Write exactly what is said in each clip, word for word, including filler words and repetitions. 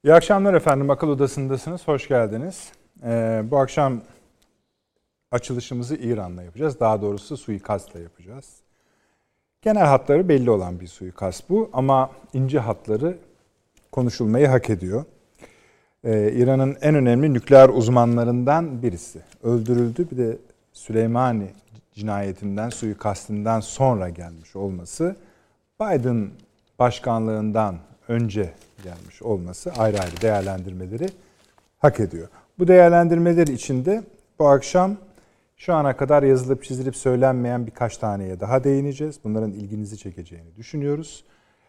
İyi akşamlar efendim. Akıl Odası'ndasınız. Hoş geldiniz. Ee, bu akşam açılışımızı İran'la yapacağız. Daha doğrusu suikastla yapacağız. Genel hatları belli olan bir suikast bu. Ama ince hatları konuşulmayı hak ediyor. Ee, İran'ın en önemli nükleer uzmanlarından birisi öldürüldü. Bir de Süleymani cinayetinden, suikastinden sonra gelmiş olması, Biden başkanlığından önce gelmiş olması ayrı ayrı değerlendirmeleri hak ediyor. Bu değerlendirmeler içinde bu akşam şu ana kadar yazılıp çizilip söylenmeyen birkaç taneye daha değineceğiz. Bunların ilginizi çekeceğini düşünüyoruz.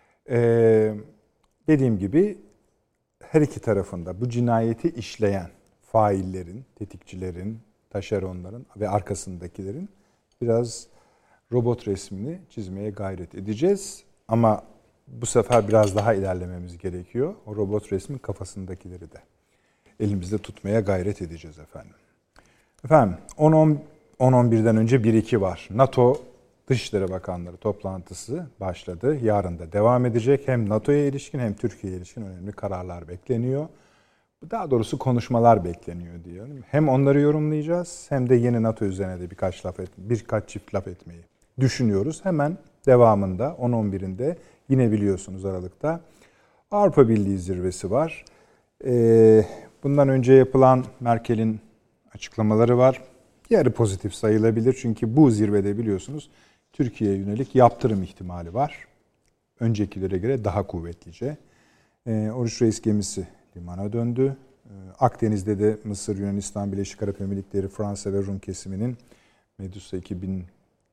Ee, dediğim gibi her iki tarafında bu cinayeti işleyen faillerin, tetikçilerin, taşeronların ve arkasındakilerin biraz robot resmini çizmeye gayret edeceğiz. Ama bu sefer biraz daha ilerlememiz gerekiyor. O robot resmin kafasındakileri de elimizde tutmaya gayret edeceğiz efendim. Efendim on on birden önce bir iki var. NATO Dışişleri Bakanları toplantısı başladı. Yarın da devam edecek. Hem NATO'ya ilişkin hem Türkiye'ye ilişkin önemli kararlar bekleniyor. Daha doğrusu konuşmalar bekleniyor diyelim. Hem onları yorumlayacağız hem de yeni NATO üzerine de birkaç laf et, birkaç çift laf etmeyi düşünüyoruz. Hemen devamında on on birinde yine biliyorsunuz Aralık'ta Avrupa Birliği zirvesi var. Ee, bundan önce yapılan Merkel'in açıklamaları var. Yarı pozitif sayılabilir çünkü bu zirvede biliyorsunuz Türkiye'ye yönelik yaptırım ihtimali var. Öncekilere göre daha kuvvetlice. Ee, Oruç Reis gemisi limana döndü. Ee, Akdeniz'de de Mısır, Yunanistan, Birleşik Arap Emirlikleri, Fransa ve Rum kesiminin Medusa iki bin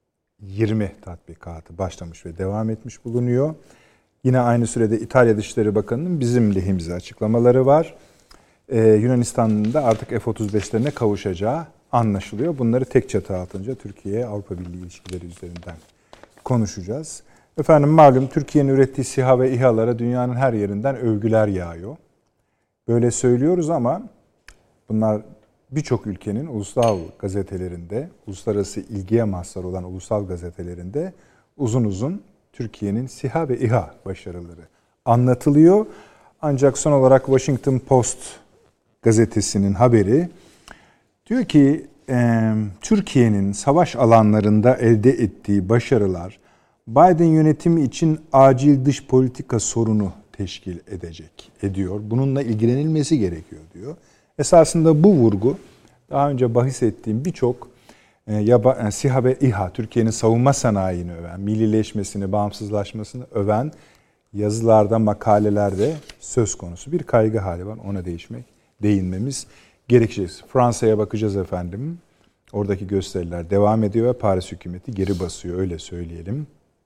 yirmi tatbikatı başlamış ve devam etmiş bulunuyor. Yine aynı sürede İtalya Dışişleri Bakanı'nın bizim lehimize açıklamaları var. Ee, Yunanistan'ın da artık F otuz beşlerine kavuşacağı anlaşılıyor. Bunları tek çatı altınca Türkiye-Avrupa Birliği ilişkileri üzerinden konuşacağız. Efendim malum Türkiye'nin ürettiği SİHA ve İHA'lara dünyanın her yerinden övgüler yağıyor. Böyle söylüyoruz ama bunlar birçok ülkenin ulusal gazetelerinde, uluslararası ilgiye mazhar olan ulusal gazetelerinde uzun uzun Türkiye'nin SİHA ve İHA başarıları anlatılıyor. Ancak son olarak Washington Post gazetesinin haberi diyor ki e, Türkiye'nin savaş alanlarında elde ettiği başarılar Biden yönetimi için acil dış politika sorunu teşkil edecek, ediyor. Bununla ilgilenilmesi gerekiyor diyor. Esasında bu vurgu daha önce bahis ettiğim birçok e, yaba, SİHA ve İHA, Türkiye'nin savunma sanayini öven, millileşmesini, bağımsızlaşmasını öven yazılarda, makalelerde söz konusu bir kaygı hali var. Ona değişmek, değinmemiz gerekecek. Fransa'ya bakacağız efendim. Oradaki gösteriler devam ediyor ve Paris hükümeti geri basıyor, öyle söyleyelim.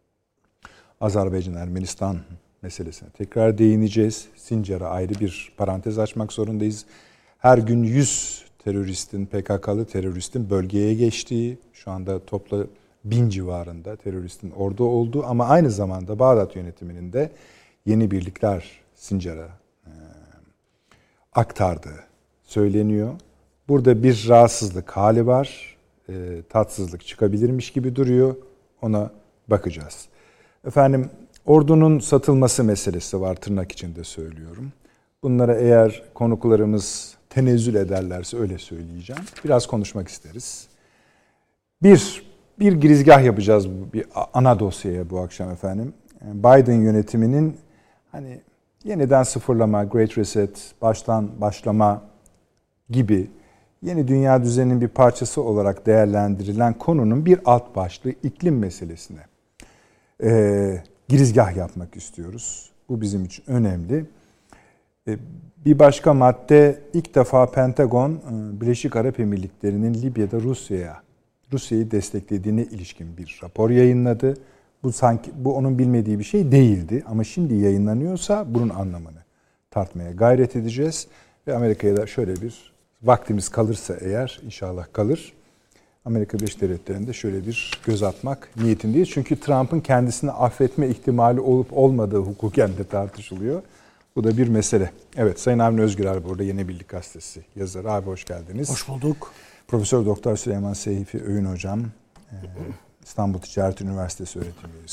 Azerbaycan, Ermenistan meselesine tekrar değineceğiz. Sincar'a ayrı bir parantez açmak zorundayız. Her gün yüz teröristin, P K K'lı teröristin bölgeye geçtiği, şu anda toplu bin civarında teröristin orada olduğu ama aynı zamanda Bağdat yönetiminin de yeni birlikler Sincar'a e, aktardığı söyleniyor. Burada bir rahatsızlık hali var. E, tatsızlık çıkabilirmiş gibi duruyor. Ona bakacağız. Efendim ordunun satılması meselesi var, tırnak içinde söylüyorum. Bunlara eğer konuklarımız tenezzül ederlerse öyle söyleyeceğim. Biraz konuşmak isteriz. Bir, bir girizgah yapacağız bir ana dosyaya bu akşam efendim. Biden yönetiminin hani yeniden sıfırlama, Great Reset, baştan başlama gibi yeni dünya düzeninin bir parçası olarak değerlendirilen konunun bir alt başlığı iklim meselesine e, girizgah yapmak istiyoruz. Bu bizim için önemli. E, bir başka madde, ilk defa Pentagon, Birleşik Arap Emirlikleri'nin Libya'da Rusya'ya, Rusya'yı desteklediğine ilişkin bir rapor yayınladı. Bu sanki bu onun bilmediği bir şey değildi ama şimdi yayınlanıyorsa bunun anlamını tartmaya gayret edeceğiz ve Amerika'ya da şöyle bir vaktimiz kalırsa eğer, inşallah kalır, Amerika Birleşik Devletleri'nde şöyle bir göz atmak niyetindeyiz. Çünkü Trump'ın kendisini affetme ihtimali olup olmadığı hukuken de tartışılıyor. Bu da bir mesele. Evet, Sayın Avni Özgürer burada, Yeni Birlik Gazetesi yazarı. Abi hoş geldiniz. Hoş bulduk. Profesör Doktor Süleyman Seyfi Öğün Hocam, İstanbul Ticaret Üniversitesi öğretim üyesi.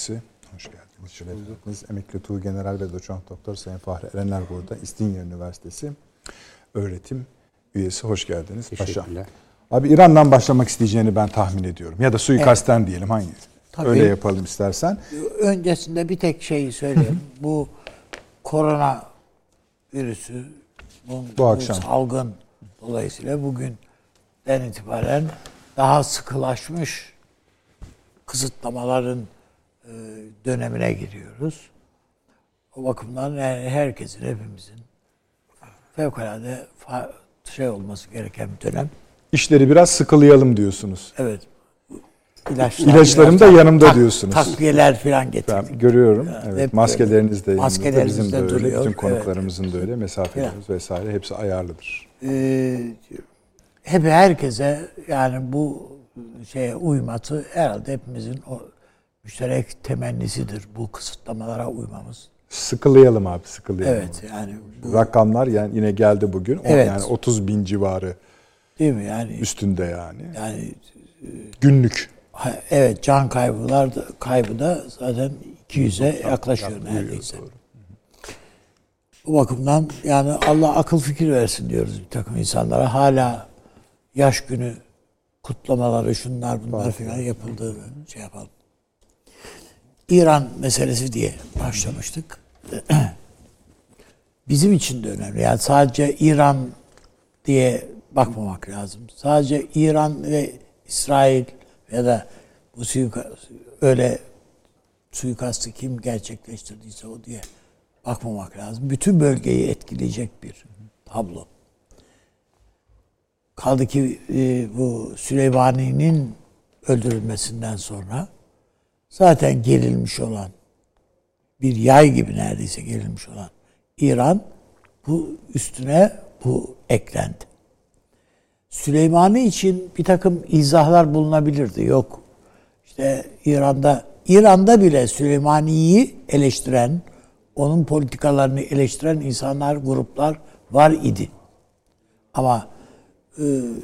Hoş geldiniz. Şeref verdiniz. Emekli Tuğgeneral ve Doçent Doktor Sayın Fahri Erener burada. İstinye Üniversitesi öğretim üyesi. Hoş geldiniz. Paşa. Abi İran'dan başlamak isteyeceğini ben tahmin ediyorum. Ya da suikastten evet. diyelim. Hangi? Tabii. Öyle yapalım istersen. Öncesinde bir tek şeyi söyleyeyim. bu korona virüsü, bu, bu, bu akşam salgın dolayısıyla bugünden itibaren daha sıkılaşmış kısıtlamaların e, dönemine giriyoruz. O bakımdan yani herkesin, hepimizin fevkalade fa- şey olması gereken bir dönem. İşleri biraz sıkılayalım diyorsunuz. Evet. İlaçlar, İlaçlarım da yanımda tak, diyorsunuz. Takviyeler falan getirdik. Ben görüyorum. Yani evet. Maskeleriniz de yanımızda. Maskeleriniz Bizim de öyle. Duruyor. Bütün konuklarımızın evet. da öyle. Mesafelerimiz vesaire hepsi ayarlıdır. Ee, hep herkese yani bu şeye uyması herhalde hepimizin o müşterek temennisidir. Bu kısıtlamalara uymamız. Sıkılayalım abi, sıkılayalım. Evet yani. Bu, Rakamlar yani yine geldi bugün. Evet. Yani otuz bin civarı. Değil mi yani? Üstünde yani. Yani günlük. Evet, can kaybılar da, kaybı da zaten iki yüze yaklaşıyor neredeyse. Bu bakımdan yani Allah akıl fikir versin diyoruz bir takım insanlara. Hala yaş günü kutlamaları, şunlar bunlar falan yapıldığını şey yapalım. İran meselesi diye başlamıştık. Bizim için de önemli. Yani sadece İran diye bakmamak lazım. Sadece İran ve İsrail ya da bu suikast, öyle suikastı kim gerçekleştirdiyse o diye bakmamak lazım. Bütün bölgeyi etkileyecek bir tablo. Kaldı ki e, bu Süleymani'nin öldürülmesinden sonra zaten gerilmiş olan, bir yay gibi neredeyse gerilmiş olan İran, bu üstüne bu eklendi. Süleymani için bir takım izahlar bulunabilirdi. Yok işte İran'da İran'da bile Süleymani'yi eleştiren, onun politikalarını eleştiren insanlar, gruplar var idi. Ama e,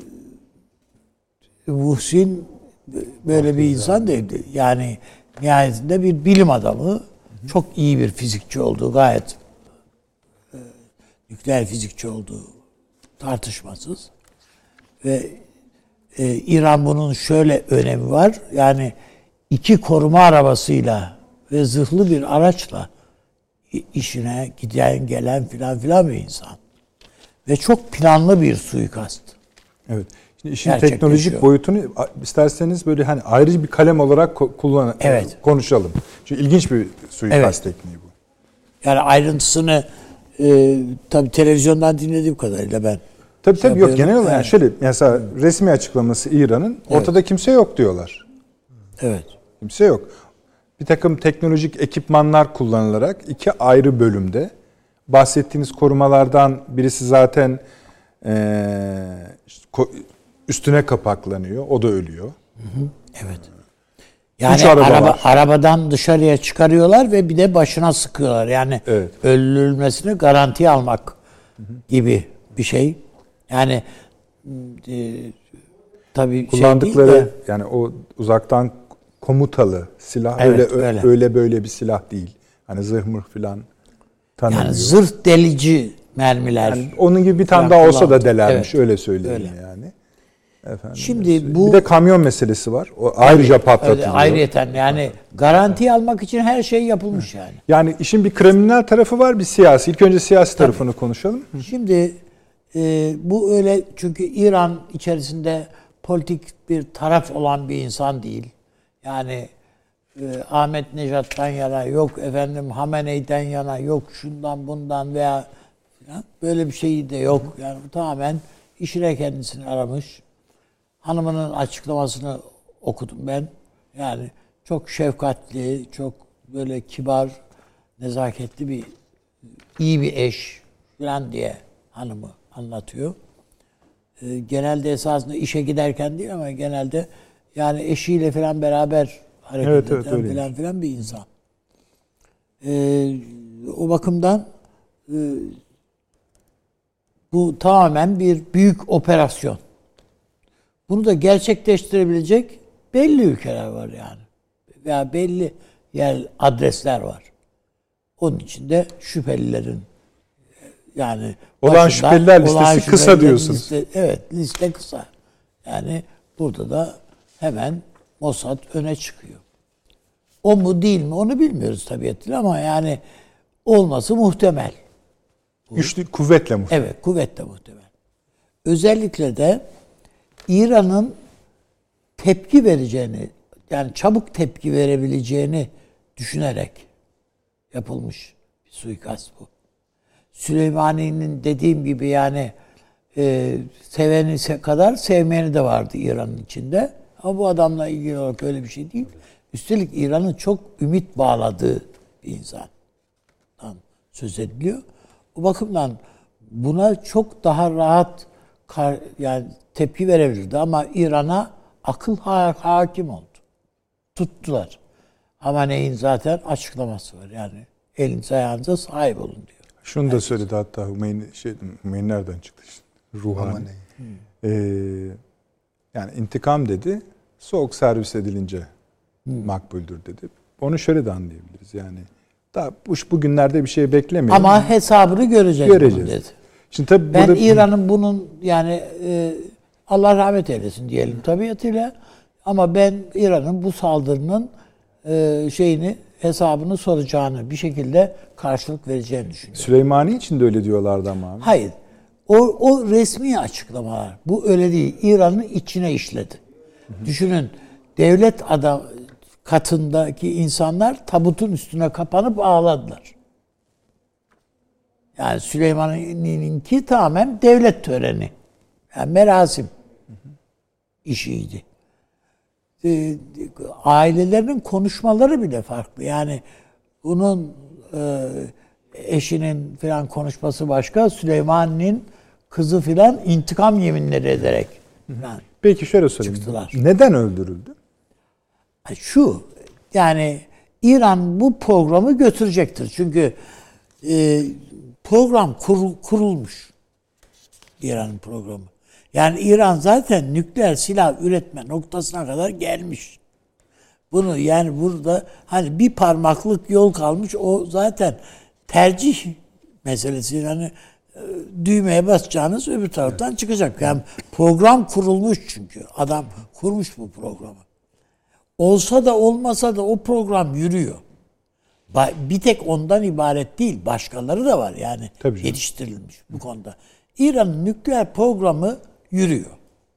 Muhsin böyle bir insan değildi. Yani nihayetinde bir bilim adamı, çok iyi bir fizikçi olduğu, gayet e, nükleer fizikçi olduğu tartışmasız. Ve e, İran bunun şöyle önemi var. Yani iki koruma arabasıyla ve zırhlı bir araçla işine giden gelen filan filan bir insan. Ve çok planlı bir suikast. Evet. Şimdi işin teknolojik boyutunu isterseniz böyle hani ayrı bir kalem olarak kullan evet. konuşalım. Çünkü ilginç bir suikast evet. tekniği bu. Yani ayrıntısını e, tabii televizyondan dinlediğim kadarıyla ben Tabii tabii yok genel olarak yani şöyle mesela resmi açıklaması İran'ın evet. ortada kimse yok diyorlar. Evet. Kimse yok. Bir takım teknolojik ekipmanlar kullanılarak iki ayrı bölümde bahsettiğiniz korumalardan birisi zaten ee, üstüne kapaklanıyor. O da ölüyor. Hı hı. Evet. Yani araba, araba arabadan dışarıya çıkarıyorlar ve bir de başına sıkıyorlar. Yani evet. öldürülmesini garantiye almak hı hı. gibi bir şey. Yani e, tabii kullandıkları şey de, yani o uzaktan komutalı silah evet, öyle, öyle öyle böyle bir silah değil. Hani zırh mırh filan tanımıyor. Yani zırh delici mermiler. Yani onun gibi bir tane daha olsa da delermiş evet. öyle söyleyeyim öyle. Yani. Efendim, şimdi bu bir de kamyon meselesi var. O ayrıca patlatılıyor. Ayrıyeten yani garanti almak için her şey yapılmış yani. Yani işin bir kriminal tarafı var, bir siyasi. İlk önce siyasi Tabii. tarafını konuşalım. Şimdi e, bu öyle çünkü İran içerisinde politik bir taraf olan bir insan değil. Yani e, Ahmet Nejat'tan yana yok efendim Hamene'den yana yok şundan bundan veya falan, böyle bir şey de yok. Yani bu tamamen işine kendisini aramış. Hanımının açıklamasını okudum ben. Yani çok şefkatli, çok böyle kibar, nezaketli bir, iyi bir eş falan diye hanımı anlatıyor. Ee, genelde esasında işe giderken değil ama genelde yani eşiyle falan beraber hareket evet, eden evet, falan filan bir insan. Ee, o bakımdan e, bu tamamen bir büyük operasyon. Bunu da gerçekleştirebilecek belli ülkeler var yani. Veya belli yer adresler var. Onun içinde şüphelilerin yani olan şüpheliler listesi olan kısa şüpheliler diyorsunuz. Liste, evet, liste kısa. Yani burada da hemen Mossad öne çıkıyor. O mu değil mi onu bilmiyoruz tabiatıyla ama yani olması muhtemel. Güçlü, kuvvetle muhtemel. Evet, kuvvetle muhtemel. Özellikle de İran'ın tepki vereceğini, yani çabuk tepki verebileceğini düşünerek yapılmış bir suikast bu. Süleymani'nin dediğim gibi yani e, seveni kadar sevmeyeni de vardı İran'ın içinde. Ama bu adamla ilgili olarak öyle bir şey değil. Üstelik İran'ın çok ümit bağladığı bir insandan söz ediliyor. O bakımdan buna çok daha rahat kar, yani tepki verebilirdi ama İran'a akıl ha- hakim oldu. Tuttular. Hamane'in zaten açıklaması var. Yani elinize ayağınıza sahip olun diyor. Şunu da Herkes. söyledi hatta Hümeyni, şey, Hümeyni nereden çıktı işte? Ruhani. Hmm. Ee, yani intikam dedi, soğuk servis edilince hmm. makbuldür dedi. Onu şöyle de anlayabiliriz yani. Daha bu bugünlerde bir şey beklemiyor. Ama hesabını göreceğiz. Göreceğiz. Dedi. Şimdi tabii ben burada... İran'ın bunun yani e, Allah rahmet eylesin diyelim tabiatıyla. Ama ben İran'ın bu saldırının e, şeyini hesabını soracağını, bir şekilde karşılık vereceğini düşünüyorum. Süleymani için de öyle diyorlardı ama abi. Hayır. O, o resmi açıklamalar. Bu öyle değil. İran'ın içine işledi. Hı hı. Düşünün, devlet adam katındaki insanlar tabutun üstüne kapanıp ağladılar. Yani Süleymani'ninki tamamen devlet töreni. Yani merasim hı hı. işiydi. E, ailelerinin konuşmaları bile farklı. Yani bunun e, eşinin filan konuşması başka, Süleymani'nin kızı filan intikam yeminleri ederek filan. Peki şöyle sorayım. Çıktılar. Neden öldürüldü? Şu, yani İran bu programı götürecektir. Çünkü e, program kur, kurulmuş. İran'ın programı. Yani İran zaten nükleer silah üretme noktasına kadar gelmiş. Bunu yani burada hani bir parmaklık yol kalmış, o zaten tercih meselesi. Yani düğmeye basacağınız öbür taraftan evet. çıkacak. Yani program kurulmuş çünkü. Adam kurmuş bu programı. Olsa da olmasa da o program yürüyor. Bir tek ondan ibaret değil. Başkaları da var yani yetiştirilmiş bu konuda. İran'ın nükleer programı yürüyor.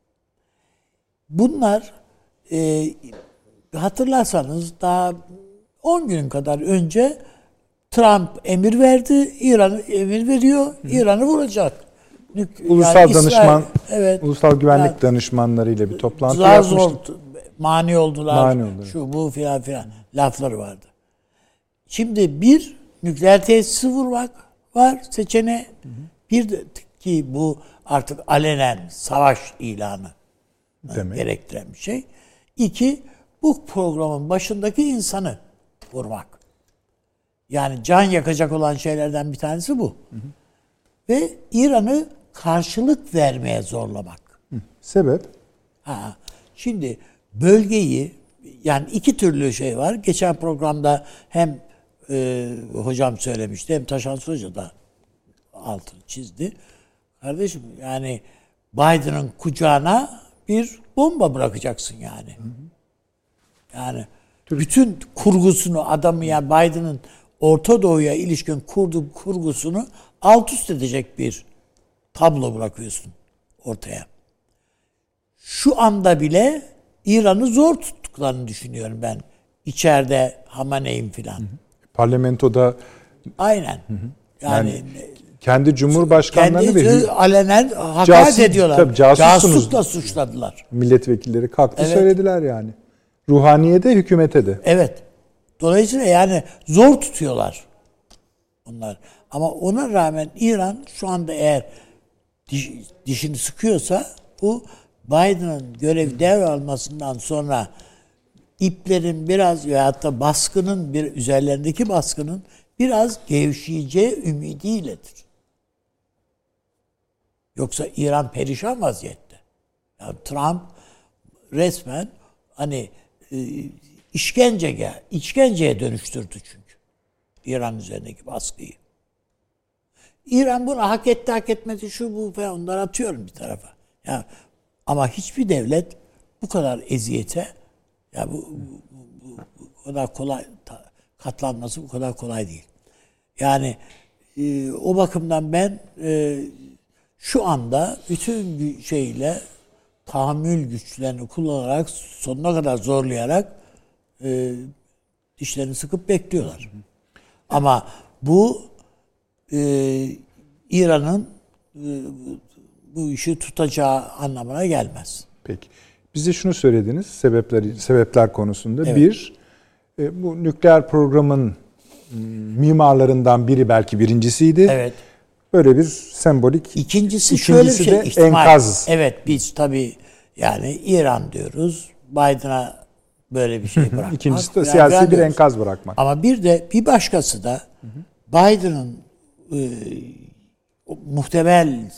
Bunlar e, hatırlarsanız daha on gün kadar önce Trump emir verdi. İran emir veriyor. İran'ı vuracak. Nük- Ulusal yani danışman, İsrail, evet, ulusal güvenlik yani, danışmanlarıyla bir toplantı zar yapmıştı. Zor, mani oldular. Mani oldu. Şu bu filan filan lafları vardı. Şimdi bir nükleer tesisi vurmak var seçeneği. Hı hı. Bir de ki bu artık alenen savaş ilanı Demek. gerektiren bir şey. İki, bu programın başındaki insanı vurmak. Yani can yakacak olan şeylerden bir tanesi bu. Hı hı. Ve İran'ı karşılık vermeye zorlamak. Hı. Sebep? Ha, şimdi bölgeyi, yani iki türlü şey var. Geçen programda hem e, hocam söylemişti, hem Taşansı Hoca da altını çizdi. Kardeşim yani Biden'ın kucağına bir bomba bırakacaksın yani. Hı hı. Yani bütün kurgusunu adamı, yani Biden'ın Orta Doğu'ya ilişkin kurduğu kurgusunu alt üst edecek bir tablo bırakıyorsun ortaya. Şu anda bile İran'ı zor tuttuklarını düşünüyorum ben. İçeride Hamane'in filan. Parlamentoda aynen. Hı hı. Yani, yani kendi cumhurbaşkanlarını ve alenen hakaret ediyorlar. Tabii, casuslukla suçladılar. Milletvekilleri kalktı evet. söylediler yani. Ruhaniye de hükümete de. Evet. Dolayısıyla yani zor tutuyorlar onlar. Ama ona rağmen İran şu anda eğer diş, dişini sıkıyorsa bu Biden'ın görev devralmasından sonra iplerin biraz veyahut da baskının, bir üzerlerindeki baskının biraz gevşeyeceği ümidiyledir. Yoksa İran perişan vaziyette. Yani Trump resmen hani işkenceye, işkenceye dönüştürdü çünkü. İran üzerindeki baskıyı. İran bunu hak etti, hak etmedi, şu bu falan, onları atıyorum bir tarafa. Ya, ama hiçbir devlet bu kadar eziyete, ya bu, bu, bu, bu kadar kolay katlanması bu kadar kolay değil. Yani e, o bakımdan ben e, şu anda bütün şeyle tahammül güçlerini kullanarak, sonuna kadar zorlayarak e, dişlerini sıkıp bekliyorlar. Ama bu e, İran'ın e, bu işi tutacağı anlamına gelmez. Peki. Bize şunu söylediniz sebepler sebepler konusunda. Evet. Bir, e, bu nükleer programın mimarlarından biri, belki birincisiydi. Evet. Böyle bir sembolik. İkincisi, İkincisi şöyle bir şey. de ihtimal. enkaz. Evet, biz tabii yani İran diyoruz. Biden'a böyle bir şey bırakmak. İkincisi de siyasi bir enkaz bırakmak. Ama bir de bir başkası da Biden'ın e, muhtemel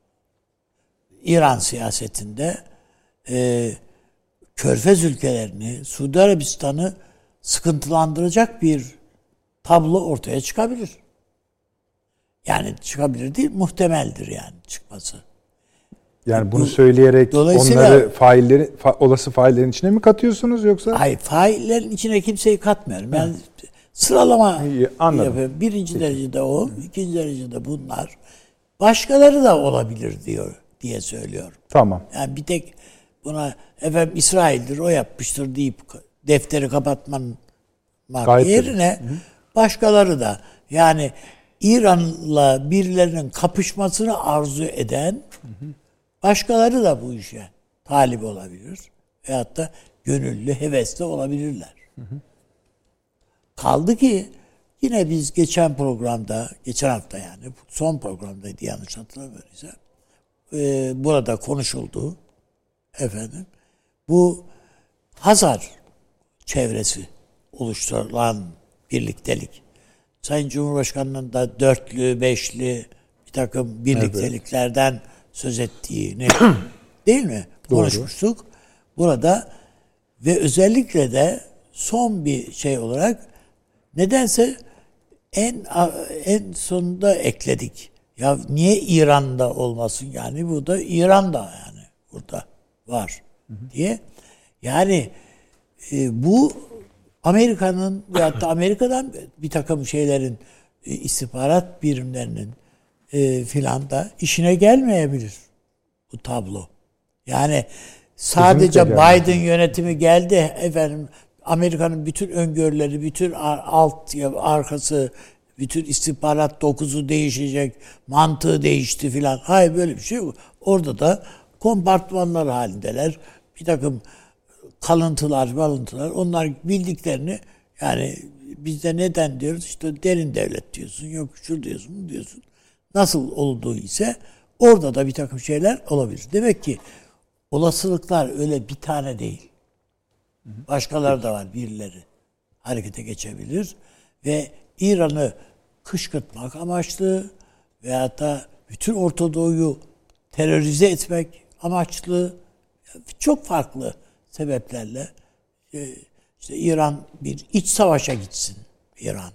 İran siyasetinde e, Körfez ülkelerini, Suudi Arabistan'ı sıkıntılandıracak bir tablo ortaya çıkabilir. Yani çıkabilir değil, muhtemeldir yani çıkması. Yani bunu Bu, söyleyerek onları failleri, fa, olası faillerin içine mi katıyorsunuz yoksa? Hayır, faillerin içine kimseyi katmıyorum. Ben yani sıralama İyi, anladım. yapıyorum. Birinci Peki. derecede o, ikinci derecede bunlar. Başkaları da olabilir diyor diye söylüyorum. Tamam. Yani bir tek buna efendim İsrail'dir, o yapmıştır deyip defteri kapatmanın yerine Hı. başkaları da, yani İran'la birilerinin kapışmasını arzu eden hı hı. başkaları da bu işe talip olabilir. Veyahut da gönüllü, hevesli olabilirler. Hı hı. Kaldı ki yine biz geçen programda, geçen hafta yani son programdaydı yanlış hatırlamıyorsam, e, burada konuşuldu efendim. Bu Hazar çevresi oluşturulan birliktelik. Sayın Cumhurbaşkanı'nın da dörtlü, beşli bir takım birlikteliklerden evet. söz ettiğini değil mi? Doğru. Konuşmuştuk. Burada ve özellikle de son bir şey olarak nedense en en sonunda ekledik. Ya niye İran'da olmasın, yani bu da İran'da yani burada var hı hı. diye. Yani e, bu Amerika'nın veyahut da Amerika'dan bir takım şeylerin e, istihbarat birimlerinin e, filan da işine gelmeyebilir bu tablo. Yani sadece Biden yönetimi geldi efendim, Amerika'nın bütün öngörüleri, bütün alt arkası, bütün istihbarat dokusu değişecek, mantığı değişti filan. Hayır, böyle bir şey yok. Orada da kompartmanlar halindeler. Bir takım kalıntılar, malıntılar, onlar bildiklerini, yani bizde neden diyoruz, işte derin devlet diyorsun, yok şu diyorsun, diyorsun. Nasıl olduğu ise orada da bir takım şeyler olabilir. Demek ki olasılıklar öyle bir tane değil. Başkaları da var, birileri harekete geçebilir ve İran'ı kışkırtmak amaçlı veyahut da bütün Orta Doğu'yu terörize etmek amaçlı, çok farklı sebeplerle işte İran bir iç savaşa gitsin, İran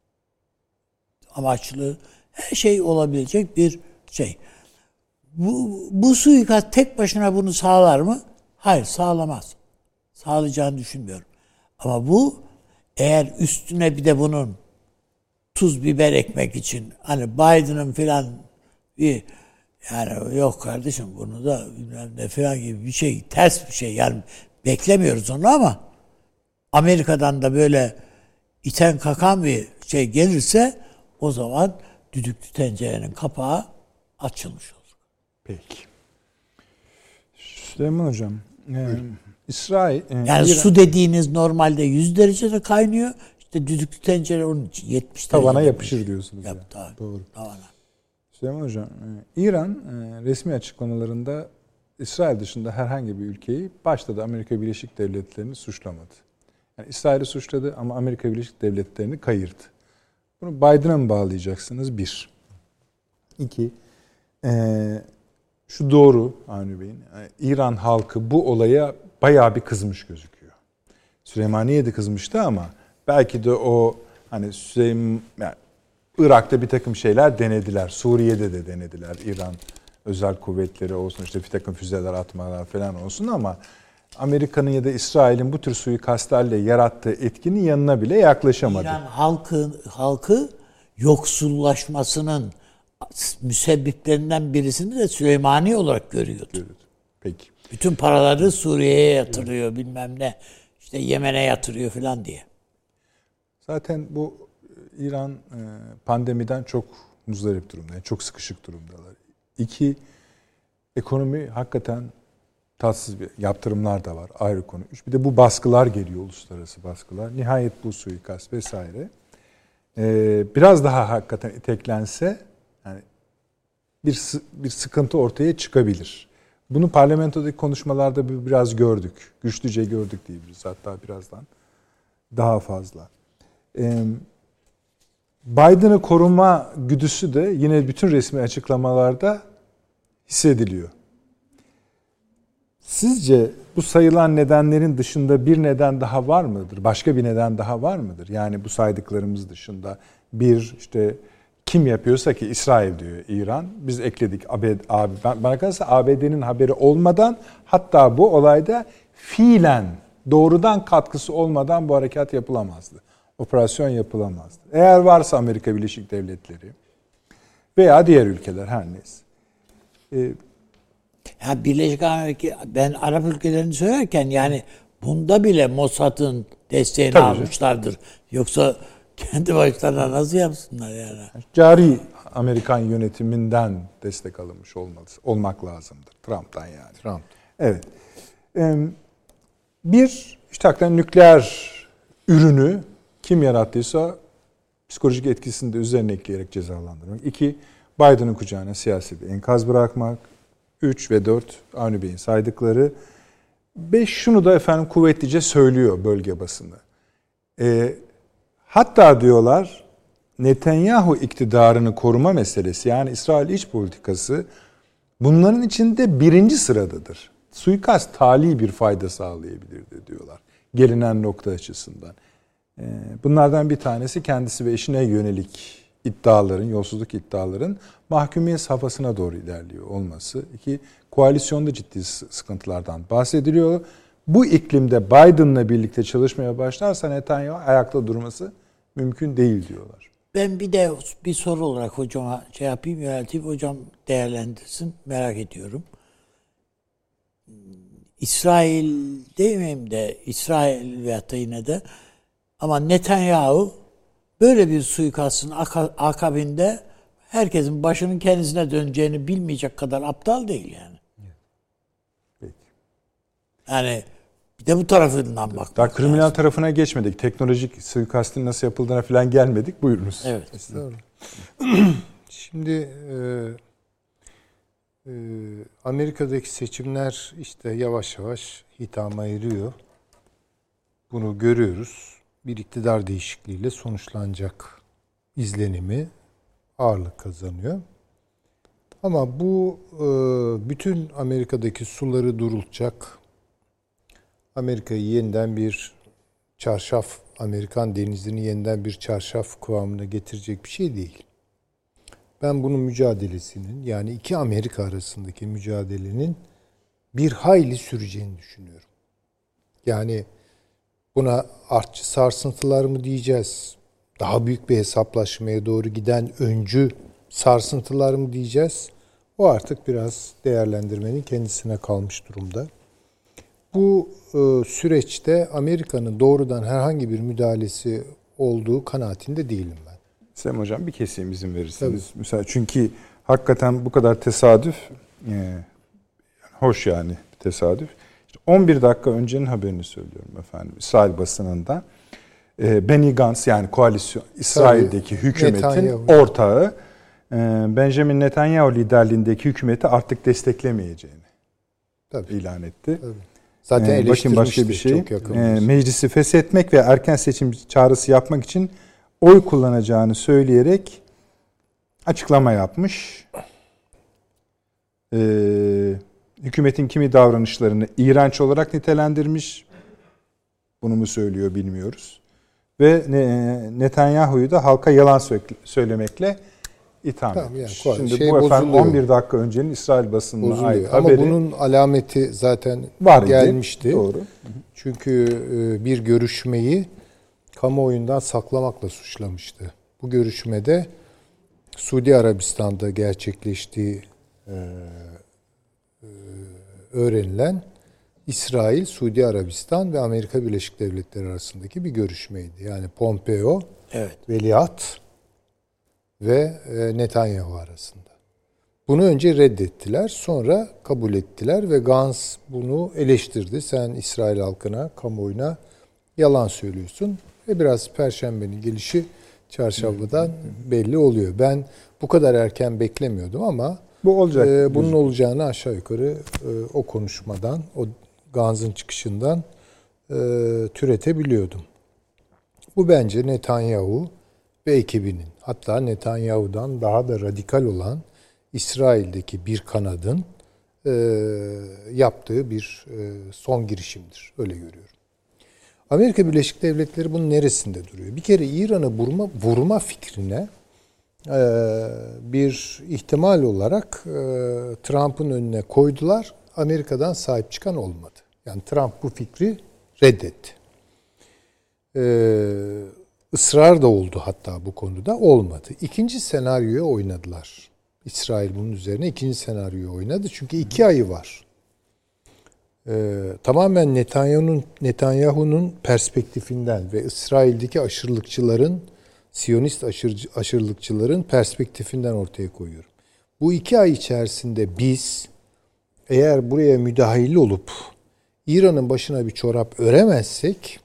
amaçlı, her şey olabilecek bir şey. Bu, bu suikast tek başına bunu sağlar mı? Hayır, sağlamaz. Sağlayacağını düşünmüyorum. Ama bu, eğer üstüne bir de bunun tuz biber ekmek için, hani Biden'ın filan bir, yani yok kardeşim bunu da bilmem ne filan gibi bir şey, ters bir şey, yani beklemiyoruz onu, ama Amerika'dan da böyle iten kakan bir şey gelirse o zaman düdüklü tencerenin kapağı açılmış olur. Peki. Süleyman Hocam, e, İsrail... E, yani İran, su dediğiniz normalde yüz derecede kaynıyor. İşte düdüklü tencere onun için yetmiş tavana yapışır diyorsunuz. Yap, yani. tabii, Doğru. Tavana. Süleyman Hocam, e, İran e, resmi açıklamalarında İsrail dışında herhangi bir ülkeyi, başta da Amerika Birleşik Devletleri'ni suçlamadı. Yani İsrail'i suçladı ama Amerika Birleşik Devletleri'ni kayırdı. Bunu Biden'a mı bağlayacaksınız? Bir. İki. E, şu doğru Avni Bey'in. Yani İran halkı bu olaya bayağı bir kızmış gözüküyor. Süleymaniye de kızmıştı ama belki de o hani Süleym yani Irak'ta bir takım şeyler denediler. Suriye'de de denediler. İran özel kuvvetleri olsun, işte bir takım füzeler atmalar falan olsun ama Amerika'nın ya da İsrail'in bu tür suikastlerle yarattığı etkinin yanına bile yaklaşamadı. İran halkı, halkı yoksullaşmasının müsebbiplerinden birisini de Süleymaniye olarak görüyordu. Peki. Bütün paraları Suriye'ye yatırıyor, bilmem ne. İşte Yemen'e yatırıyor falan diye. Zaten bu İran pandemiden çok muzdarip durumda. Yani çok sıkışık durumdalar. İki, ekonomi hakikaten tatsız bir yaptırımlar da var. Ayrı konu. Üç, bir de bu baskılar geliyor, uluslararası baskılar. Nihayet bu suikast vesaire. Ee, biraz daha hakikaten iteklense yani bir bir sıkıntı ortaya çıkabilir. Bunu parlamentodaki konuşmalarda biraz gördük. Güçlüce gördük diyebiliriz. Hatta birazdan daha fazla. Ee, Biden'ı koruma güdüsü de yine bütün resmi açıklamalarda hissediliyor. Sizce bu sayılan nedenlerin dışında bir neden daha var mıdır? Başka bir neden daha var mıdır? Yani bu saydıklarımız dışında bir işte kim yapıyorsa ki İsrail diyor, İran. Biz ekledik. Abi, abi, bana kalırsa A B D'nin haberi olmadan, hatta bu olayda fiilen doğrudan katkısı olmadan bu harekat yapılamazdı. Operasyon yapılamazdı. Eğer varsa Amerika Birleşik Devletleri veya diğer ülkeler her neyse. Ee, Ya Birleşik Amerika, ben Arap ülkelerini söylerken yani bunda bile Mossad'ın desteğini Tabii almışlardır. Canım. Yoksa kendi başlarına nasıl yapsınlar yani? Cari Amerikan yönetiminden destek alınmış olmalı, olmak lazımdır. Trump'tan yani. Trump. Evet. Bir, işte hakikaten nükleer ürünü kim yarattıysa psikolojik etkisini de üzerine ekleyerek cezalandırmak. İki, Biden'ın kucağına siyasi bir enkaz bırakmak. Üç ve dört Avni Bey'in saydıkları. Beş, şunu da efendim kuvvetlice söylüyor bölge basını. E, hatta diyorlar Netanyahu iktidarını koruma meselesi, yani İsrail iç politikası bunların içinde birinci sıradadır. Suikast tali bir fayda sağlayabilirdi diyorlar gelinen nokta açısından. E, bunlardan bir tanesi kendisi ve eşine yönelik iddiaların, yolsuzluk iddiaların mahkumiyet safhasına doğru ilerliyor olması. İki, koalisyonda ciddi sıkıntılardan bahsediliyor. Bu iklimde Biden'la birlikte çalışmaya başlarsa Netanyahu ayakta durması mümkün değil diyorlar. Ben bir de bir soru olarak hocama şey yapayım, yönelteyim. Hocam değerlendirsin, merak ediyorum. İsrail demeyeyim de, İsrail veyahut da yine de, ama Netanyahu böyle bir suikastın akabinde herkesin başının kendisine döneceğini bilmeyecek kadar aptal değil yani. Peki. Yani bir de bu tarafından bakmak Daha kriminal lazım. tarafına geçmedik. Teknolojik suikastin nasıl yapıldığına falan gelmedik. Buyurunuz. Evet. Şimdi e, e, Amerika'daki seçimler işte yavaş yavaş hitama eriyor. Bunu görüyoruz. Bir iktidar değişikliğiyle sonuçlanacak izlenimi ağırlık kazanıyor. Ama bu e, bütün Amerika'daki suları durultacak, Amerika'yı yeniden bir çarşaf, Amerikan denizini yeniden bir çarşaf kıvamına getirecek bir şey değil. Ben bunun mücadelesinin, yani iki Amerika arasındaki mücadelenin bir hayli süreceğini düşünüyorum. Yani buna artçı sarsıntılar mı diyeceğiz? Daha büyük bir hesaplaşmaya doğru giden öncü sarsıntılar mı diyeceğiz? O artık biraz değerlendirmenin kendisine kalmış durumda. Bu e, süreçte Amerika'nın doğrudan herhangi bir müdahalesi olduğu kanaatinde değilim ben. Sem Hocam bir keseyim izin verirseniz. Tabii. Mesela çünkü hakikaten bu kadar tesadüf, e, hoş yani bir tesadüf. İşte on bir dakika öncenin haberini söylüyorum efendim. İsrail basınında e, Benny Gantz, yani koalisyon İsrail'deki Tabii, hükümetin Netanyahu. ortağı e, Benjamin Netanyahu liderliğindeki hükümeti artık desteklemeyeceğini Tabii. ilan etti. Tabii. Zaten ee, bakın başka bir şey. Ee, meclisi feshetmek ve erken seçim çağrısı yapmak için oy kullanacağını söyleyerek açıklama yapmış. Ee, hükümetin kimi davranışlarını iğrenç olarak nitelendirmiş. Bunu mu söylüyor bilmiyoruz. Ve Netanyahu'yu da halka yalan söylemekle itham tamam, etmiş. yani, Şimdi şey bu efendim bozuluyor. on bir dakika öncenin İsrail basınına Bozuluyor. ait Ama haberi. bunun alameti zaten var gelmişti. Doğru. Çünkü bir görüşmeyi kamuoyundan saklamakla suçlamıştı. Bu görüşmede Suudi Arabistan'da gerçekleştiği e, e, öğrenilen İsrail, Suudi Arabistan ve Amerika Birleşik Devletleri arasındaki bir görüşmeydi. Yani Pompeo, Evet. Veliaht ve Netanyahu arasında. Bunu önce reddettiler, sonra kabul ettiler ve Gantz bunu eleştirdi. Sen İsrail halkına, kamuoyuna yalan söylüyorsun. Ve biraz Perşembenin gelişi çarşambadan belli oluyor. Ben bu kadar erken beklemiyordum ama bu olacak. E, bunun olacağını aşağı yukarı e, o konuşmadan, o Gantz'ın çıkışından e, türetebiliyordum. Bu bence Netanyahu ve ekibinin, hatta Netanyahu'dan daha da radikal olan İsrail'deki bir kanadın e, yaptığı bir e, son girişimdir. Öyle görüyorum. Amerika Birleşik Devletleri bunun neresinde duruyor? Bir kere İran'ı vurma, vurma fikrine e, bir ihtimal olarak e, Trump'ın önüne koydular. Amerika'dan sahip çıkan olmadı. Yani Trump bu fikri reddetti. Ee, ısrar da oldu hatta bu konuda, olmadı. İkinci senaryoya oynadılar. İsrail bunun üzerine ikinci senaryoyu oynadı. Çünkü iki ayı var. Ee, tamamen Netanyahu'nun Netanyahu'nun perspektifinden ve İsrail'deki aşırılıkçıların, Siyonist aşırı, aşırılıkçıların perspektifinden ortaya koyuyorum. Bu iki ay içerisinde biz eğer buraya müdahil olup İran'ın başına bir çorap öremezsek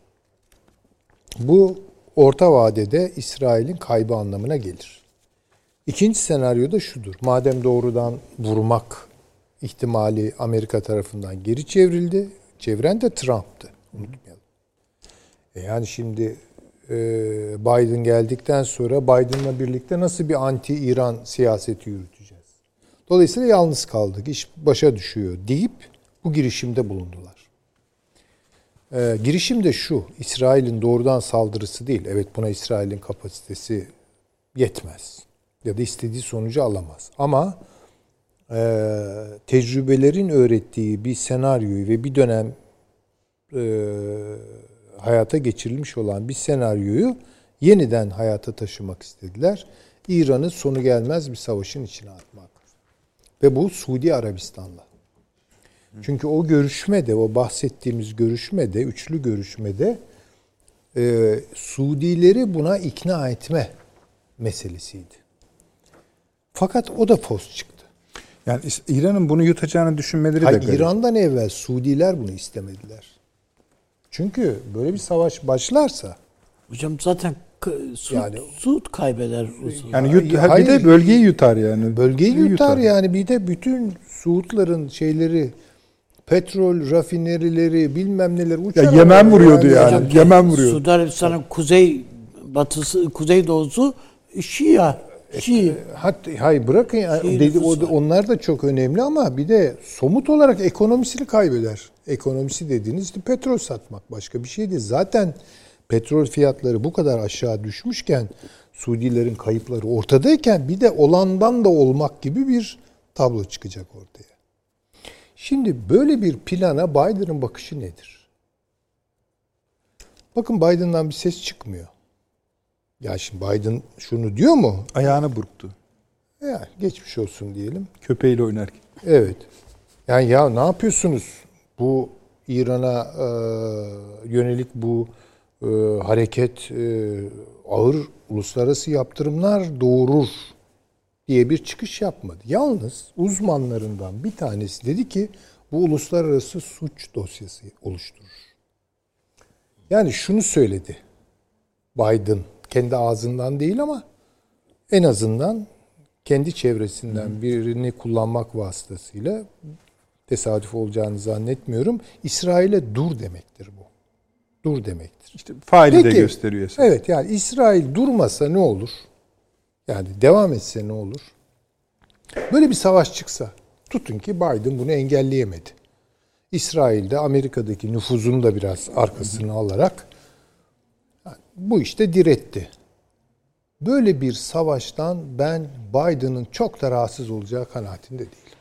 bu orta vadede İsrail'in kaybı anlamına gelir. İkinci senaryo da şudur. Madem doğrudan vurmak ihtimali Amerika tarafından geri çevrildi. Çeviren de Trump'tı. Unutmayalım. E yani şimdi e, Biden geldikten sonra Biden'la birlikte nasıl bir anti-İran siyaseti yürüteceğiz? Dolayısıyla yalnız kaldık. İş başa düşüyor deyip bu girişimde bulundular. Ee, girişim de şu, İsrail'in doğrudan saldırısı değil. Evet, buna İsrail'in kapasitesi yetmez. Ya da istediği sonucu alamaz. Ama e, tecrübelerin öğrettiği bir senaryoyu ve bir dönem e, hayata geçirilmiş olan bir senaryoyu yeniden hayata taşımak istediler. İran'ı sonu gelmez bir savaşın içine atmak. Ve bu Suudi Arabistan'la. Çünkü o görüşmede, o bahsettiğimiz görüşmede, üçlü görüşmede e, Suudileri buna ikna etme meselesiydi. Fakat o da fos çıktı. Yani İran'ın bunu yutacağını düşünmeleri Hayır, de garip. İran'dan evvel Suudiler bunu istemediler. Çünkü böyle bir savaş başlarsa... Hocam zaten Suud, yani, Suud kaybeder. Yani yut, bir de bölgeyi yutar yani. Bölgeyi yutar, yutar yani. Bir de bütün Suudların şeyleri, petrol rafinerileri, bilmem neler uçar. Ya Yemen vuruyordu yani. yani. Yemen vuruyordu. Suudi Arabistan'ın kuzey batısı, kuzeydoğusu Şia. Şii. Hatta hayır bırakın yani, dedi, o, onlar da çok önemli ama bir de somut olarak ekonomisini kaybeder. Ekonomisi dediğiniz işte petrol satmak, başka bir şey değil. Zaten petrol fiyatları bu kadar aşağı düşmüşken, Suudilerin kayıpları ortadayken bir de olandan da olmak gibi bir tablo çıkacak ortaya. Şimdi böyle bir plana Biden'ın bakışı nedir? Bakın Biden'dan bir ses çıkmıyor. Ya şimdi Biden şunu diyor mu? Ayağını burktu. Ya geçmiş olsun diyelim. Köpeğiyle oynarken. Evet. Yani ya ne yapıyorsunuz? Bu İran'a e, yönelik bu e, hareket e, ağır uluslararası yaptırımlar doğurur diye bir çıkış yapmadı. Yalnız uzmanlarından bir tanesi dedi ki bu uluslararası suç dosyası oluşturur. Yani şunu söyledi Biden, kendi ağzından değil ama en azından kendi çevresinden birini kullanmak vasıtasıyla, tesadüf olacağını zannetmiyorum, İsrail'e dur demektir bu. Dur demektir. İşte faili Peki, de gösteriyor. Esas. Evet, yani İsrail durmasa ne olur? Yani devam etse ne olur? Böyle bir savaş çıksa, tutun ki Biden bunu engelleyemedi. İsrail'de Amerika'daki nüfuzunu da biraz arkasına alarak bu işte diretti. Böyle bir savaştan ben Biden'ın çok da rahatsız olacağı kanaatinde değilim.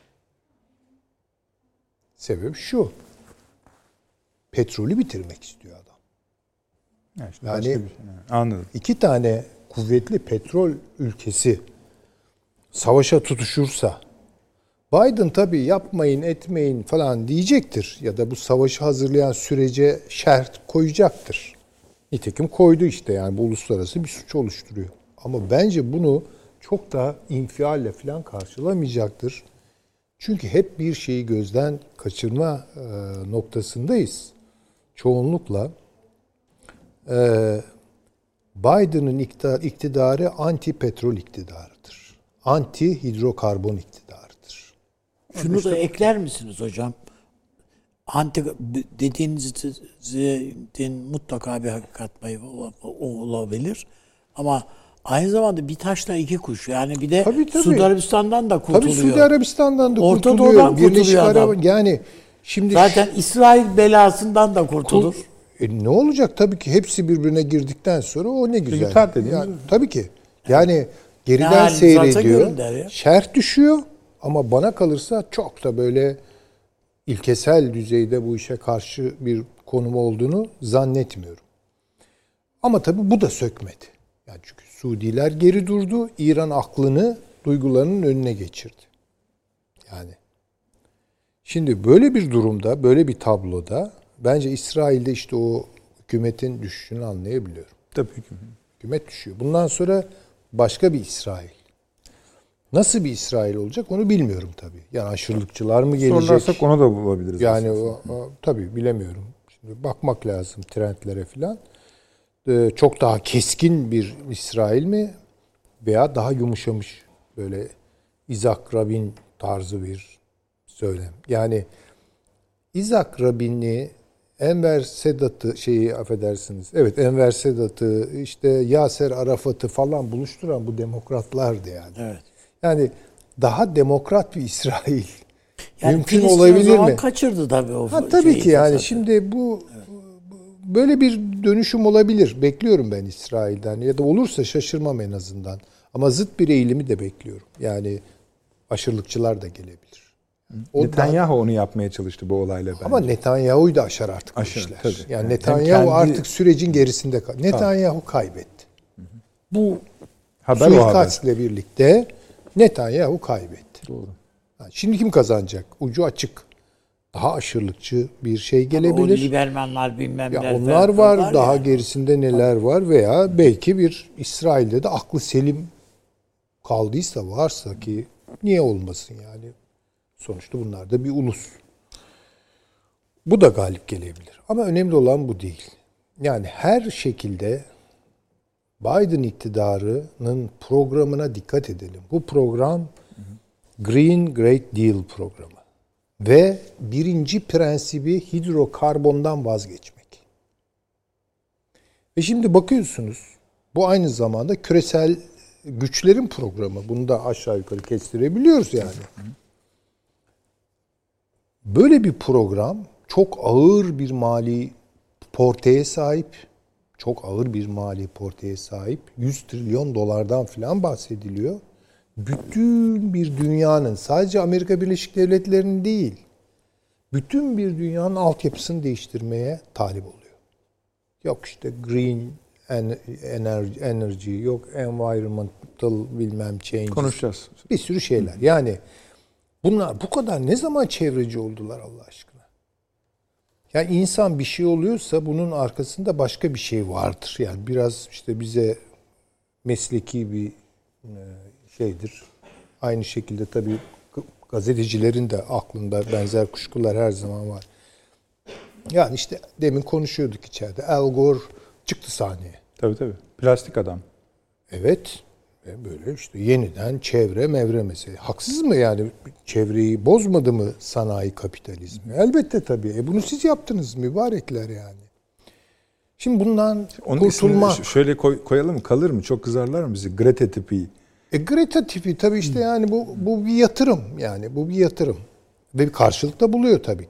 Sebep şu. Petrolü bitirmek istiyor adam. Yani, işte yani bir şey. Anladım. İki tane kuvvetli petrol ülkesi savaşa tutuşursa Biden tabii yapmayın etmeyin falan diyecektir. Ya da bu savaşı hazırlayan sürece şert koyacaktır. Nitekim koydu işte, yani bu uluslararası bir suç oluşturuyor. Ama bence bunu çok da infialle falan karşılamayacaktır. Çünkü hep bir şeyi gözden kaçırma e, noktasındayız. Çoğunlukla e, Biden'ın iktidarı anti petrol iktidarıdır. Anti hidrokarbon iktidarıdır. Şunu işte, da ekler misiniz hocam? Anti dediğinizin mutlaka bir hakikat payı olabilir. Ama aynı zamanda bir taşla iki kuş. Yani bir de tabii, tabii. Suudi Arabistan'dan da kurtuluyor. Tabii Suudi Arabistan'dan da Orta kurtuluyor. Doğu'dan Birleşik kurtuluyor Arap yani şimdi zaten İsrail belasından da kurtulur. E ne olacak tabii ki, hepsi birbirine girdikten sonra o ne güzel. Yutar dediğimiz yani, tabii ki. Yani geriden yani seyrediyor. Şerh düşüyor ama bana kalırsa çok da böyle ilkesel düzeyde bu işe karşı bir konum olduğunu zannetmiyorum. Ama tabii bu da sökmedi. Yani çünkü Suudiler geri durdu. İran aklını duygularının önüne geçirdi. Yani şimdi böyle bir durumda, böyle bir tabloda bence İsrail'de işte o hükümetin düşüşünü anlayabiliyorum. Tabii ki. Hükümet düşüyor. Bundan sonra başka bir İsrail. Nasıl bir İsrail olacak onu bilmiyorum tabii. Yani aşırılıkçılar mı gelecek? Sorarsak onu da bulabiliriz. Yani o, o, tabii bilemiyorum. Şimdi bakmak lazım trendlere falan. Ee, çok daha keskin bir İsrail mi? Veya daha yumuşamış böyle Isaac Rabin tarzı bir söylem. Yani Isaac Rabin'i, Enver Sedat'ı şeyi affedersiniz. Evet, Enver Sedat'ı, işte Yaser Arafat'ı falan buluşturan bu demokratlardı yani. Evet. Yani daha demokrat bir İsrail yani mümkün Filistin olabilir mi? Kaçırdı tabii o. Ha, tabii ki yani fırsatı. şimdi bu evet. Böyle bir dönüşüm olabilir. Bekliyorum ben İsrail'den ya da olursa şaşırmam en azından. Ama zıt bir eğilimi de bekliyorum. Yani aşırılıkçılar da gelebilir. O Netanyahu da, onu yapmaya çalıştı bu olayla bence. Ama Netanyahu'yu da aşar artık aşır, bu işler. Tabii. Yani, yani Netanyahu kendi... artık sürecin gerisinde kaldı. Netanyahu tabii. kaybetti. Hı hı. Bu haber suikastle birlikte Netanyahu kaybetti. Doğru. Yani şimdi kim kazanacak? Ucu açık. Daha aşırılıkçı bir şey gelebilir. O Libermanlar bilmem neler. Onlar var. var daha ya. Gerisinde neler var veya belki bir İsrail'de de aklı selim kaldıysa, varsa ki niye olmasın yani. Sonuçta bunlar da bir ulus. Bu da galip gelebilir. Ama önemli olan bu değil. Yani her şekilde Biden iktidarının programına dikkat edelim. Bu program Green Great Deal programı. Ve birinci prensibi hidrokarbondan vazgeçmek. Ve şimdi bakıyorsunuz, bu aynı zamanda küresel güçlerin programı. Bunu da aşağı yukarı kestirebiliyoruz yani. Böyle bir program çok ağır bir mali porteye sahip. Çok ağır bir mali porteye sahip. yüz trilyon dolardan falan bahsediliyor. Bütün bir dünyanın, sadece Amerika Birleşik Devletleri'nin değil, bütün bir dünyanın altyapısını değiştirmeye talip oluyor. Yok işte green energy, energy yok environmental bilmem change. Konuşacağız. Bir sürü şeyler. Yani bunlar bu kadar ne zaman çevreci oldular Allah aşkına? Yani insan bir şey oluyorsa bunun arkasında başka bir şey vardır. Yani biraz işte bize mesleki bir şeydir. Aynı şekilde tabii gazetecilerin de aklında benzer kuşkular her zaman var. Yani işte demin konuşuyorduk içeride. Al Gore çıktı sahneye. Tabii tabii. Plastik adam. Evet. Böyle işte yeniden çevre mevre mesele. Haksız mı yani? Çevreyi bozmadı mı sanayi kapitalizmi? Elbette tabii. E bunu siz yaptınız mübarekler yani. Şimdi bundan onun kurtulmak. Şöyle koy, koyalım mı? Kalır mı? Çok kızarlar mı bizi? Greta tipi. E Greta tipi tabii işte yani bu bu bir yatırım yani bu bir yatırım ve bir karşılık da buluyor tabii ki.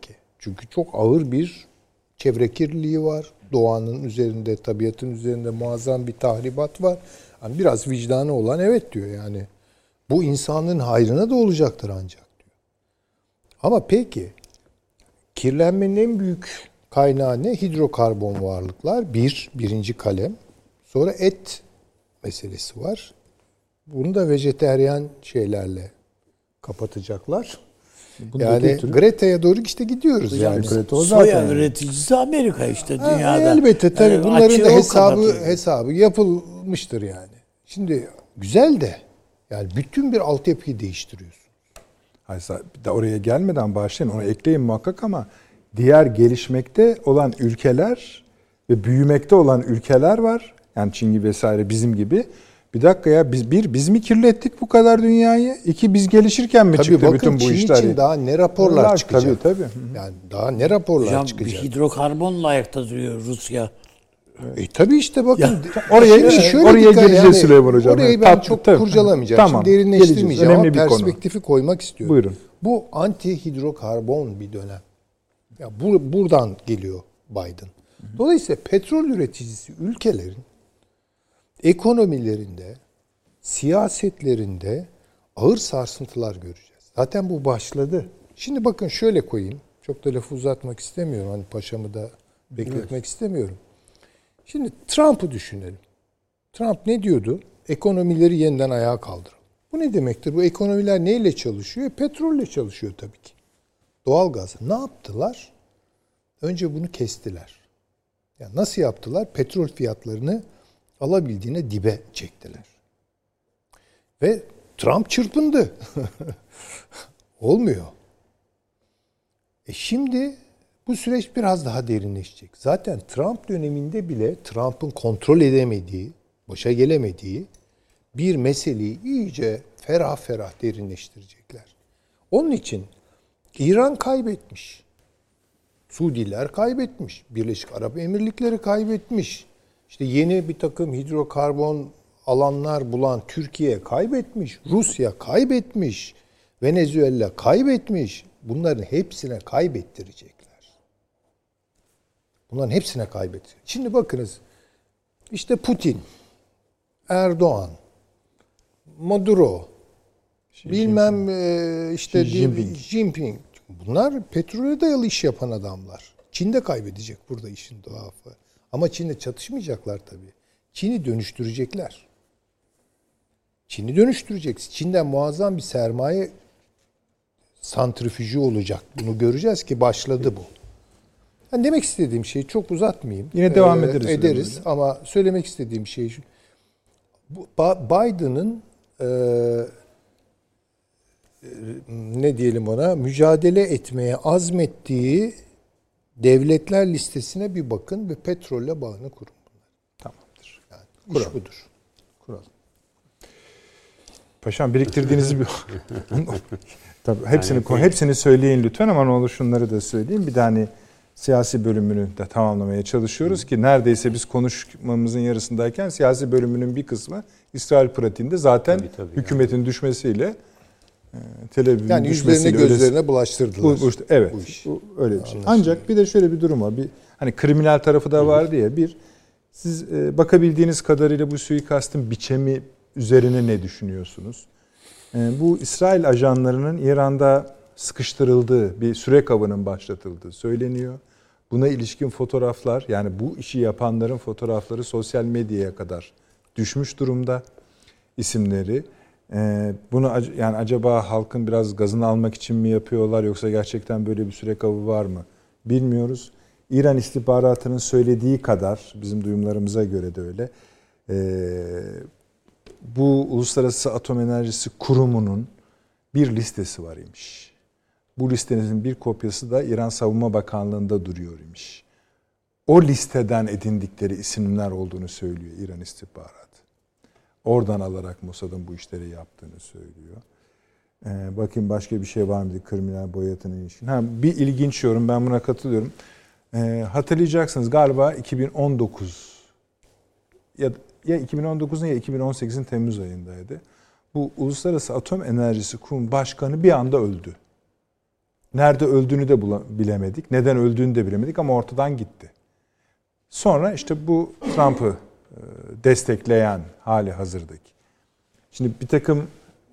Çünkü çok ağır bir çevre kirliliği var. Doğanın üzerinde, tabiatın üzerinde muazzam bir tahribat var. Yani biraz vicdanı olan evet diyor yani. Bu insanlığın hayrına da olacaktır ancak diyor. Ama peki kirlenmenin en büyük kaynağı ne? Hidrokarbon varlıklar. Bir, birinci kalem. Sonra et meselesi var. Bunu da vejeteryan şeylerle kapatacaklar. Bunu yani Greta'ya doğru işte gidiyoruz hocam, yani. Greta o soya yani. Üreticisi Amerika işte dünyada. Ha, elbette tabii yani bunların da hesabı kapatıyor. hesabı yapılmıştır yani. Şimdi güzel de yani bütün bir altyapıyı değiştiriyorsun. Hayır, bir de oraya gelmeden başlayın, onu ekleyin muhakkak ama diğer gelişmekte olan ülkeler ve büyümekte olan ülkeler var. Yani Çin gibi vesaire bizim gibi. Bir dakika ya biz bir biz mi kirlettik bu kadar dünyayı? İki biz gelişirken mi tabii çıktı bakın, bütün bu Çin işler? için daha ne raporlar Bunlar, çıkacak? Tabii tabii. Yani daha ne raporlar hocam, çıkacak? Bir hidrokarbonla ayakta duruyor Rusya. E tabii işte bakın Ya, oraya şöyle oraya gireceğiz yani, Süleyman Hocam. Orayı ben Tatlı, çok tabii. kurcalamayacağım. Tamam, şimdi derinleştirmeyeceğim ama perspektifi konu. koymak istiyorum. Buyurun. Bu anti hidrokarbon bir dönem. Ya bu buradan geliyor Biden. Dolayısıyla petrol üreticisi ülkelerin ekonomilerinde, siyasetlerinde ağır sarsıntılar göreceğiz. Zaten bu başladı. Şimdi bakın şöyle koyayım. Çok da lafı uzatmak istemiyorum. Hani paşamı da bekletmek evet. istemiyorum. Şimdi Trump'ı düşünelim. Trump ne diyordu? Ekonomileri yeniden ayağa kaldıralım. Bu ne demektir? Bu ekonomiler neyle çalışıyor? Petrolle çalışıyor tabii ki. Doğalgaz. Ne yaptılar? Önce bunu kestiler. Yani nasıl yaptılar? Petrol fiyatlarını alabildiğine dibe çektiler. Ve Trump çırpındı. Olmuyor. E şimdi bu süreç biraz daha derinleşecek. Zaten Trump döneminde bile Trump'ın kontrol edemediği, başa gelemediği bir meseleyi iyice ferah ferah derinleştirecekler. Onun için İran kaybetmiş. Suudiler kaybetmiş. Birleşik Arap Emirlikleri kaybetmiş. İşte yeni bir takım hidrokarbon alanlar bulan Türkiye kaybetmiş. Rusya kaybetmiş. Venezuela kaybetmiş. Bunların hepsine kaybettirecekler. Bunların hepsine kaybedecek. Şimdi bakınız. İşte Putin, Erdoğan, Maduro, Xi bilmem Jinping. işte Xi Jinping. Jinping. Bunlar petrole dayalı iş yapan adamlar. Çin de kaybedecek burada işin tuhafı. Ama Çin'le çatışmayacaklar tabii. Çin'i dönüştürecekler. Çin'i dönüştürecek. Çin'den muazzam bir sermaye santrifüjü olacak. Bunu göreceğiz ki başladı bu. Yani demek istediğim şey çok uzatmayayım. Yine devam ederiz. Ee, ederiz ama söylemek istediğim şey şu. Biden'ın e, ne diyelim ona mücadele etmeye azmettiği devletler listesine bir bakın ve petrolle bağını kurun. Tamamdır. Yani iş budur. Kuralım. Paşam biriktirdiğinizi bir tabii hepsini yani, hepsini söyleyin lütfen ama ne olur şunları da söyleyeyim. Bir de hani siyasi bölümünü de tamamlamaya çalışıyoruz ki neredeyse biz konuşmamızın yarısındayken siyasi bölümünün bir kısmı İsrail pratiğinde zaten tabii, tabii hükümetin yani. düşmesiyle Tel Aviv'in yani düşmesiyle yüzlerine gözlerine öyle, bulaştırdılar. Bu, işte, evet. Bu iş. Bu, öyle bir şey. Ancak bir de şöyle bir durum var. Bir hani kriminal tarafı da vardı ya. Bir siz e, bakabildiğiniz kadarıyla bu suikastın biçemi üzerine ne düşünüyorsunuz? E, bu İsrail ajanlarının İran'da sıkıştırıldığı bir sürek avının başlatıldığı söyleniyor. Buna ilişkin fotoğraflar yani bu işi yapanların fotoğrafları sosyal medyaya kadar düşmüş durumda isimleri. Ee, bunu yani acaba halkın biraz gazını almak için mi yapıyorlar yoksa gerçekten böyle bir sürek avı var mı bilmiyoruz. İran istihbaratının söylediği kadar bizim duyumlarımıza göre de öyle. Ee, bu Uluslararası Atom Enerjisi Kurumu'nun bir listesi var imiş. Bu listenin bir kopyası da İran Savunma Bakanlığı'nda duruyor imiş. O listeden edindikleri isimler olduğunu söylüyor İran istihbaratı. Oradan alarak Mossad'ın bu işleri yaptığını söylüyor. Ee, bakayım başka bir şey var mı diye kriminal boyatına ilişkin. Ha, bir ilginç yorum, ben buna katılıyorum. Ee, hatırlayacaksınız galiba iki bin on dokuz ya, ya iki bin on dokuzun ya iki bin on sekizin Temmuz ayındaydı. Bu Uluslararası Atom Enerjisi Kurumu Başkanı bir anda öldü. Nerede öldüğünü de bilemedik. Neden öldüğünü de bilemedik ama ortadan gitti. Sonra işte bu Trump'ı destekleyen hali hazırdaki. Şimdi bir takım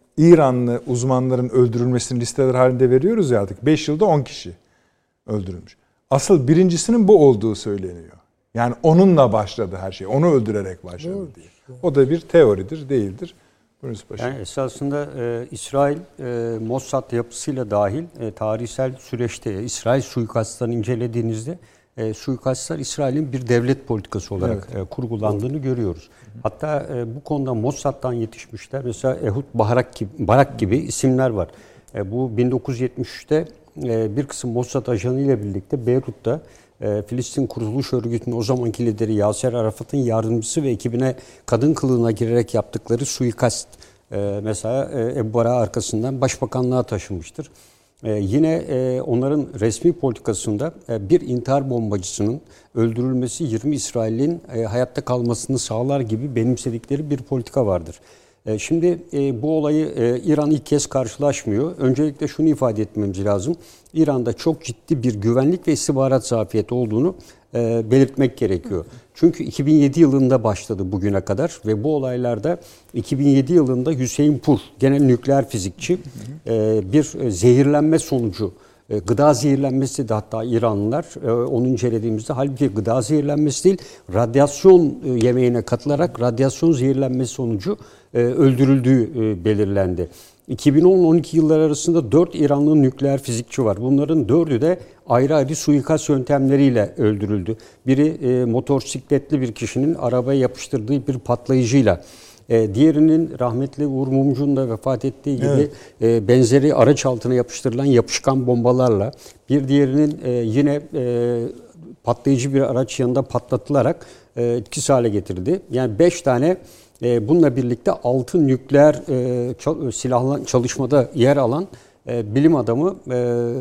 İranlı uzmanların öldürülmesini listeler halinde veriyoruz ya artık. beş yılda on kişi öldürülmüş. Asıl birincisinin bu olduğu söyleniyor. Yani onunla başladı her şey. Onu öldürerek başladı Doğru. diye. O da bir teoridir, değildir. Yani esasında e, İsrail e, Mossad yapısıyla dahil e, tarihsel süreçte İsrail suikastlarını incelediğinizde e, suikastlar İsrail'in bir devlet politikası olarak evet. e, kurgulandığını Doğru. görüyoruz. Hatta e, bu konuda Mossad'dan yetişmişler. Mesela Ehud Barak gibi, Barak gibi isimler var. E, bu bin dokuz yüz yetmiş üçte e, bir kısım Mossad ajanı ile birlikte Beyrut'ta e, Filistin Kuruluş Örgütü'nün o zamanki lideri Yaser Arafat'ın yardımcısı ve ekibine kadın kılığına girerek yaptıkları suikast e, mesela e, Ebu Barak arkasından başbakanlığa taşınmıştır. Ee, yine e, onların resmi politikasında e, bir intihar bombacısının öldürülmesi yirmi İsrail'in e, hayatta kalmasını sağlar gibi benimsedikleri bir politika vardır. E, şimdi e, bu olayı e, İran ilk kez karşılaşmıyor. Öncelikle şunu ifade etmemiz lazım. İran'da çok ciddi bir güvenlik ve istihbarat zafiyeti olduğunu e, belirtmek gerekiyor. Çünkü iki bin yedi yılında başladı bugüne kadar ve bu olaylarda iki bin yedi yılında Hüseyin Pur, genel nükleer fizikçi, e, bir zehirlenme sonucu, e, gıda zehirlenmesi de hatta İranlılar e, onu incelediğimizde halbuki gıda zehirlenmesi değil, radyasyon e, yemeğine katılarak radyasyon zehirlenmesi sonucu e, öldürüldüğü e, belirlendi. iki bin on on iki yılları arasında dört İranlı nükleer fizikçi var. Bunların dördü de ayrı ayrı suikast yöntemleriyle öldürüldü. Biri e, motosikletli bir kişinin arabaya yapıştırdığı bir patlayıcıyla. E, diğerinin rahmetli Uğur Mumcu'nun da vefat ettiği gibi evet. e, benzeri araç altına yapıştırılan yapışkan bombalarla. Bir diğerinin e, yine e, patlayıcı bir araç yanında patlatılarak e, etkisiz hale getirildi. Yani beş tane e, bununla birlikte altı nükleer e, silahlı çalışmada yer alan e, bilim adamı e,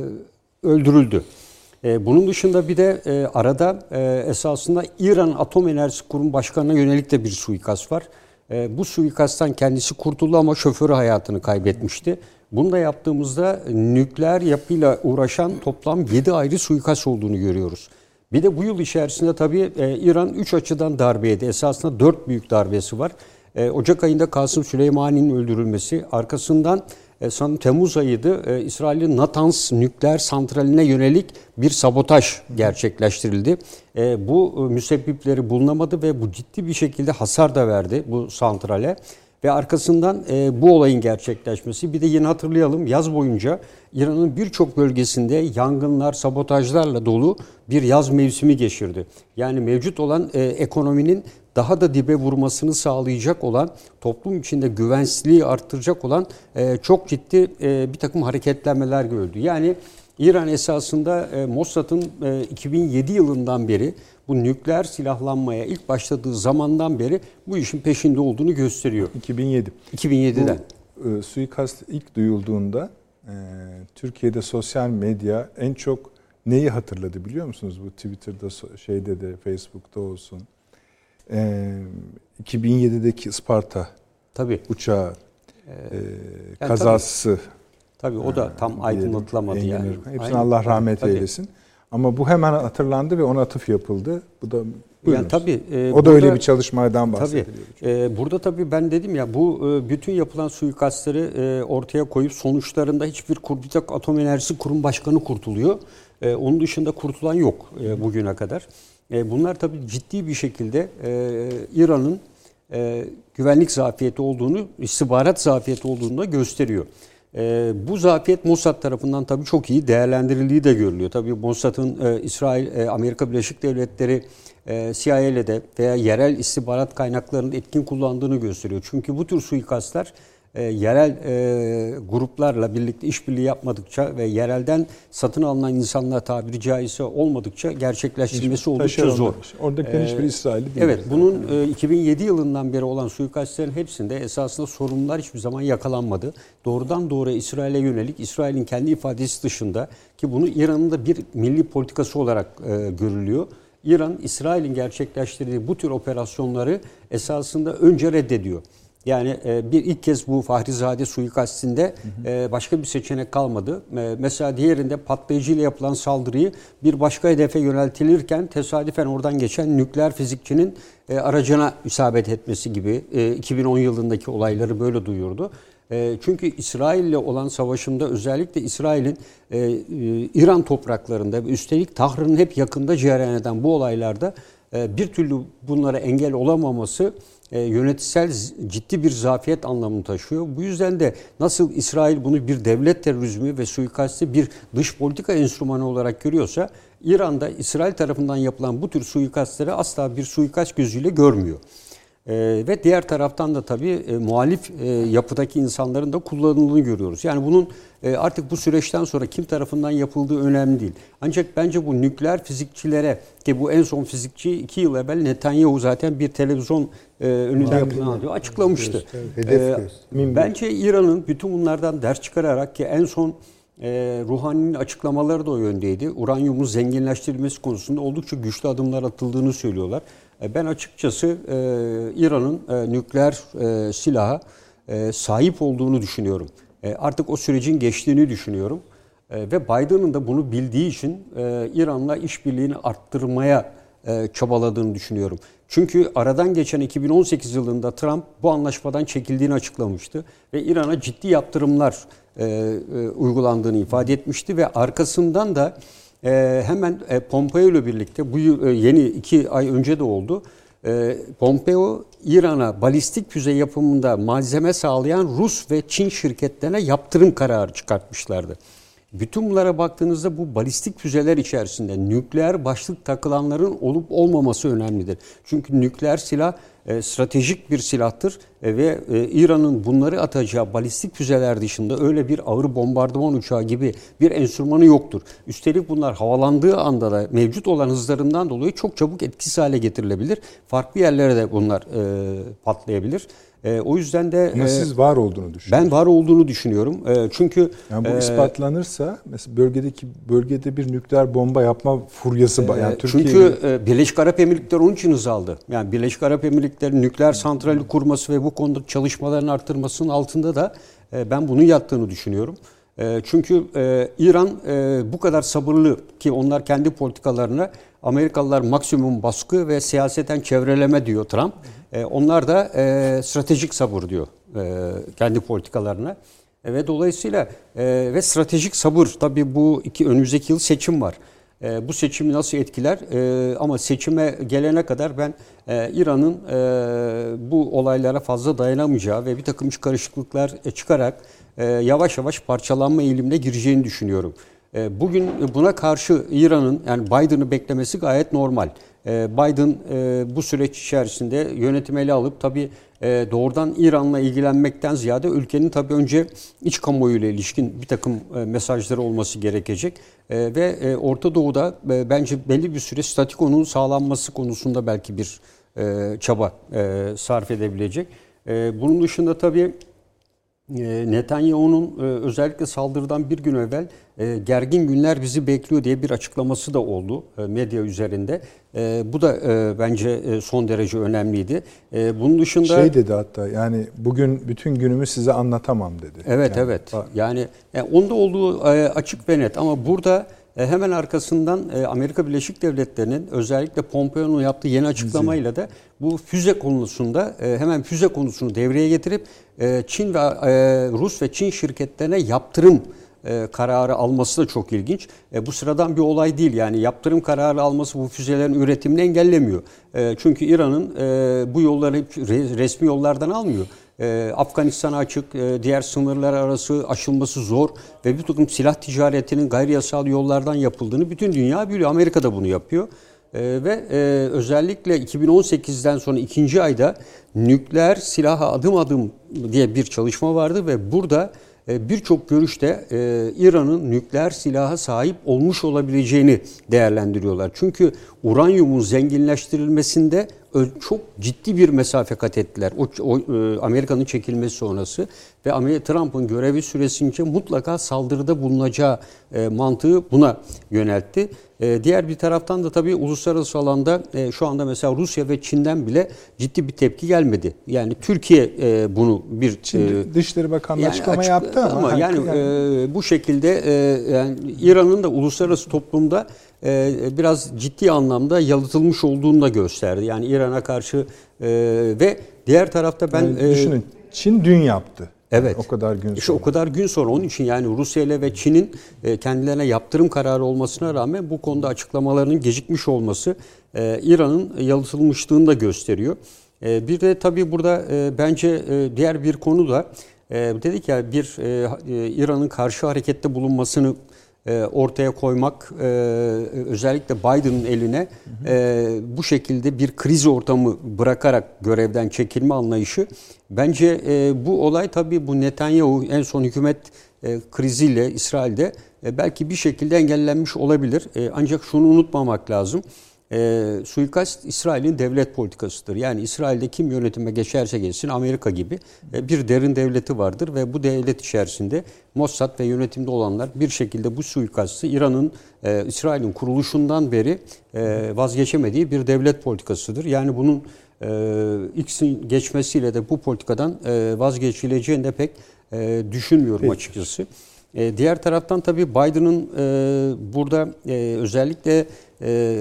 öldürüldü. E, bunun dışında bir de e, arada e, esasında İran Atom Enerjisi Kurumu Başkanı'na yönelik de bir suikast var. E, bu suikasttan kendisi kurtuldu ama şoförü hayatını kaybetmişti. Bunu da yaptığımızda nükleer yapıyla uğraşan toplam yedi ayrı suikast olduğunu görüyoruz. Bir de bu yıl içerisinde tabii e, İran üç açıdan darbe yedi. Esasında dört büyük darbesi var. E, Ocak ayında Kasım Süleymani'nin öldürülmesi, arkasından e, sanırım Temmuz ayıydı. E, İsrail'in Natanz nükleer santraline yönelik bir sabotaj gerçekleştirildi. E, bu e, müsebbipleri bulunamadı ve bu ciddi bir şekilde hasar da verdi bu santrale. Ve arkasından e, bu olayın gerçekleşmesi, bir de yine hatırlayalım, yaz boyunca İran'ın birçok bölgesinde yangınlar, sabotajlarla dolu bir yaz mevsimi geçirdi. Yani mevcut olan e, ekonominin daha da dibe vurmasını sağlayacak olan, toplum içinde güvensizliği arttıracak olan e, çok ciddi e, bir takım hareketlenmeler gördü. Yani İran esasında e, Mossad'ın e, iki bin yedi yılından beri, bu nükleer silahlanmaya ilk başladığı zamandan beri bu işin peşinde olduğunu gösteriyor. iki bin yedi. iki bin yediden. Bu e, suikast ilk duyulduğunda e, Türkiye'de sosyal medya en çok neyi hatırladı biliyor musunuz? Bu Twitter'da, şeyde de, Facebook'ta olsun. E, iki bin yedideki Isparta tabii. uçağı e, yani kazası. Tabii, tabii o da tam e, aydınlatılamadı yani. Hepsine Aynen. Allah rahmet tabii. eylesin. Ama bu hemen hatırlandı ve ona atıf yapıldı. Bu da yani tabii, e, o da burada, öyle bir çalışmadan bahsediyor. Tabii, e, burada tabii ben dedim ya, bu e, bütün yapılan suikastları e, ortaya koyup sonuçlarında hiçbir kurulacak Atom Enerjisi Kurum Başkanı kurtuluyor. E, onun dışında kurtulan yok e, bugüne kadar. E, bunlar tabii ciddi bir şekilde e, İran'ın e, güvenlik zafiyeti olduğunu, istihbarat zafiyeti olduğunu da gösteriyor. E, bu zafiyet Mossad tarafından tabii çok iyi değerlendirildiği de görülüyor. Tabii Mossad'ın e, İsrail, e, Amerika Birleşik Devletleri, e, C I A'le de veya yerel istihbarat kaynaklarının etkin kullandığını gösteriyor. Çünkü bu tür suikastlar e, yerel e, gruplarla birlikte işbirliği yapmadıkça ve yerelden satın alınan insanlar tabiri caizse olmadıkça gerçekleştirilmesi oldukça zor. Oradakilerin hiçbir İsrail'i değil. Evet, bunun e, iki bin yedi yılından beri olan suikastlerin hepsinde esasında sorunlar hiçbir zaman yakalanmadı. Doğrudan doğruya İsrail'e yönelik, İsrail'in kendi ifadesi dışında, ki bunu İran'ın da bir milli politikası olarak e, görülüyor. İran, İsrail'in gerçekleştirdiği bu tür operasyonları esasında önce reddediyor. Yani e, bir ilk kez bu Fahrizade suikastinde e, başka bir seçenek kalmadı. E, mesela diğerinde patlayıcıyla yapılan saldırıyı bir başka hedefe yöneltilirken tesadüfen oradan geçen nükleer fizikçinin e, aracına isabet etmesi gibi e, iki bin on yılındaki olayları böyle duyurdu. E, çünkü İsrail'le olan savaşında özellikle İsrail'in e, e, İran topraklarında ve üstelik Tahran'ın hep yakında cereyan eden bu olaylarda e, bir türlü bunlara engel olamaması e, yönetsel ciddi bir zafiyet anlamını taşıyor. Bu yüzden de nasıl İsrail bunu bir devlet terörizmi ve suikasti bir dış politika enstrümanı olarak görüyorsa, İran'da İsrail tarafından yapılan bu tür suikastleri asla bir suikast gözüyle görmüyor. Ee, ve diğer taraftan da tabii e, muhalif e, yapıdaki insanların da kullanıldığını görüyoruz. Yani bunun e, artık bu süreçten sonra kim tarafından yapıldığı önemli değil. Ancak bence bu nükleer fizikçilere, ki bu en son fizikçi iki yıl evvel Netanyahu zaten bir televizyon e, önünde yapılan açıklamıştı. Hedef ee, bence İran'ın bütün bunlardan ders çıkararak, ki en son e, Ruhani'nin açıklamaları da o yöndeydi. Uranyumun zenginleştirilmesi konusunda oldukça güçlü adımlar atıldığını söylüyorlar. Ben açıkçası e, İran'ın e, nükleer e, silaha e, sahip olduğunu düşünüyorum. E, artık o sürecin geçtiğini düşünüyorum. E, ve Biden'ın da bunu bildiği için e, İran'la işbirliğini arttırmaya e, çabaladığını düşünüyorum. Çünkü aradan geçen iki bin on sekiz yılında Trump bu anlaşmadan çekildiğini açıklamıştı ve İran'a ciddi yaptırımlar e, e, uygulandığını ifade etmişti ve arkasından da Ee, hemen e, Pompeo ile birlikte bu yıl, e, yeni iki ay önce de oldu. E, Pompeo İran'a balistik füze yapımında malzeme sağlayan Rus ve Çin şirketlerine yaptırım kararı çıkartmışlardı. Bütün bunlara baktığınızda bu balistik füzeler içerisinde nükleer başlık takılanların olup olmaması önemlidir. Çünkü nükleer silah e, stratejik bir silahtır e, ve e, İran'ın bunları atacağı balistik füzeler dışında öyle bir ağır bombardıman uçağı gibi bir enstrümanı yoktur. Üstelik bunlar havalandığı anda da mevcut olan hızlarından dolayı çok çabuk etkisiz hale getirilebilir. Farklı yerlere de bunlar e, patlayabilir. E, o yüzden de ama e, siz var olduğunu düşünüyorsunuz. Ben var olduğunu düşünüyorum. E, çünkü yani bu e, ispatlanırsa mesela bölgedeki bölgede bir nükleer bomba yapma furyası e, yani Türkiye çünkü e, Birleşik Arap Emirlikleri onun için hız aldı. Yani Birleşik Arap Emirlikleri nükleer santrali kurması ve bu konuda çalışmaların arttırmasının altında da e, ben bunun yattığını düşünüyorum. E, çünkü e, İran e, bu kadar sabırlı ki onlar kendi politikalarına Amerikalılar maksimum baskı ve siyaseten çevreleme diyor Trump. E, onlar da e, stratejik sabır diyor e, kendi politikalarına. E, ve dolayısıyla e, ve stratejik sabır, tabii bu iki önümüzdeki yıl seçim var. E, bu seçimi nasıl etkiler? E, ama seçime gelene kadar ben e, İran'ın e, bu olaylara fazla dayanamayacağı ve bir takım karışıklıklar çıkarak e, yavaş yavaş parçalanma eğilimine gireceğini düşünüyorum. E, bugün buna karşı İran'ın, yani Biden'ı beklemesi gayet normal. Biden bu süreç içerisinde yönetimi ele alıp tabii doğrudan İran'la ilgilenmekten ziyade ülkenin tabii önce iç kamuoyuyla ilişkin bir takım mesajları olması gerekecek. Ve Orta Doğu'da bence belli bir süre statükonun sağlanması konusunda belki bir çaba sarf edebilecek. Bunun dışında tabii Netanyahu'nun özellikle saldırıdan bir gün evvel gergin günler bizi bekliyor diye bir açıklaması da oldu medya üzerinde. Bu da bence son derece önemliydi. Bunun dışında şey dedi hatta, yani bugün bütün günümü size anlatamam dedi. Evet yani, evet. Yani, yani onda olduğu açık ve net, ama burada hemen arkasından Amerika Birleşik Devletleri'nin özellikle Pompeo'nun yaptığı yeni açıklamayla da bu füze konusunda hemen füze konusunu devreye getirip Çin ve Rus ve Çin şirketlerine yaptırım kararı alması da çok ilginç. Bu sıradan bir olay değil. Yani yaptırım kararı alması bu füzelerin üretimini engellemiyor. Çünkü İran'ın bu yolları hep resmi yollardan almıyor. Afganistan'a açık, diğer sınırlar arası aşılması zor ve bir takım silah ticaretinin gayri yasal yollardan yapıldığını bütün dünya biliyor. Amerika da bunu yapıyor. Ve özellikle iki bin on sekizden sonra ikinci ayda nükleer silaha adım adım diye bir çalışma vardı ve burada birçok görüşte İran'ın nükleer silaha sahip olmuş olabileceğini değerlendiriyorlar. Çünkü uranyumun zenginleştirilmesinde çok ciddi bir mesafe kat ettiler. O, o Amerika'nın çekilmesi sonrası ve Amerika Trump'ın görevi süresince mutlaka saldırıda bulunacağı e, mantığı buna yöneltti. E, diğer bir taraftan da tabii uluslararası alanda e, şu anda mesela Rusya ve Çin'den bile ciddi bir tepki gelmedi. Yani Türkiye e, bunu bir Çin e, Dışişleri Bakanlığı yani açıklama açık, yaptı ama, ama yani, yani e, bu şekilde e, yani İran'ın da uluslararası toplumda e, biraz ciddi anlamda yalıtılmış olduğunu da gösterdi. Yani İran'a karşı e, ve diğer tarafta ben yani e, düşünün Çin dün yaptı. Evet. Yani o kadar gün sonra. İşte o kadar gün sonra onun için yani Rusya ile ve Çin'in kendilerine yaptırım kararı olmasına rağmen bu konuda açıklamalarının gecikmiş olması İran'ın yalıtılmışlığını da gösteriyor. Bir de tabii burada bence diğer bir konu da dedik ya bir İran'ın karşı harekette bulunmasını ortaya koymak, özellikle Biden'ın eline bu şekilde bir kriz ortamı bırakarak görevden çekilme anlayışı, bence bu olay tabii bu Netanyahu en son hükümet kriziyle İsrail'de belki bir şekilde engellenmiş olabilir. Ancak şunu unutmamak lazım. E, suikast İsrail'in devlet politikasıdır. Yani İsrail'de kim yönetime geçerse geçsin Amerika gibi e, bir derin devleti vardır ve bu devlet içerisinde Mossad ve yönetimde olanlar bir şekilde bu suikastı İran'ın, e, İsrail'in kuruluşundan beri e, vazgeçemediği bir devlet politikasıdır. Yani bunun e, X'in geçmesiyle de bu politikadan e, vazgeçileceğini de pek e, düşünmüyorum Peki. açıkçası. E, diğer taraftan tabii Biden'ın e, burada e, özellikle e,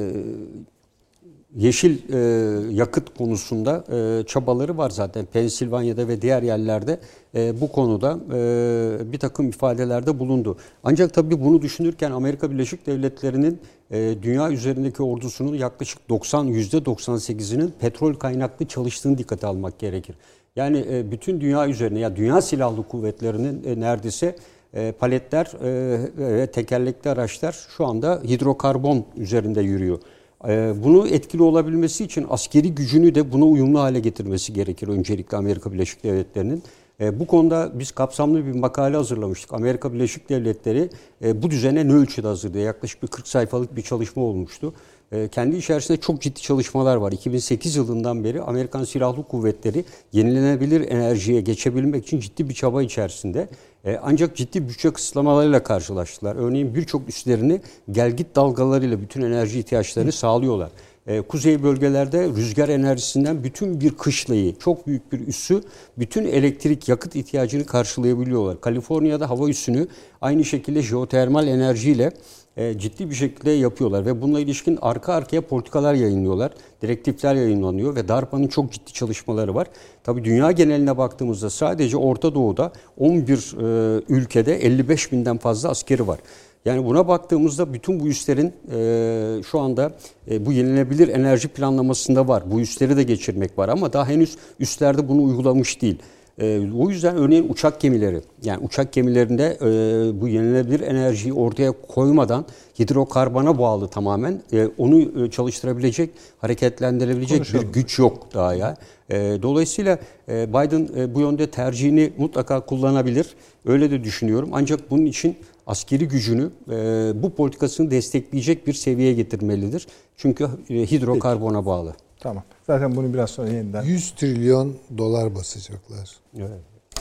yeşil e, yakıt konusunda e, çabaları var zaten. Pensilvanya'da ve diğer yerlerde e, bu konuda e, bir takım ifadelerde bulundu. Ancak tabii bunu düşünürken Amerika Birleşik Devletleri'nin e, dünya üzerindeki ordusunun yaklaşık doksan yüzde doksan sekizinin petrol kaynaklı çalıştığını dikkate almak gerekir. Yani e, bütün dünya üzerine ya dünya silahlı kuvvetlerinin e, neredeyse E, paletler e, ve tekerlekli araçlar şu anda hidrokarbon üzerinde yürüyor. E, bunu etkili olabilmesi için askeri gücünü de buna uyumlu hale getirmesi gerekir öncelikle Amerika Birleşik Devletleri'nin. E, bu konuda biz kapsamlı bir makale hazırlamıştık. Amerika Birleşik Devletleri e, bu düzene ne ölçüde hazır diye yaklaşık bir kırk sayfalık bir çalışma olmuştu. E, kendi içerisinde çok ciddi çalışmalar var. iki bin sekiz yılından beri Amerikan Silahlı Kuvvetleri yenilenebilir enerjiye geçebilmek için ciddi bir çaba içerisinde. E, ancak ciddi bütçe kısıtlamalarıyla karşılaştılar. Örneğin birçok üslerini gelgit dalgalarıyla bütün enerji ihtiyaçlarını sağlıyorlar. E, kuzey bölgelerde rüzgar enerjisinden bütün bir kışlayı, çok büyük bir üssü, bütün elektrik yakıt ihtiyacını karşılayabiliyorlar. Kaliforniya'da hava üssünü aynı şekilde jeotermal enerjiyle e, ciddi bir şekilde yapıyorlar ve bununla ilişkin arka arkaya politikalar yayınlıyorlar. Direktifler yayınlanıyor ve DARPA'nın çok ciddi çalışmaları var. Tabii dünya geneline baktığımızda sadece Orta Doğu'da on bir e, ülkede elli beş binden fazla askeri var. Yani buna baktığımızda bütün bu üslerin e, şu anda e, bu yenilenebilir enerji planlamasında var. Bu üsleri de geçirmek var ama daha henüz üslerde bunu uygulamış değil. E, o yüzden örneğin uçak gemileri, yani uçak gemilerinde e, bu yenilenebilir enerjiyi ortaya koymadan hidrokarbona bağlı tamamen e, onu e, çalıştırabilecek, hareketlendirebilecek Konuşalım. bir güç yok daha ya. E, dolayısıyla e, Biden e, bu yönde tercihini mutlaka kullanabilir. Öyle de düşünüyorum. Ancak bunun için askeri gücünü e, bu politikasını destekleyecek bir seviyeye getirmelidir. Çünkü e, hidrokarbona Peki. bağlı. Tamam. Zaten bunu biraz sonra yeniden... yüz trilyon dolar basacaklar. Evet.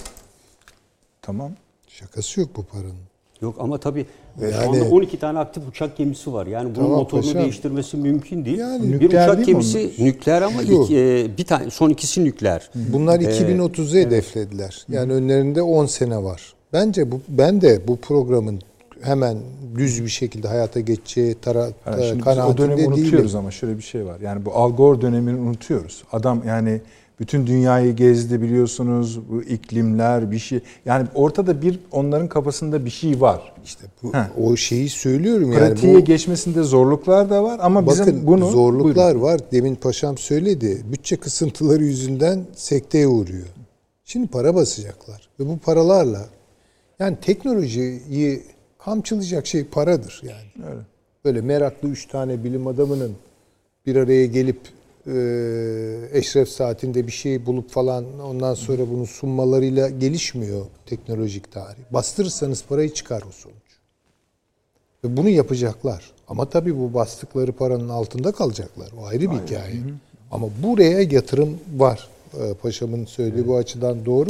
Tamam. Şakası yok bu paranın. Yok ama tabii yani, şu anda on iki tane aktif uçak gemisi var. Yani bunun tamam, motorunu paşam. değiştirmesi mümkün değil. Yani, bir uçak gemisi onlar? nükleer ama iki, e, bir tane son ikisi nükleer. Bunlar iki bin otuz'u ee, hedeflediler. Yani evet. önlerinde on sene var. Bence bu ben de bu programın hemen düz bir şekilde hayata geçeceği tara, yani kanaatinde o dönemi unutuyoruz değilim. Ama şöyle bir şey var. Yani bu Al Gore dönemini unutuyoruz. Adam yani bütün dünyayı gezdi biliyorsunuz. Bu iklimler bir şey. Yani ortada bir onların kafasında bir şey var. İşte bu Heh. o şeyi söylüyorum yani. Pratiğe bu, geçmesinde zorluklar da var ama bakın, bizim bunu zorluklar buyurun. var. Demin paşam söyledi. Bütçe kısıntıları yüzünden sekteye uğruyor. Şimdi para basacaklar ve bu paralarla yani teknolojiyi kamçılayacak şey paradır yani. Öyle. Böyle meraklı üç tane bilim adamının bir araya gelip e, eşref saatinde bir şey bulup falan ondan sonra bunu sunmalarıyla gelişmiyor teknolojik tarih. Bastırırsanız parayı çıkar o sonuç. Ve bunu yapacaklar. Ama tabii bu bastıkları paranın altında kalacaklar. O ayrı bir Aynen. hikaye. Hı hı. Ama buraya yatırım var. Paşamın söylediği evet. bu açıdan doğru.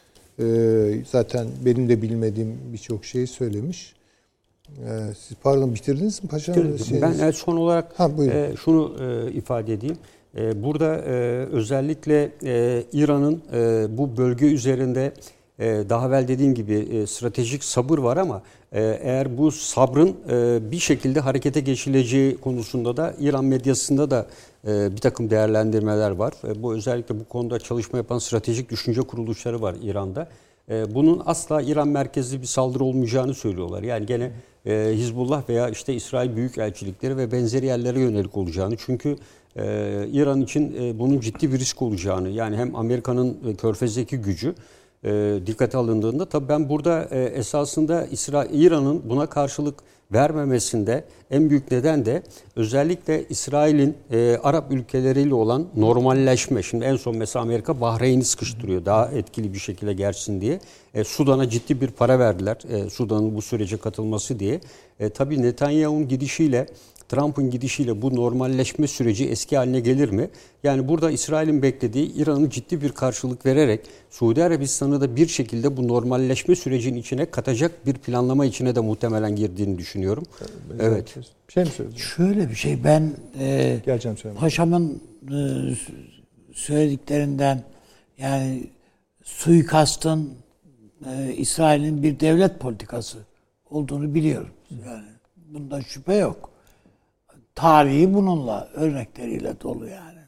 Zaten benim de bilmediğim birçok şeyi söylemiş. Siz pardon bitirdiniz mi paşam? Ben son olarak ha, e, şunu e, ifade edeyim. E, burada e, özellikle e, İran'ın e, bu bölge üzerinde e, daha evvel dediğim gibi e, stratejik sabır var ama e, eğer bu sabrın e, bir şekilde harekete geçileceği konusunda da İran medyasında da e, bir takım değerlendirmeler var. E, bu özellikle bu konuda çalışma yapan stratejik düşünce kuruluşları var İran'da. E, bunun asla İran merkezli bir saldırı olmayacağını söylüyorlar. Yani gene e, Hizbullah veya işte İsrail büyükelçilikleri ve benzeri yerlere yönelik olacağını. Çünkü e, İran için e, bunun ciddi bir risk olacağını, yani hem Amerika'nın e, Körfez'deki gücü e, dikkate alındığında, tabii ben burada e, esasında İsrail, İran'ın buna karşılık vermemesinde en büyük neden de özellikle İsrail'in e, Arap ülkeleriyle olan normalleşme. Şimdi en son mesela Amerika Bahreyn'i sıkıştırıyor daha etkili bir şekilde gelsin diye. E, Sudan'a ciddi bir para verdiler. E, Sudan'ın bu sürece katılması diye. E, tabii Netanyahu'nun gidişiyle, Trump'ın gidişiyle bu normalleşme süreci eski haline gelir mi? Yani burada İsrail'in beklediği İran'ın ciddi bir karşılık vererek Suudi Arabistan'ı da bir şekilde bu normalleşme sürecinin içine katacak bir planlama içine de muhtemelen girdiğini düşünüyorum. Ben evet. Bir şey mi söyledin? Şöyle bir şey, ben e, paşamın e, söylediklerinden, yani suikastın e, İsrail'in bir devlet politikası olduğunu biliyorum. Yani bunda şüphe yok. Tarihi bununla, örnekleriyle dolu yani.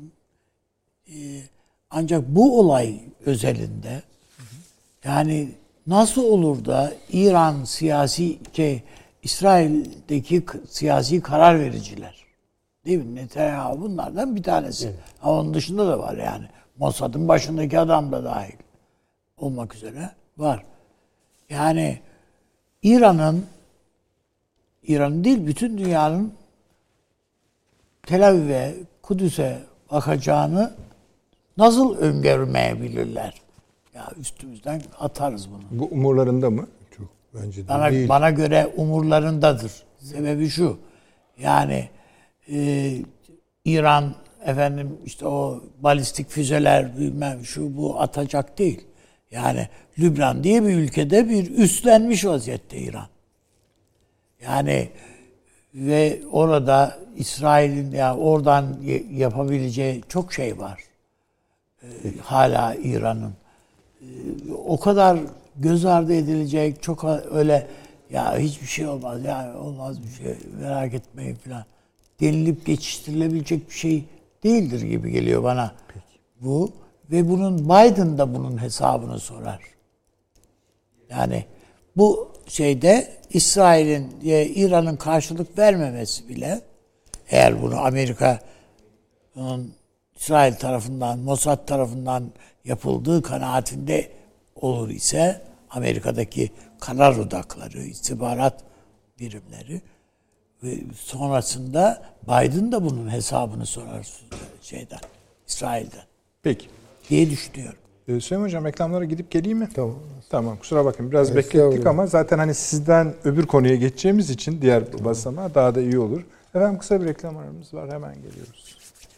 Ee, ancak bu olay özelinde yani nasıl olur da İran siyasi, şey, İsrail'deki siyasi karar vericiler, değil mi? Netanyahu bunlardan bir tanesi. Evet. Ama onun dışında da var yani. Mossad'ın başındaki adam da dahil olmak üzere var. Yani İran'ın, İran değil bütün dünyanın Tel Aviv'e, Kudüs'e bakacağını nasıl öngörmeyebilirler? Ya üstümüzden atarız bunu. Bu umurlarında mı? Çok bence de bana, değil. Bana göre umurlarındadır. Sebebi şu. Yani e, İran efendim işte o balistik füzeler bilmem şu bu atacak değil. Yani Lübnan diye bir ülkede bir üstlenmiş vaziyette İran. Yani ve orada İsrail'in ya yani oradan yapabileceği çok şey var. Ee, hala İran'ın. Ee, o kadar göz ardı edilecek çok öyle ya hiçbir şey olmaz yani olmaz bir şey merak etmeyin falan denilip geçiştirilebilecek bir şey değildir gibi geliyor bana. Peki. Bu ve bunun Biden da bunun hesabını sorar. Yani bu şeyde İsrail'in, İran'ın karşılık vermemesi bile, eğer bunu Amerika'nın İsrail tarafından, Mossad tarafından yapıldığı kanaatinde olur ise, Amerika'daki karar odakları, istihbarat birimleri ve sonrasında Biden da bunun hesabını sorar şeyden, İsrail'den. Peki. Diye düşünüyorum. Ee, Süleyman Hocam reklamlara gidip geleyim mi? Tamam. Tamam, kusura bakın biraz evet, beklettik ama zaten hani sizden öbür konuya geçeceğimiz için diğer tamam. basamağa daha da iyi olur. Efendim kısa bir reklam aramız var, hemen geliyoruz.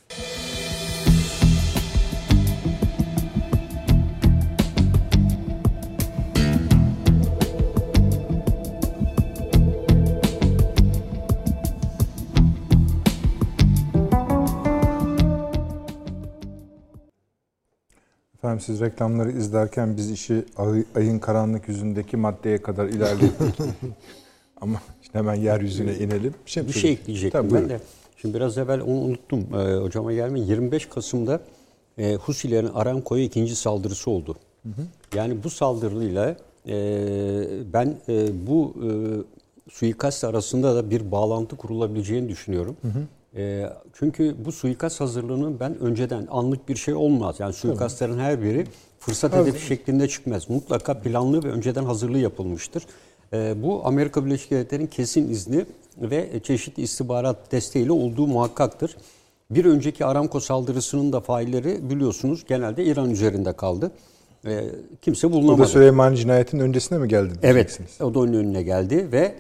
Efendim siz reklamları izlerken biz işi ay, ayın karanlık yüzündeki maddeye kadar ilerlettik. Ama işte hemen yeryüzüne inelim. Bir şey, bir şey ekleyecektim Tabii, ben de. Şimdi biraz evvel onu unuttum. Ee, hocama gelmeyin. yirmi beş Kasım'da e, Husilerin Aramco'ya ikinci saldırısı oldu. Hı hı. Yani bu saldırıyla e, ben e, bu e, suikast arasında da bir bağlantı kurulabileceğini düşünüyorum. Hı hı. E, çünkü bu suikast hazırlığının ben önceden anlık bir şey olmaz. Yani suikastların her biri fırsat hedefi evet. şeklinde çıkmaz. Mutlaka planlı ve önceden hazırlığı yapılmıştır. E, bu Amerika Birleşik Devletleri'nin kesin izni ve çeşitli istihbarat desteğiyle olduğu muhakkaktır. Bir önceki Aramco saldırısının da failleri biliyorsunuz genelde İran üzerinde kaldı. E, kimse bulunamadı. O da Süleyman cinayetinin öncesine mi geldi? Evet, o da onun önüne geldi ve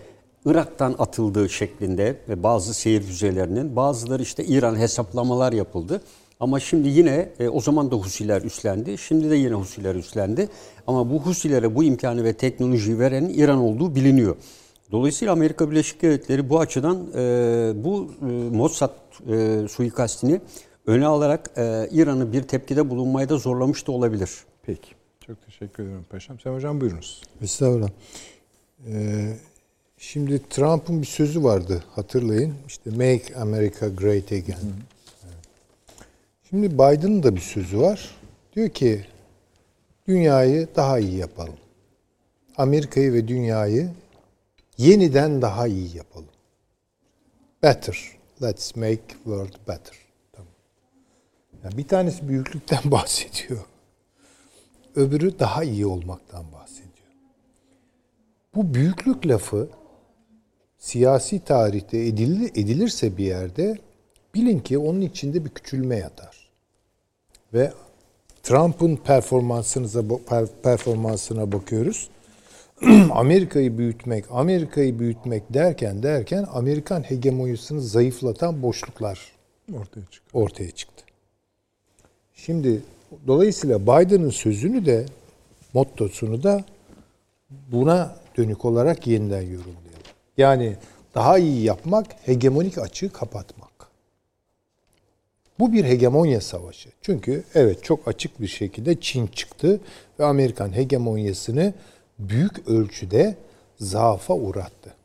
Irak'tan atıldığı şeklinde ve bazı seyir füzelerinin, bazıları işte İran hesaplamalar yapıldı. Ama şimdi yine e, o zaman da Husiler üstlendi. Şimdi de yine Husiler üstlendi. Ama bu Husilere bu imkanı ve teknolojiyi verenin İran olduğu biliniyor. Dolayısıyla Amerika Birleşik Devletleri bu açıdan e, bu e, Mossad e, suikastini öne alarak e, İran'ı bir tepkide bulunmaya da zorlamış da olabilir. Peki. Çok teşekkür ederim paşam. Sayın hocam buyurunuz. Estağfurullah. Ee, şimdi Trump'ın bir sözü vardı hatırlayın. İşte Make America Great Again. Hı. Şimdi Biden'ın da bir sözü var. Diyor ki dünyayı daha iyi yapalım. Amerika'yı ve dünyayı yeniden daha iyi yapalım. Better. Let's make world better. Tamam. Yani bir tanesi büyüklükten bahsediyor. Öbürü daha iyi olmaktan bahsediyor. Bu büyüklük lafı siyasi tarihte edilir, edilirse bir yerde bilin ki onun içinde bir küçülme yatar. Ve Trump'ın performansınıza performansına bakıyoruz. Amerika'yı büyütmek, Amerika'yı büyütmek derken derken Amerikan hegemonyasını zayıflatan boşluklar ortaya çıktı. Ortaya çıktı. Şimdi dolayısıyla Biden'ın sözünü de mottosunu da buna dönük olarak yeniden yorumlayalım. Yani daha iyi yapmak, hegemonik açığı kapatmak. Bu bir hegemonya savaşı. Çünkü evet çok açık bir şekilde Çin çıktı ve Amerikan hegemonyasını büyük ölçüde zaafa uğrattı.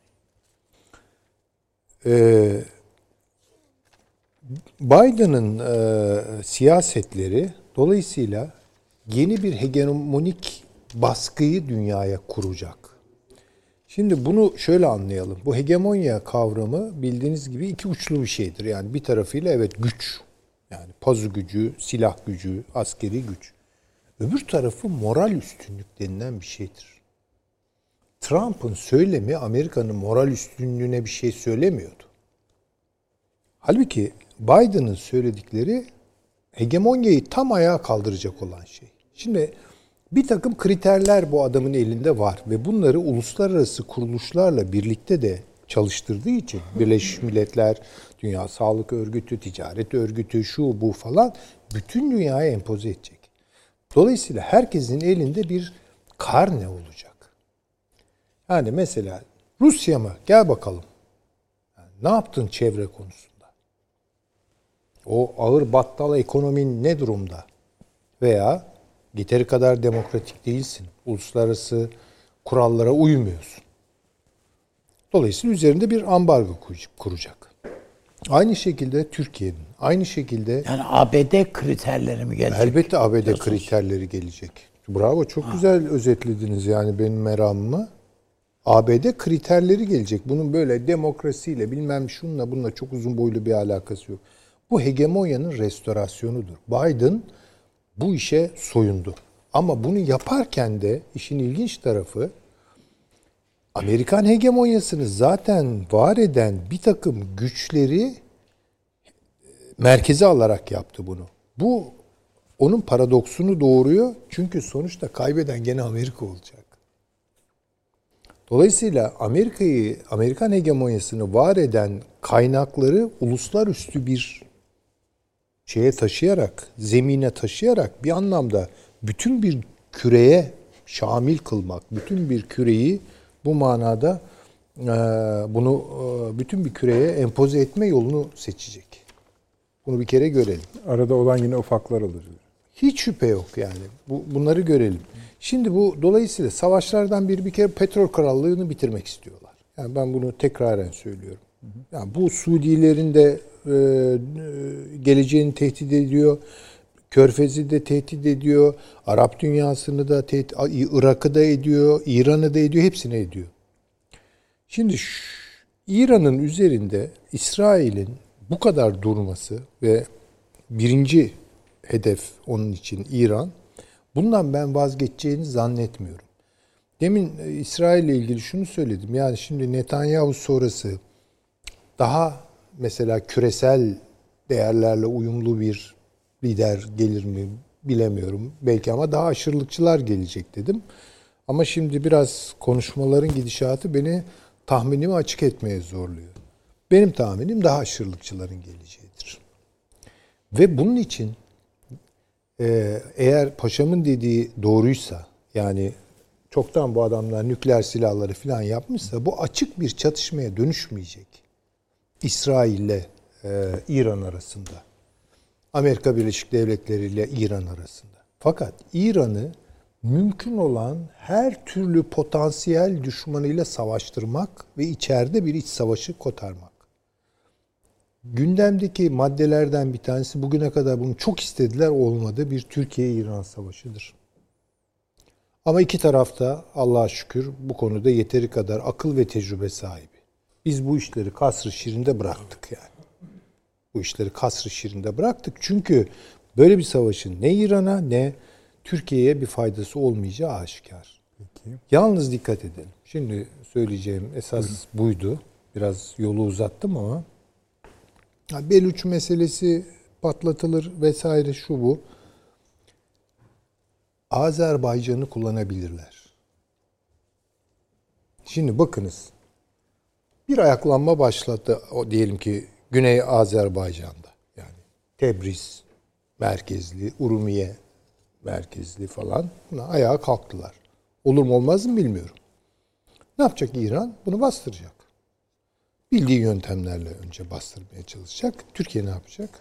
Ee, Biden'ın e, siyasetleri dolayısıyla yeni bir hegemonik baskıyı dünyaya kuracak. Şimdi bunu şöyle anlayalım. Bu hegemonya kavramı bildiğiniz gibi iki uçlu bir şeydir. Yani bir tarafıyla evet güç. Yani pazu gücü, silah gücü, askeri güç. Öbür tarafı moral üstünlük denilen bir şeydir. Trump'ın söylemi Amerika'nın moral üstünlüğüne bir şey söylemiyordu. Halbuki Biden'ın söyledikleri hegemonyayı tam ayağa kaldıracak olan şey. Şimdi bir takım kriterler bu adamın elinde var ve bunları uluslararası kuruluşlarla birlikte de çalıştırdığı için Birleşmiş Milletler, Dünya Sağlık Örgütü, Ticaret Örgütü, şu bu falan bütün dünyaya empoze edecek. Dolayısıyla herkesin elinde bir karne olacak. Yani mesela Rusya mı? Gel bakalım. Yani ne yaptın çevre konusunda? O ağır battal ekonomin ne durumda? Veya yeteri kadar demokratik değilsin. Uluslararası kurallara uymuyorsun. Dolayısıyla üzerinde bir ambargo kuracak. Aynı şekilde Türkiye'nin, aynı şekilde... Yani A B D kriterleri mi gelecek? Elbette A B D kriterleri gelecek. Bravo, çok ha. güzel özetlediniz yani benim meramımı. A B D kriterleri gelecek. Bunun böyle demokrasiyle bilmem şununla bununla çok uzun boylu bir alakası yok. Bu hegemonyanın restorasyonudur. Biden bu işe soyundu. Ama bunu yaparken de işin ilginç tarafı Amerikan hegemonyasını zaten var eden bir takım güçleri merkeze alarak yaptı bunu. Bu onun paradoksunu doğuruyor. Çünkü sonuçta kaybeden gene Amerika olacak. Dolayısıyla Amerika'yı, Amerikan hegemonyasını var eden kaynakları uluslararası bir şeye taşıyarak, zemine taşıyarak bir anlamda bütün bir küreye şamil kılmak, bütün bir küreyi bu manada bunu bütün bir küreye empoze etme yolunu seçecek. Bunu bir kere görelim. Arada olan yine ufaklar olur. Hiç şüphe yok yani. Bu, bunları görelim. Şimdi bu dolayısıyla savaşlardan biri bir kere petrol krallığını bitirmek istiyorlar. Yani ben bunu tekraren söylüyorum. Yani bu Suudilerin de e, geleceğini tehdit ediyor. Körfez'i de tehdit ediyor. Arap dünyasını da tehdit, Irak'ı da ediyor, İran'ı da ediyor, hepsini ediyor. Şimdi şu, İran'ın üzerinde İsrail'in bu kadar durması ve birinci hedef onun için İran, bundan ben vazgeçeceğini zannetmiyorum. Demin İsrail ile ilgili şunu söyledim. Yani şimdi Netanyahu sonrası daha mesela küresel değerlerle uyumlu bir lider gelir mi bilemiyorum. Belki ama daha aşırılıkçılar gelecek dedim. Ama şimdi biraz konuşmaların gidişatı beni tahminimi açık etmeye zorluyor. Benim tahminim daha aşırılıkçıların geleceğidir. Ve bunun için e, eğer paşamın dediği doğruysa, yani çoktan bu adamlar nükleer silahları falan yapmışsa, bu açık bir çatışmaya dönüşmeyecek. İsrail ile e, İran arasında. Amerika Birleşik Devletleri ile İran arasında. Fakat İran'ı mümkün olan her türlü potansiyel düşmanıyla savaştırmak ve içeride bir iç savaşı kotarmak. Gündemdeki maddelerden bir tanesi, bugüne kadar bunu çok istediler, olmadı, bir Türkiye-İran savaşıdır. Ama iki tarafta Allah'a şükür bu konuda yeteri kadar akıl ve tecrübe sahibi. Biz bu işleri kasr-ı şirinde bıraktık yani. Bu işleri kasr-ı şirinde bıraktık. Çünkü böyle bir savaşın ne İran'a ne Türkiye'ye bir faydası olmayacağı aşikar. Peki. Yalnız dikkat edelim. Şimdi söyleyeceğim esas Buyurun. buydu. Biraz yolu uzattım ama Beluç meselesi patlatılır vesaire, şu bu. Azerbaycan'ı kullanabilirler. Şimdi bakınız. Bir ayaklanma başladı, o diyelim ki Güney Azerbaycan'da. Yani Tebriz merkezli, Urumiye merkezli falan, buna ayağa kalktılar. Olur mu olmaz mı bilmiyorum. Ne yapacak İran? Bunu bastıracak. Bildiği yöntemlerle önce bastırmaya çalışacak. Türkiye ne yapacak?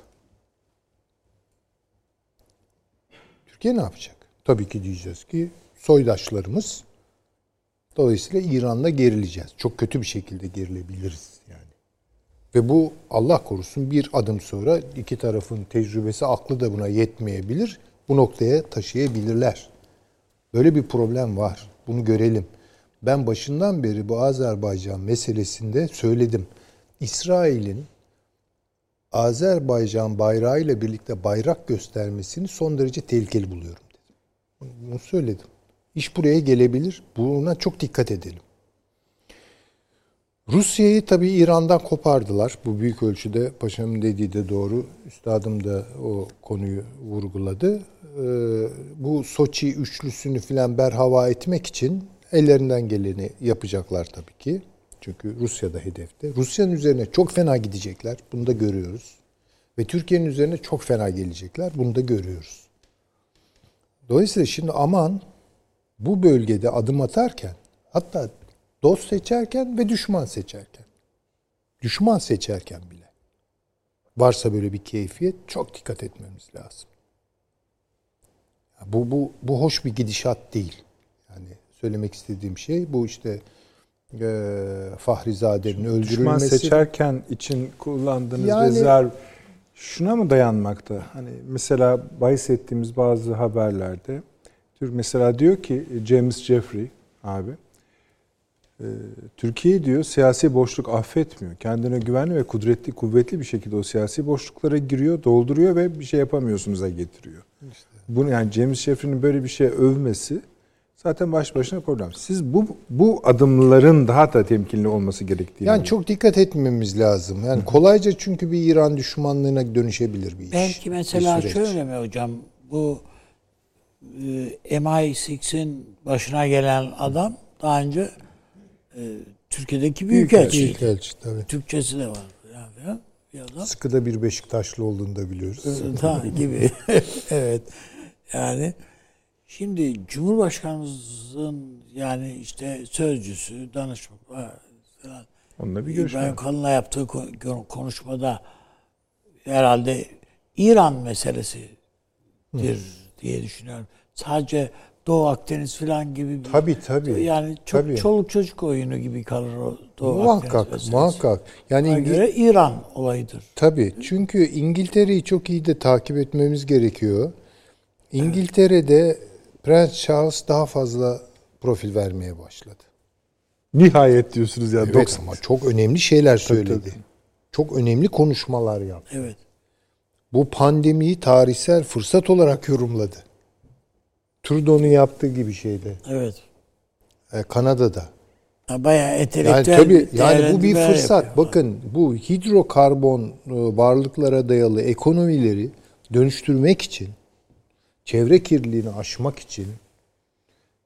Türkiye ne yapacak? Tabii ki diyeceğiz ki soydaşlarımız, dolayısıyla İran'la gerileceğiz. Çok kötü bir şekilde gerilebiliriz yani. Ve bu Allah korusun bir adım sonra iki tarafın tecrübesi, aklı da buna yetmeyebilir. Bu noktaya taşıyabilirler. Böyle bir problem var. Bunu görelim. Ben başından beri bu Azerbaycan meselesinde söyledim. İsrail'in Azerbaycan bayrağıyla birlikte bayrak göstermesini son derece tehlikeli buluyorum dedim. Bunu söyledim. İş buraya gelebilir. Buna çok dikkat edelim. Rusya'yı tabii İran'dan kopardılar. Bu büyük ölçüde paşamın dediği de doğru. Üstadım da o konuyu vurguladı. Ee, bu Soçi üçlüsünü filan berhava etmek için ellerinden geleni yapacaklar tabii ki. Çünkü Rusya da hedefte. Rusya'nın üzerine çok fena gidecekler. Bunu da görüyoruz. Ve Türkiye'nin üzerine çok fena gelecekler. Bunu da görüyoruz. Dolayısıyla şimdi aman bu bölgede adım atarken, hatta dost seçerken ve düşman seçerken, düşman seçerken bile varsa böyle bir keyfiyet, çok dikkat etmemiz lazım. Bu bu bu hoş bir gidişat değil. Yani söylemek istediğim şey bu, işte e, Fahrizade'nin öldürülmesi. Düşman seçerken için kullandığınız yani, rezerv şuna mı dayanmakta? Hani mesela bahis ettiğimiz bazı haberlerde Türk mesela diyor ki James Jeffrey abi, e, Türkiye diyor siyasi boşluk affetmiyor. Kendine güvenli ve kudretli, kuvvetli bir şekilde o siyasi boşluklara giriyor, dolduruyor ve bir şey yapamıyorsunuz'a getiriyor. İşte. Bunu yani James Jeffrey'nin böyle bir şeye övmesi zaten baş başına problem. Siz bu bu adımların daha da temkinli olması gerektiğini. Yani çok dikkat etmemiz lazım. Yani kolayca, çünkü bir İran düşmanlığına dönüşebilir bir iş. Belki mesela şöyle mi hocam, bu e, M I altıın başına gelen adam daha önce e, Türkiye'deki büyükelçiydi. Büyükelçi tabii. Türkçesi de var yani bir adam. Sıkıda bir Beşiktaşlı olduğunu da biliyoruz. Ta gibi. Evet. Yani şimdi Cumhurbaşkanımızın yani işte sözcüsü, danışman falan, onunla bir görüşme. İbrahim Kalın'la yaptığı konuşmada herhalde İran meselesidir Hı. diye düşünüyorum. Sadece Doğu Akdeniz falan gibi bir, tabii tabii. Yani çok tabii. çoluk çocuk oyunu gibi kalır o Doğu muhakkak, Akdeniz meselesi. Muhakkak. Yani Ona göre İran olayıdır. Tabii. Çünkü İngiltere'yi çok iyi de takip etmemiz gerekiyor. İngiltere'de evet. Prens Charles daha fazla profil vermeye başladı. Nihayet diyorsunuz ya. Evet, doksan ama çok önemli şeyler söyledi. Tabii, tabii. Çok önemli konuşmalar yaptı. Evet. Bu pandemiyi tarihsel fırsat olarak yorumladı. Trudeau'nun yaptığı gibi şeyde. Evet. Ee, Kanada'da. Bayağı entelektüel. Yani tabii, yani bu bir fırsat. Yapıyor. Bakın, bu hidrokarbon varlıklara dayalı ekonomileri dönüştürmek için, çevre kirliliğini aşmak için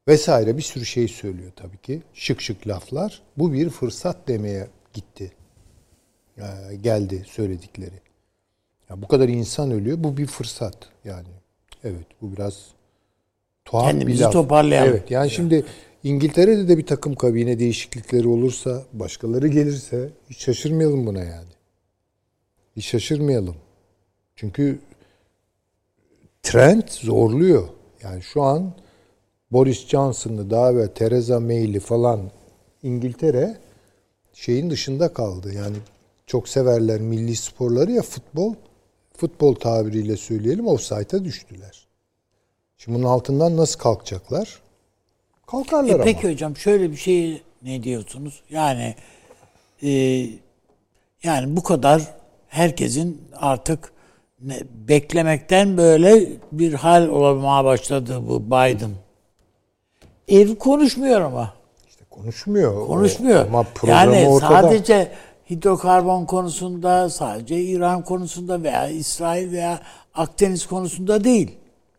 vesaire bir sürü şey söylüyor tabii ki. Şık şık laflar. Bu bir fırsat demeye gitti. Ee, geldi söyledikleri. Ya bu kadar insan ölüyor. Bu bir fırsat yani. Evet, bu biraz tuhaf Kendimizi bir laf. toparlayalım. Evet, yani şimdi İngiltere'de de bir takım kabine değişiklikleri olursa, başkaları gelirse hiç şaşırmayalım buna yani. Hiç şaşırmayalım. Çünkü trend zorluyor. Yani şu an Boris Johnson'lı daha ve Theresa May'li falan İngiltere şeyin dışında kaldı. Yani çok severler milli sporları ya, futbol. Futbol tabiriyle söyleyelim, offside'a düştüler. Şimdi bunun altından nasıl kalkacaklar? Kalkarlar e ama. peki hocam şöyle bir şey ne diyorsunuz? Yani e, yani bu kadar herkesin artık ne, beklemekten böyle bir hal olmaya başladı bu Biden. Ev konuşmuyor ama. İşte konuşmuyor. Konuşmuyor. O, ama programı yani ortada. sadece hidrokarbon konusunda, sadece İran konusunda veya İsrail veya Akdeniz konusunda değil.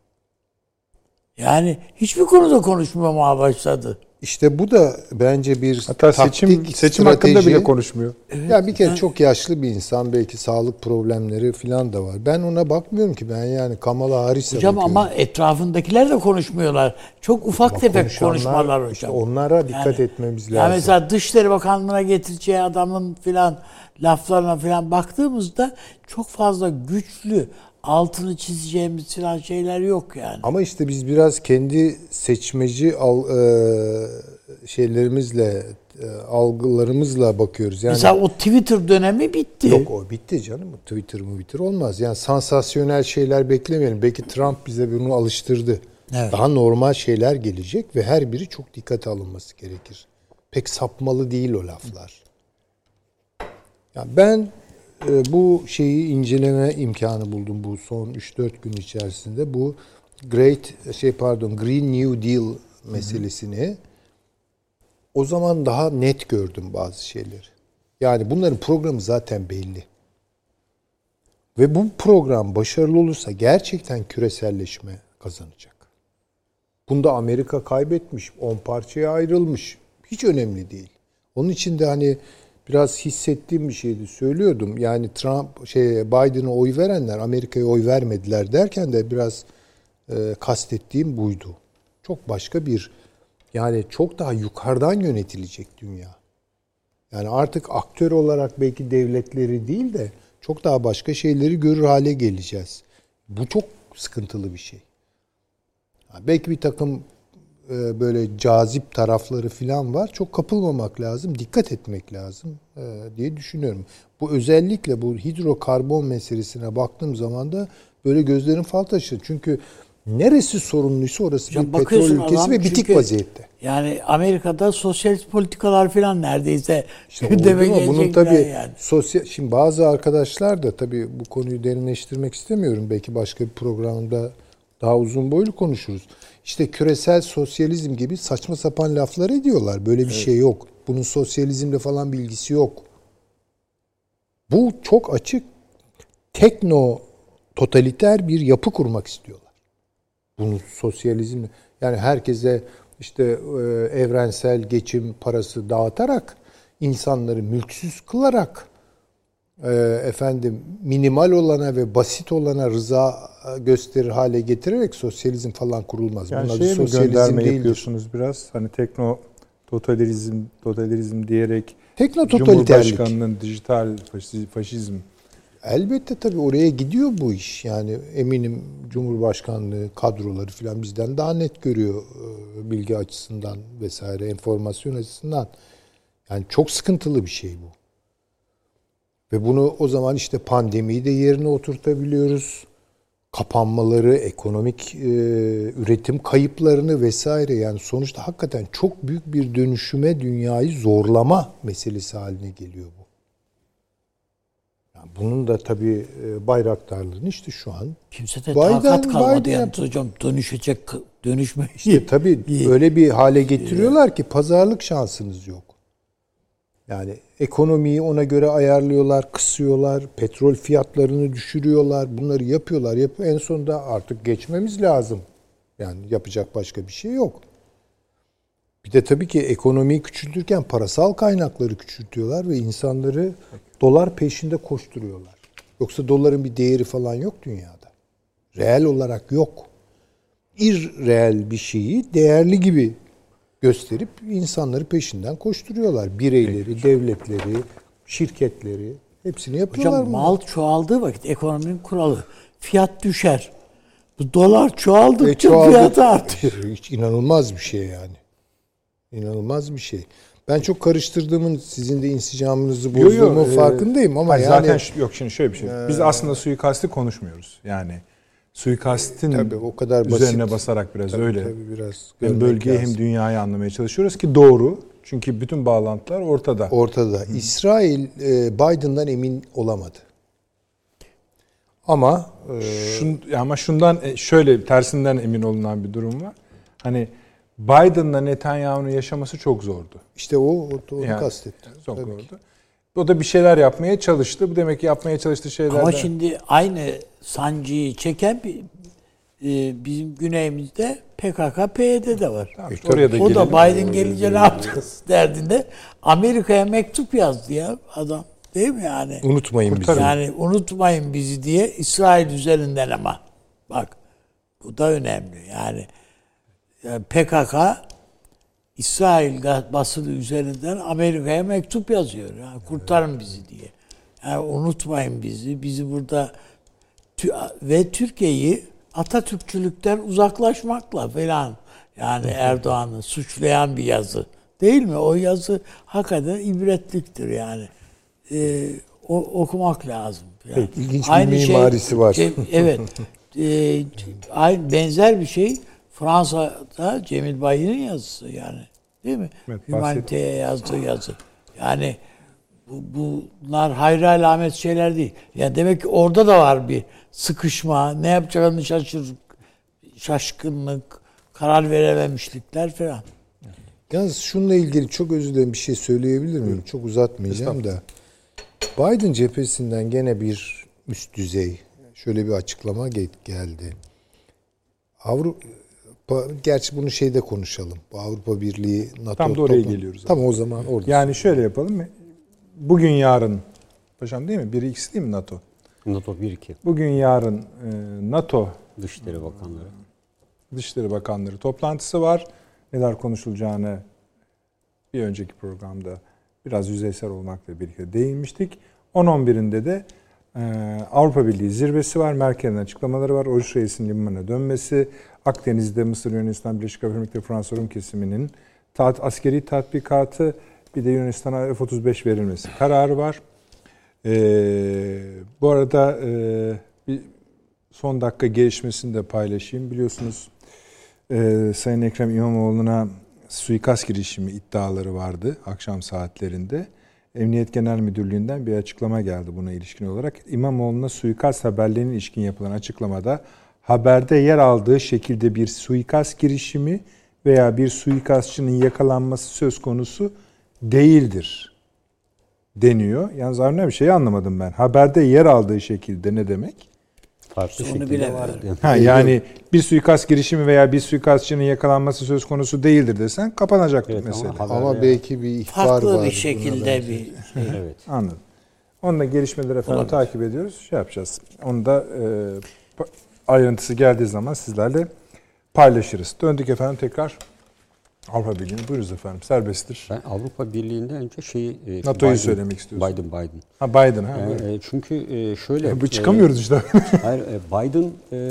Yani hiçbir konuda konuşmamaya başladı. İşte bu da bence bir Hatta taktik, seçim seçim strateji. hakkında bile konuşmuyor. Evet, Ya bir kere ben, çok yaşlı bir insan, belki sağlık problemleri falan da var. Ben ona bakmıyorum ki, ben yani Kamala Harris'e hocam bakıyorum. ama etrafındakiler de konuşmuyorlar. Çok ufak Ama tefek konuşmalar hocam. İşte onlara dikkat yani, etmemiz lazım. Yani mesela Dışişleri Bakanlığı'na getireceği adamın filan laflarına filan baktığımızda çok fazla güçlü, altını çizeceğimiz filan şeyler yok yani. Ama işte biz biraz kendi seçmeci al, e, şeylerimizle, e, algılarımızla bakıyoruz. Yani mesela o Twitter dönemi bitti. yok, o bitti canım. Twitter mı Twitter olmaz. Yani sansasyonel şeyler beklemeyelim. Belki Trump bize bunu alıştırdı. Evet. Daha normal şeyler gelecek ve her biri çok dikkate alınması gerekir. Pek sapmalı değil o laflar. Yani ben e, bu şeyi inceleme imkanı buldum bu son üç dört gün içerisinde. Bu Great şey pardon Green New Deal meselesini, hı hı, o zaman daha net gördüm bazı şeyleri. Yani bunların programı zaten belli. Ve bu program başarılı olursa gerçekten küreselleşme kazanacak. Bunda Amerika kaybetmiş, on parçaya ayrılmış. Hiç önemli değil. Onun için de hani biraz hissettiğim bir şeydi, söylüyordum. Yani Trump şey Biden'a oy verenler Amerika'ya oy vermediler derken de biraz e, kastettiğim buydu. Çok başka bir, yani çok daha yukarıdan yönetilecek dünya. Yani artık aktör olarak belki devletleri değil de çok daha başka şeyleri görür hale geleceğiz. Bu çok sıkıntılı bir şey. Yani belki bir takım e, böyle cazip tarafları falan var. Çok kapılmamak lazım, dikkat etmek lazım e, diye düşünüyorum. Bu özellikle bu hidrokarbon meselesine baktığım zaman da böyle gözlerim fal taşır. Çünkü neresi sorunluysa orası Hocam bir petrol ülkesi ve bitik çünkü, vaziyette. Yani Amerika'da sosyalist politikalar falan neredeyse İşte gündeme oldu mu? Bunun gelecekler tabii yani. sosyal, şimdi bazı arkadaşlar da tabii bu konuyu derinleştirmek istemiyorum. Belki başka bir programda daha uzun boylu konuşuruz. İşte küresel sosyalizm gibi saçma sapan laflar ediyorlar. Böyle bir evet. şey yok. Bunun sosyalizmle falan bir ilgisi yok. Bu çok açık tekno totaliter bir yapı kurmak istiyorlar. Bunun sosyalizmle, yani herkese işte e, evrensel geçim parası dağıtarak, insanları mülksüz kılarak, e, efendim minimal olana ve basit olana rıza gösterir hale getirerek sosyalizm falan kurulmaz. Yani bunun şeye adı mi sosyalizm gönderme değildir. yapıyorsunuz biraz? Hani tekno totalitarizm, totalitarizm diyerek Tekno totaliterlik. Cumhurbaşkanının dijital faşizm. Elbette tabii oraya gidiyor bu iş. Yani eminim Cumhurbaşkanlığı kadroları falan bizden daha net görüyor bilgi açısından vesaire, enformasyon açısından. Yani çok sıkıntılı bir şey bu. Ve bunu o zaman işte pandemiyi de yerine oturtabiliyoruz. Kapanmaları, ekonomik e, üretim kayıplarını vesaire, yani sonuçta hakikaten çok büyük bir dönüşüme, dünyayı zorlama meselesi haline geliyor bu. Yani bunun da tabii bayraktarlığını işte şu an kimse de Biden, takat kalmadı Biden yani hocam, dönüşecek dönüşme. İşte tabii öyle bir hale getiriyorlar ki pazarlık şansınız yok. Yani ekonomiyi ona göre ayarlıyorlar, kısıyorlar, petrol fiyatlarını düşürüyorlar, bunları yapıyorlar. Yap en sonunda artık geçmemiz lazım. Yani yapacak başka bir şey yok. Bir de tabii ki ekonomiyi küçültürken parasal kaynakları küçültüyorlar ve insanları dolar peşinde koşturuyorlar. Yoksa doların bir değeri falan yok dünyada. Reel olarak yok. İrreel bir şeyi değerli gibi gösterip insanları peşinden koşturuyorlar. Bireyleri, Peki. devletleri, şirketleri hepsini yapıyorlar. Hocam mal çoğaldığı vakit ekonominin kuralı. Fiyat düşer. Bu dolar çoğaldıkça e, çoğaldı, fiyat artıyor. Hiç inanılmaz bir şey yani. İnanılmaz bir şey. Ben çok karıştırdığımın, sizin de insicamınızı bozduğumun e, farkındayım ama yani... Zaten yok şimdi şöyle bir şey. Biz e, aslında suikasti konuşmuyoruz. Yani suikastin tabii, o kadar üzerine basit. basarak biraz tabii, öyle. Tabii, biraz hem bölgeyi lazım. Hem dünyayı anlamaya çalışıyoruz ki doğru. Çünkü bütün bağlantılar ortada. Ortada. Hı. İsrail e, Biden'dan emin olamadı. Ama e, Şun, ama şundan şöyle tersinden emin olunan bir durum var. Hani Biden'la Netanyahu'nun yaşaması çok zordu. İşte o, o onu yani, kastettim. Çok zordu. O da bir şeyler yapmaya çalıştı. Bu demek ki yapmaya çalıştığı şeylerden... Ama şimdi aynı sancıyı çeken bir, e, bizim güneyimizde P K K P Y D de var. Tamam, işte oraya da o da Biden gelince ne yapacağız derdinde Amerika'ya mektup yazdı ya adam. Değil mi yani? Unutmayın bizi. Yani unutmayın bizi diye İsrail üzerinden ama. Bak bu da önemli. Yani, yani P K K İsrail basını üzerinden Amerika'ya mektup yazıyor. Yani kurtarın bizi diye. Yani unutmayın bizi. Bizi burada ve Türkiye'yi Atatürkçülükten uzaklaşmakla falan yani Erdoğan'ı suçlayan bir yazı. Değil mi? O yazı hakikaten ibretliktir yani. Ee, o, okumak lazım. Yani. Peki, ilginç bir aynı mimarisi şey, var. Cem, evet. e, aynı benzer bir şey Fransa'da Cemil Bayır'ın yazısı yani. Değil mi? Evet, Hümaniteye yazdığı yazı. Yani bu, bunlar hayra alamet şeyler değil. Yani demek ki orada da var bir sıkışma, ne yapacağını şaşır, şaşkınlık, karar verememişlikler falan. Yalnız şununla ilgili çok özür dilerim bir şey söyleyebilir miyim? Evet. Çok uzatmayacağım da. Biden cephesinden gene bir üst düzey şöyle bir açıklama geldi. Avrupa, gerçi bunu şeyde konuşalım. Bu Avrupa Birliği, NATO. Tam da oraya toplam. geliyoruz. Tam o zaman orada. Yani şöyle yapalım mı? Bugün yarın, paşam değil mi? biri iki değil mi NATO? NATO bir iki. Bugün yarın e, NATO Dışişleri Bakanları. Dışişleri Bakanları toplantısı var. Neler konuşulacağını bir önceki programda biraz yüzeysel olmakla birlikte değinmiştik. on on birinde de e, Avrupa Birliği zirvesi var. Merkel'in açıklamaları var. Oruç Reis'in limanına dönmesi. Akdeniz'de Mısır, Yunanistan, Birleşik Arap Emirlikleri, Fransa, Rum kesiminin tat, askeri tatbikatı, bir de Yunanistan'a F otuz beş verilmesi kararı var. E, bu arada e, bir son dakika gelişmesini de paylaşayım. Biliyorsunuz e, Sayın Ekrem İmamoğlu'na suikast girişimi iddiaları vardı akşam saatlerinde. Emniyet Genel Müdürlüğü'nden bir açıklama geldi buna ilişkin olarak. İmamoğlu'na suikast haberlerine ilişkin yapılan açıklamada haberde yer aldığı şekilde bir suikast girişimi veya bir suikastçının yakalanması söz konusu değildir deniyor. Yalnız ne bir şey anlamadım ben. Haberde yer aldığı şekilde ne demek? Farklı şekilde var. Ha, yani bir suikast girişimi veya bir suikastçının yakalanması söz konusu değildir desen kapanacaktı evet, mesele. Ama, ama belki bir ihbar farklı var. Farklı bir şekilde bir şey. Evet. Anladım. Onunla gelişmeleri efendim Olabilir. takip ediyoruz. Şey yapacağız. Onu da e, ayrıntısı geldiği zaman sizlerle paylaşırız. Döndük efendim tekrar Avrupa Birliği'ne. Buyurunuz efendim. Serbesttir. Ben Avrupa Birliği'nde önce şeyi... NATO'yu Biden, söylemek istiyorsun. Biden, Biden. Ha Biden. Ha, e, çünkü e, şöyle... E, bu çıkamıyoruz e, işte. Hayır, e, Biden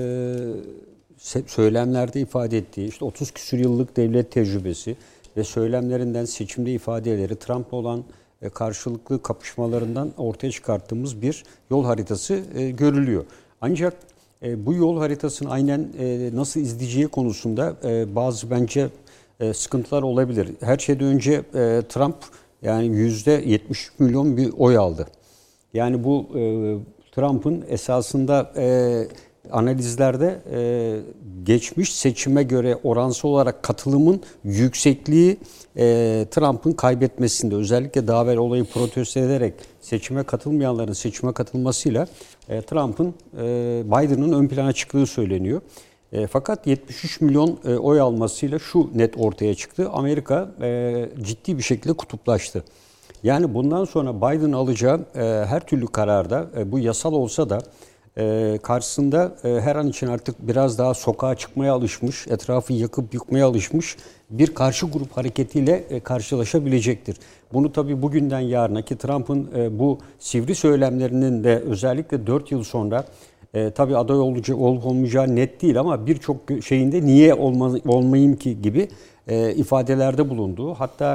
e, söylemlerde ifade ettiği işte otuz küsur yıllık devlet tecrübesi ve söylemlerinden seçimde ifadeleri Trump'la olan e, karşılıklı kapışmalarından ortaya çıkarttığımız bir yol haritası e, görülüyor. Ancak e, bu yol haritasını aynen e, nasıl izleyeceği konusunda e, bazı bence e, sıkıntılar olabilir. Her şeyden önce e, Trump yani yüzde yetmiş milyon bir oy aldı. Yani bu e, Trump'ın esasında e, analizlerde e, geçmiş seçime göre oransal olarak katılımın yüksekliği e, Trump'ın kaybetmesinde, özellikle daha evvel olayı protesto ederek seçime katılmayanların seçime katılmasıyla e, Trump'ın e, Biden'ın ön plana çıktığı söyleniyor. E, fakat yetmiş üç milyon e, oy almasıyla şu net ortaya çıktı. Amerika e, ciddi bir şekilde kutuplaştı. Yani bundan sonra Biden alacağı e, her türlü kararda e, bu yasal olsa da e, karşısında e, her an için artık biraz daha sokağa çıkmaya alışmış, etrafı yakıp yıkmaya alışmış bir karşı grup hareketiyle e, karşılaşabilecektir. Bunu tabii bugünden yarına ki Trump'ın e, bu sivri söylemlerinin de özellikle dört yıl sonra e, tabii aday olacak, olup olmayacağı net değil ama birçok şeyinde niye olma, olmayayım ki gibi e, ifadelerde bulunduğu, hatta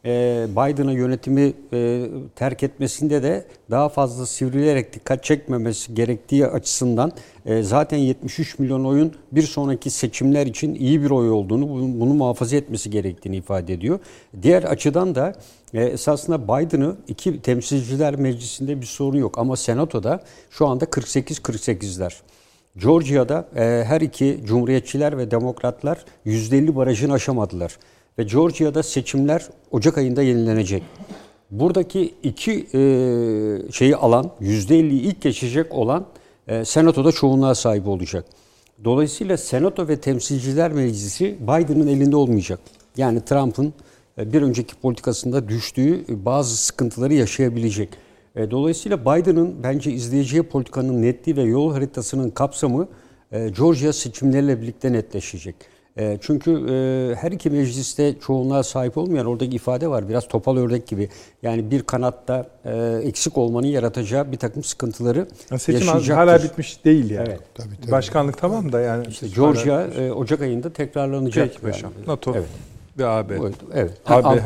Biden'a yönetimi terk etmesinde de daha fazla sivrilerek dikkat çekmemesi gerektiği açısından zaten yetmiş üç milyon oyun bir sonraki seçimler için iyi bir oy olduğunu, bunu muhafaza etmesi gerektiğini ifade ediyor. Diğer açıdan da esasında Biden'ı iki temsilciler meclisinde bir sorun yok ama senatoda şu anda kırk sekiz kırk sekizler. Georgia'da her iki Cumhuriyetçiler ve Demokratlar yüzde elli barajını aşamadılar. Ve Georgia'da seçimler Ocak ayında yenilenecek. Buradaki iki e, şeyi alan, yüzde elliyi ilk geçecek olan e, Senato'da çoğunluğa sahip olacak. Dolayısıyla Senato ve Temsilciler Meclisi Biden'ın elinde olmayacak. Yani Trump'ın e, bir önceki politikasında düştüğü bazı sıkıntıları yaşayabilecek. E, dolayısıyla Biden'ın bence izleyeceği politikanın netliği ve yol haritasının kapsamı e, Georgia seçimleriyle birlikte netleşecek. Çünkü her iki mecliste çoğunluğa sahip olmayan oradaki ifade var. Biraz topal ördek gibi. Yani bir kanatta eksik olmanın yaratacağı bir takım sıkıntıları seçim yaşayacaktır. Seçim hala bitmiş değil yani. Evet. Tabii, tabii. Başkanlık tamam da yani. İşte Georgia hala... Ocak ayında tekrarlanacak. Peki paşam. Yani. NATO evet. ve A B. Evet. A B.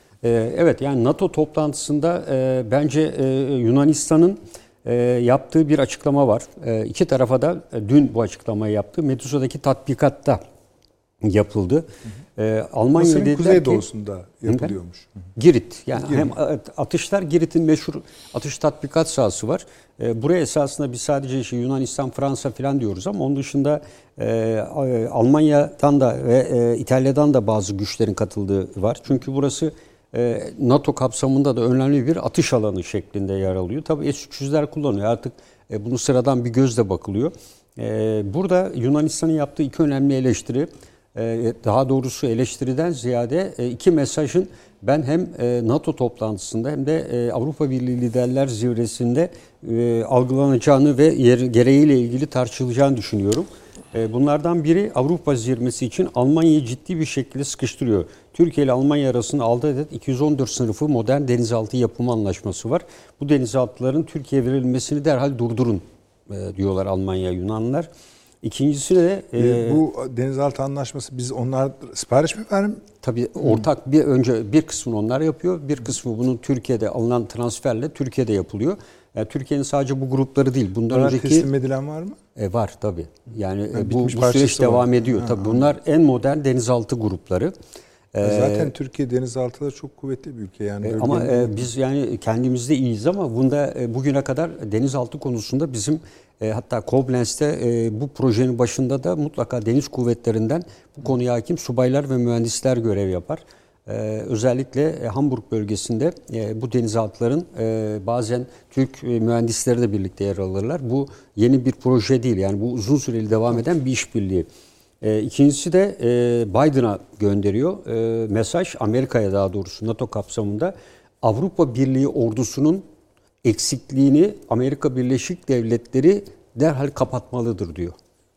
Evet, yani NATO toplantısında bence Yunanistan'ın yaptığı bir açıklama var. İki tarafa da dün bu açıklamayı yaptı. Medusa'daki tatbikatta yapıldı. Hı hı. Ee, Almanya Mısır'ın dediler kuzeydoğusunda ki, yapılıyormuş. Hı hı. Girit. Yani Girit. hem atışlar, Girit'in meşhur atış tatbikat sahası var. Ee, buraya esasında biz sadece işte Yunanistan, Fransa falan diyoruz ama onun dışında e, Almanya'dan da ve e, İtalya'dan da bazı güçlerin katıldığı var. Çünkü burası e, NATO kapsamında da önemli bir atış alanı şeklinde yer alıyor. Tabii S üç yüzler kullanıyor. Artık e, bunu sıradan bir gözle bakılıyor. E, burada Yunanistan'ın yaptığı iki önemli eleştiri, daha doğrusu eleştiriden ziyade iki mesajın ben hem NATO toplantısında hem de Avrupa Birliği Liderler Zirvesi'nde algılanacağını ve gereğiyle ilgili tartışılacağını düşünüyorum. Bunlardan biri Avrupa zirvesi için Almanya'yı ciddi bir şekilde sıkıştırıyor. Türkiye ile Almanya arasında altı adet iki yüz on dört sınıfı modern denizaltı yapımı anlaşması var. Bu denizaltıların Türkiye'ye verilmesini derhal durdurun diyorlar Almanya, Yunanlılar. İkincisi de e, bu denizaltı anlaşması biz onlar sipariş mi verim? Tabii ortak bir önce bir kısmını onlar yapıyor. Bir kısmı bunun Türkiye'de alınan transferle Türkiye'de yapılıyor. Yani Türkiye'nin sadece bu grupları değil. Bundan Bunlar önceki teslim edilen var mı? E, var tabii. Yani, yani bu, bu süreç devam ediyor. Ha, tabii bunlar en modern denizaltı grupları. Zaten ee, Türkiye denizaltıda çok kuvvetli bir ülke yani. E, ama e, biz yani kendimizde iyiyiz ama bunda e, bugüne kadar denizaltı konusunda bizim e, hatta Koblenz'te e, bu projenin başında da mutlaka deniz kuvvetlerinden bu konuya hakim subaylar ve mühendisler görev yapar. E, özellikle e, Hamburg bölgesinde e, bu denizaltıların e, bazen Türk e, mühendisleri de birlikte yer alırlar. Bu yeni bir proje değil yani bu uzun süreli devam eden bir işbirliği. E, ikincisi de e, Biden'a gönderiyor. E, mesaj Amerika'ya daha doğrusu NATO kapsamında Avrupa Birliği ordusunun eksikliğini Amerika Birleşik Devletleri derhal kapatmalıdır diyor.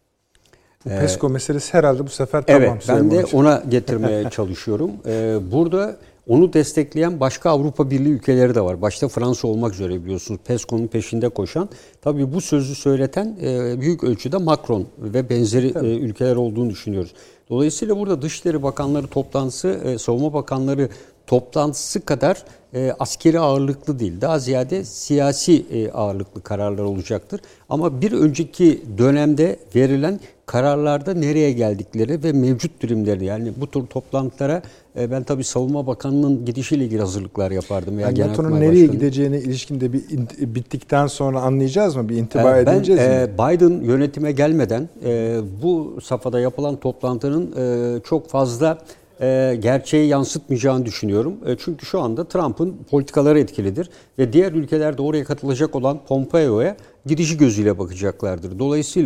Bu PESCO ee, meselesi herhalde bu sefer tamam. Evet, ben de ona getirmeye çalışıyorum. Ee, burada onu destekleyen başka Avrupa Birliği ülkeleri de var. Başta Fransa olmak üzere biliyorsunuz PESCO'nun peşinde koşan. Tabii bu sözü söyleten e, büyük ölçüde Macron ve benzeri e, ülkeler olduğunu düşünüyoruz. Dolayısıyla burada Dışişleri Bakanları toplantısı, e, Savunma Bakanları toplantısı kadar e, askeri ağırlıklı değil. Daha ziyade siyasi e, ağırlıklı kararlar olacaktır. Ama bir önceki dönemde verilen kararlarda nereye geldikleri ve mevcut durumları yani bu tür toplantılara e, ben tabii Savunma Bakanı'nın gidişiyle ilgili hazırlıklar yapardım. Yani NATO'nun nereye Başkanı. gideceğine ilişkinde bir bittikten sonra anlayacağız mı? Bir intiba e, ben, edeceğiz e, mi? Biden yönetime gelmeden e, bu safhada yapılan toplantının e, çok fazla E, gerçeği yansıtmayacağını düşünüyorum. E, çünkü şu anda Trump'ın politikaları etkilidir ve diğer ülkelerde oraya katılacak olan Pompeo'ya gidici gözüyle bakacaklardır. Dolayısıyla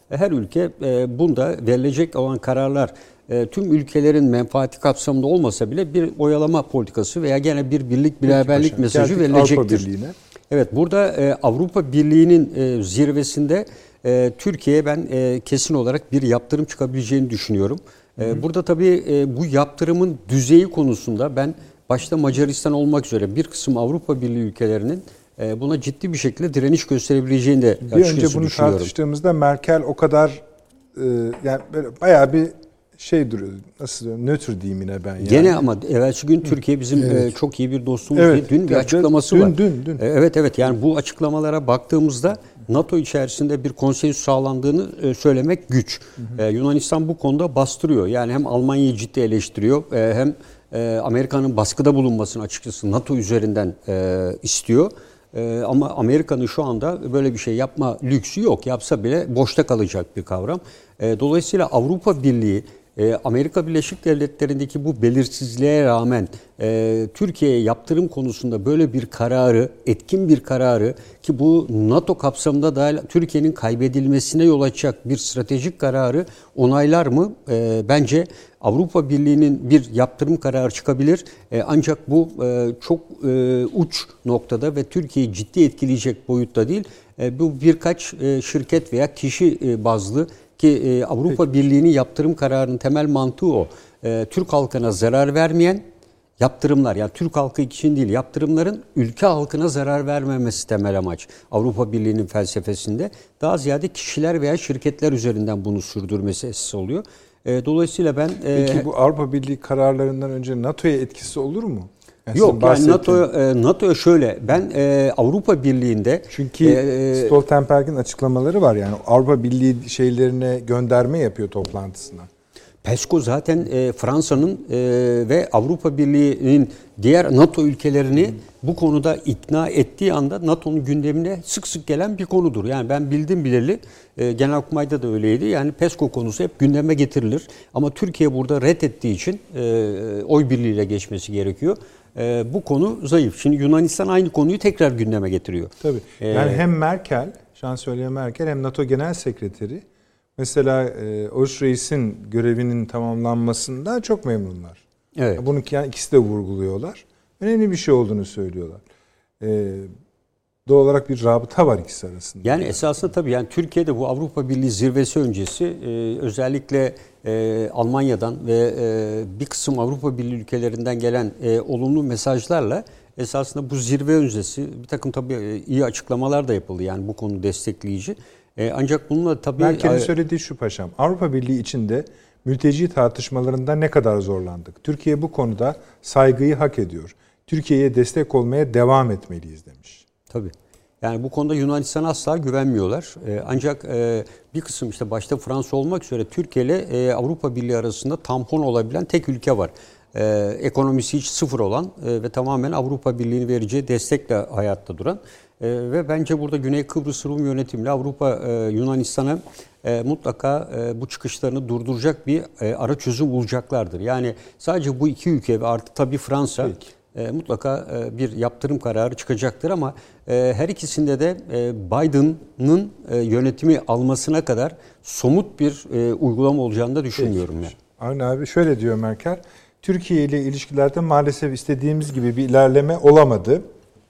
her ülke e, bunda verilecek olan kararlar e, tüm ülkelerin menfaati kapsamında olmasa bile bir oyalama politikası veya gene bir birlik beraberlik Paşam, mesajı geldik verilecektir. Avrupa Birliği'ne. Evet, burada e, Avrupa Birliği'nin e, zirvesinde e, Türkiye'ye ben e, kesin olarak bir yaptırım çıkabileceğini düşünüyorum. E, hı hı. Burada tabii e, bu yaptırımın düzeyi konusunda ben başta Macaristan olmak üzere bir kısım Avrupa Birliği ülkelerinin e, buna ciddi bir şekilde direniş gösterebileceğini de bir önce bunu düşünüyorum. tartıştığımızda Merkel o kadar e, yani böyle bayağı bir şey duruyor. Nasıl diyorum? Nötr diyeyim yine ben. Yani. Gene ama evvelsi gün Türkiye bizim evet. e, çok iyi bir dostumuz evet. diye dün bir ya, açıklaması dün, var. Dün, dün. E, evet evet yani bu açıklamalara baktığımızda NATO içerisinde bir konsensüs sağlandığını e, söylemek güç. Hı hı. E, Yunanistan bu konuda bastırıyor. Yani hem Almanya'yı ciddi eleştiriyor e, hem e, Amerika'nın baskıda bulunmasını açıkçası NATO üzerinden e, istiyor. E, ama Amerika'nın şu anda böyle bir şey yapma lüksü yok. Yapsa bile boşta kalacak bir kavram. E, dolayısıyla Avrupa Birliği Amerika Birleşik Devletleri'ndeki bu belirsizliğe rağmen e, Türkiye'ye yaptırım konusunda böyle bir kararı, etkin bir kararı ki bu NATO kapsamında da Türkiye'nin kaybedilmesine yol açacak bir stratejik kararı onaylar mı? E, bence Avrupa Birliği'nin bir yaptırım kararı çıkabilir. E, ancak bu e, çok e, uç noktada ve Türkiye'yi ciddi etkileyecek boyutta değil. E, bu birkaç e, şirket veya kişi e, bazlı ki e, Avrupa Peki. Birliği'nin yaptırım kararının temel mantığı o. E, Türk halkına zarar vermeyen yaptırımlar, yani Türk halkı için değil, yaptırımların ülke halkına zarar vermemesi temel amaç. Avrupa Birliği'nin felsefesinde daha ziyade kişiler veya şirketler üzerinden bunu sürdürmesi esas oluyor. E, dolayısıyla ben... E, Peki bu Avrupa Birliği kararlarından önce NATO'ya etkisi olur mu? Yani Yok yani NATO e, NATO'ya şöyle ben e, Avrupa Birliği'nde çünkü e, Stoltenberg'in açıklamaları var yani Avrupa Birliği şeylerine gönderme yapıyor toplantısına. PESCO zaten e, Fransa'nın e, ve Avrupa Birliği'nin diğer NATO ülkelerini hmm. bu konuda ikna ettiği anda NATO'nun gündemine sık sık gelen bir konudur. Yani ben bildim bileli e, Genelkurmay'da da öyleydi. Yani PESCO konusu hep gündeme getirilir. Ama Türkiye burada reddettiği için e, oy birliğiyle geçmesi gerekiyor. E, bu konu zayıf. Şimdi Yunanistan aynı konuyu tekrar gündeme getiriyor. Tabii. Yani ee, hem Merkel, Şansölye Merkel hem NATO Genel Sekreteri mesela e, Oruç Reis'in görevinin tamamlanmasından çok memnunlar. Evet. Bunu yani ikisi de vurguluyorlar. Önemli bir şey olduğunu söylüyorlar. E, doğal olarak bir rabıta var ikisi arasında. Yani esasında tabii yani Türkiye'de bu Avrupa Birliği zirvesi öncesi e, özellikle e, Almanya'dan ve e, bir kısım Avrupa Birliği ülkelerinden gelen e, olumlu mesajlarla esasında bu zirve öncesi bir takım tabii iyi açıklamalar da yapıldı. Yani bu konu destekleyici. E, ancak bununla tabii... Merkel'in söylediği şu paşam, Avrupa Birliği içinde mülteci tartışmalarında ne kadar zorlandık. Türkiye bu konuda saygıyı hak ediyor. Türkiye'ye destek olmaya devam etmeliyiz demiş. Tabii. Yani bu konuda Yunanistan'a asla güvenmiyorlar. E, ancak e, bir kısım işte başta Fransa olmak üzere Türkiye ile e, Avrupa Birliği arasında tampon olabilen tek ülke var. E, ekonomisi hiç sıfır olan e, ve tamamen Avrupa Birliği'nin vereceği destekle hayatta duran. E, ve bence burada Güney Kıbrıs Rum yönetimle Avrupa e, Yunanistan'a e, mutlaka e, bu çıkışlarını durduracak bir e, ara çözüm bulacaklardır. Yani sadece bu iki ülke ve artı tabii Fransa... Peki. E, mutlaka e, bir yaptırım kararı çıkacaktır ama e, her ikisinde de e, Biden'ın e, yönetimi almasına kadar somut bir e, uygulama olacağını da düşünmüyorum. Yani. Aynen abi şöyle diyor Merkel, Türkiye ile ilişkilerde maalesef istediğimiz gibi bir ilerleme olamadı.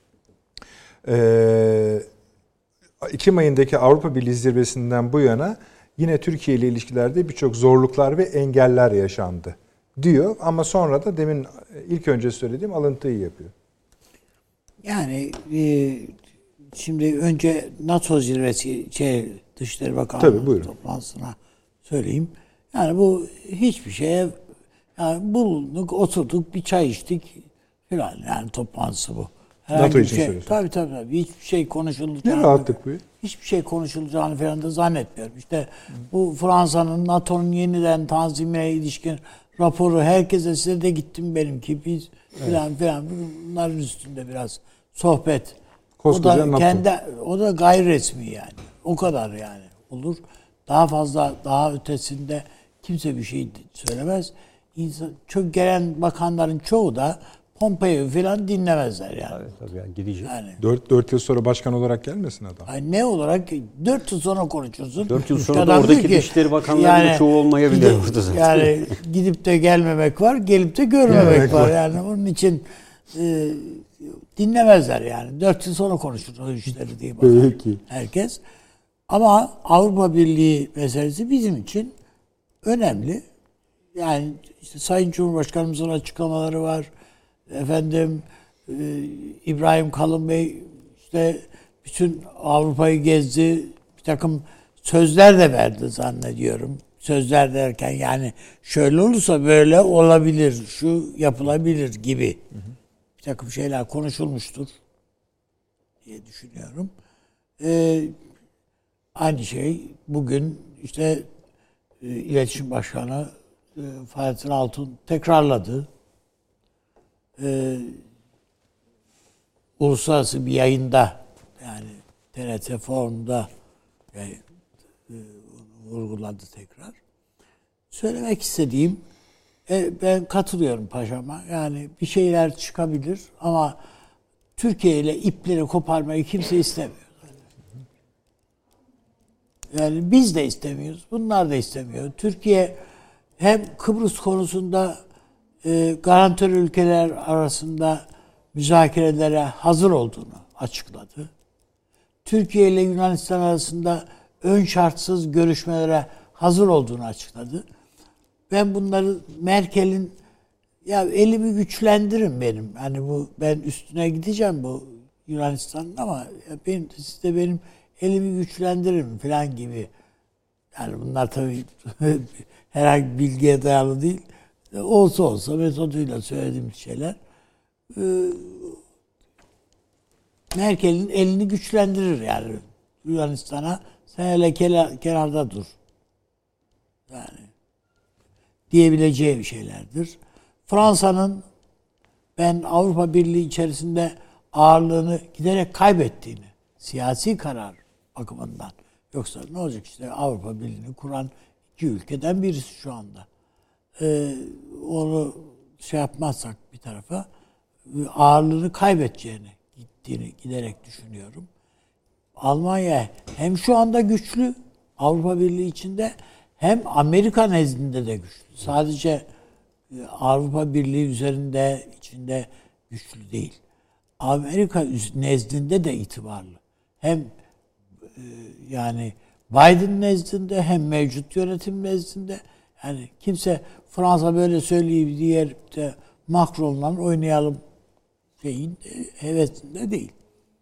E, Ekim ayındaki Avrupa Birliği zirvesinden bu yana yine Türkiye ile ilişkilerde birçok zorluklar ve engeller yaşandı diyor ama sonra da demin ilk önce söylediğim alıntıyı yapıyor. Yani e, şimdi önce NATO zirvesi şey, Dışişleri Bakanlığı toplantısına söyleyeyim. Yani bu hiçbir şeye yani bulunduk, oturduk, bir çay içtik filan yani toplantısı bu. Herhangi NATO için şey, söylüyorsun. Tabii tabii tabii. Hiçbir şey konuşulacağını. Ne rahatlık bu? Hiçbir şey konuşulacağını falan da zannetmiyorum. İşte bu Fransa'nın NATO'nun yeniden tanzimine ilişkin raporu herkese size de gittim benimki biz filan evet. filan bunların üstünde biraz sohbet. Koskoca o da kendi o da gayri resmi yani. O kadar yani olur. Daha fazla daha ötesinde kimse bir şey söylemez. İnsan, çok gelen bakanların çoğu da Pompeo falan dinlemezler yani. Evet, tabii yani gidecek. Yani, Dört, dört yıl sonra başkan olarak gelmesin adam. ay ne olarak dört yıl sonra konuşursun. Dört yıl sonra da Adam oradaki diyor ki, Dışişleri Bakanlarının çoğu olmayabilir gidip- orada zaten. Yani gidip de gelmemek var, gelip de görmemek var. Yani onun için e, dinlemezler yani. Dört yıl sonra konuşur o işleri diye bakar Peki. herkes. Ama Avrupa Birliği meselesi bizim için önemli. Yani işte Sayın Cumhurbaşkanımızın açıklamaları var. Efendim e, İbrahim Kalın Bey işte bütün Avrupa'yı gezdi. Bir takım sözler de verdi zannediyorum. Sözler derken yani şöyle olursa böyle olabilir, şu yapılabilir gibi bir takım şeyler konuşulmuştur diye düşünüyorum. Ee, aynı şey bugün işte e, İletişim Başkanı e, Fahrettin Altun tekrarladı. Ee, uluslararası bir yayında yani T R T Forum'da yani, e, vurguladı tekrar. Söylemek istediğim e, ben katılıyorum paşama. Yani bir şeyler çıkabilir ama Türkiye ile ipleri koparmayı kimse istemiyor. Yani biz de istemiyoruz. Bunlar da istemiyor. Türkiye hem Kıbrıs konusunda e, garantör ülkeler arasında müzakerelere hazır olduğunu açıkladı. Türkiye ile Yunanistan arasında ön şartsız görüşmelere hazır olduğunu açıkladı. Ben bunları Merkel'in ya elimi güçlendirin benim. Hani bu ben üstüne gideceğim bu Yunanistan'ın ama ya benim siz de benim elimi güçlendirin falan gibi. Yani bunlar tabii herhangi bir bilgiye dayalı değil. Olsa olsa metoduyla söylediğim şeyler. Merkel'in elini güçlendirir yani Yunanistan'a. Sen hele kenarda dur. Yani diyebileceği bir şeylerdir. Fransa'nın ben Avrupa Birliği içerisinde ağırlığını giderek kaybettiğini, siyasi karar bakımından. Yoksa ne olacak işte Avrupa Birliği'ni kuran iki ülkeden birisi şu anda. Ee, onu şey yapmazsak bir tarafa ağırlığını kaybedeceğini gittiğini giderek düşünüyorum. Almanya hem şu anda güçlü Avrupa Birliği içinde hem Amerika nezdinde de güçlü. Sadece Avrupa Birliği üzerinde içinde güçlü değil. Amerika nezdinde de itibarlı. Hem yani Biden nezdinde hem mevcut yönetim nezdinde yani kimse Fransa böyle söyleyip diğer de Macron'la oynayalım şeyin hevesinde değil.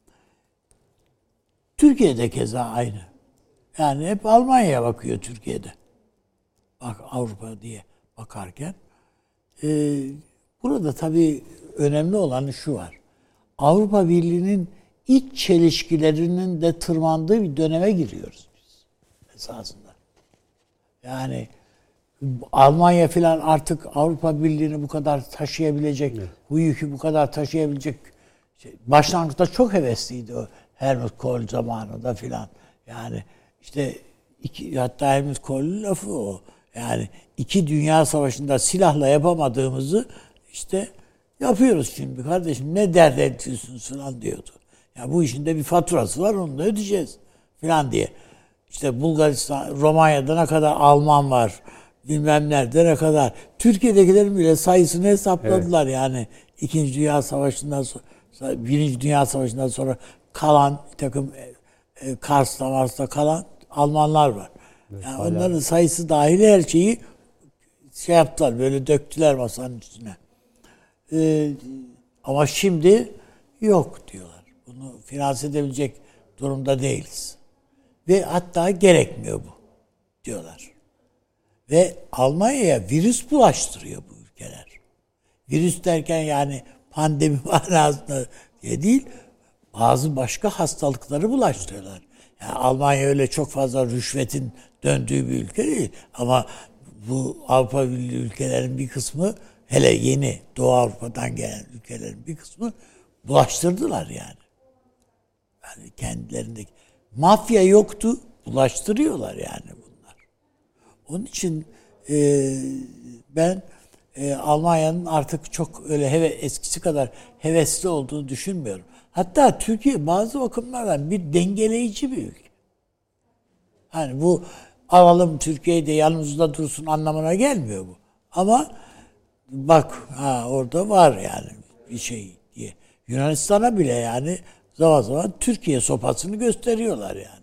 Türkiye'de keza aynı. Yani hep Almanya'ya bakıyor Türkiye'de. Bak Avrupa diye bakarken. Ee, burada tabii önemli olan şu var. Avrupa Birliği'nin iç çelişkilerinin de tırmandığı bir döneme giriyoruz biz esasında. Yani Almanya falan artık Avrupa Birliği'ni bu kadar taşıyabilecek, evet. bu yükü bu kadar taşıyabilecek şey, başlangıçta çok hevesliydi o Helmut Kohl zamanında filan. Yani işte iki, hatta Helmut Kohl'un lafı o. Yani iki dünya savaşında silahla yapamadığımızı işte yapıyoruz şimdi kardeşim. Ne dert ediyorsunuz falan diyordu. Ya yani bu işin de bir faturası var, onu da ödeyeceğiz falan diye. İşte Bulgaristan, Romanya'da ne kadar Alman var, bilmem nerede ne kadar. Türkiye'dekilerin bile sayısını hesapladılar evet. Yani İkinci Dünya Savaşı'ndan sonra, Birinci Dünya Savaşı'ndan sonra kalan bir takım e, Kars'ta, Mars'ta kalan Almanlar var. Evet, yani onların sayısı dahil her şeyi şey yaptılar, böyle döktüler masanın üstüne. Ee, ama şimdi yok diyorlar. Bunu finanse edebilecek durumda değiliz. Ve hatta gerekmiyor bu diyorlar. Ve Almanya'ya virüs bulaştırıyor bu ülkeler. Virüs derken yani pandemi manasında diye değil, bazı başka hastalıkları bulaştırıyorlar. Yani Almanya öyle çok fazla rüşvetin döndüğü bir ülke değil. Ama bu Avrupa Birliği ülkelerin bir kısmı, hele yeni Doğu Avrupa'dan gelen ülkelerin bir kısmı bulaştırdılar yani. Yani kendilerindeki mafya yoktu, bulaştırıyorlar yani bunlar. Onun için e, ben e, Almanya'nın artık çok öyle heve, eskisi kadar hevesli olduğunu düşünmüyorum. Hatta Türkiye bazı bakımlardan bir dengeleyici bir ülke. Hani bu alalım Türkiye'yi de yanımızda dursun anlamına gelmiyor bu. Ama bak ha orada var yani bir şey diye. Yunanistan'a bile yani zaman zaman Türkiye sopasını gösteriyorlar yani.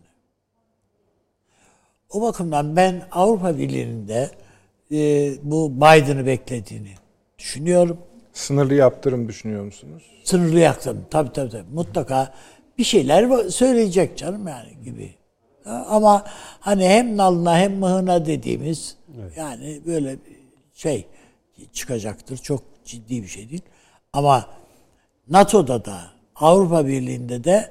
O bakımdan ben Avrupa Birliği'nin de e, bu Biden'ı beklediğini düşünüyorum. Sınırlı yaptırım düşünüyor musunuz? Sınırlı yaptırım. Tabii tabii tabii. Mutlaka bir şeyler söyleyecek canım yani gibi. Ama hani hem nalına hem mıhına dediğimiz evet. yani böyle şey çıkacaktır. Çok ciddi bir şey değil. Ama NATO'da da Avrupa Birliği'nde de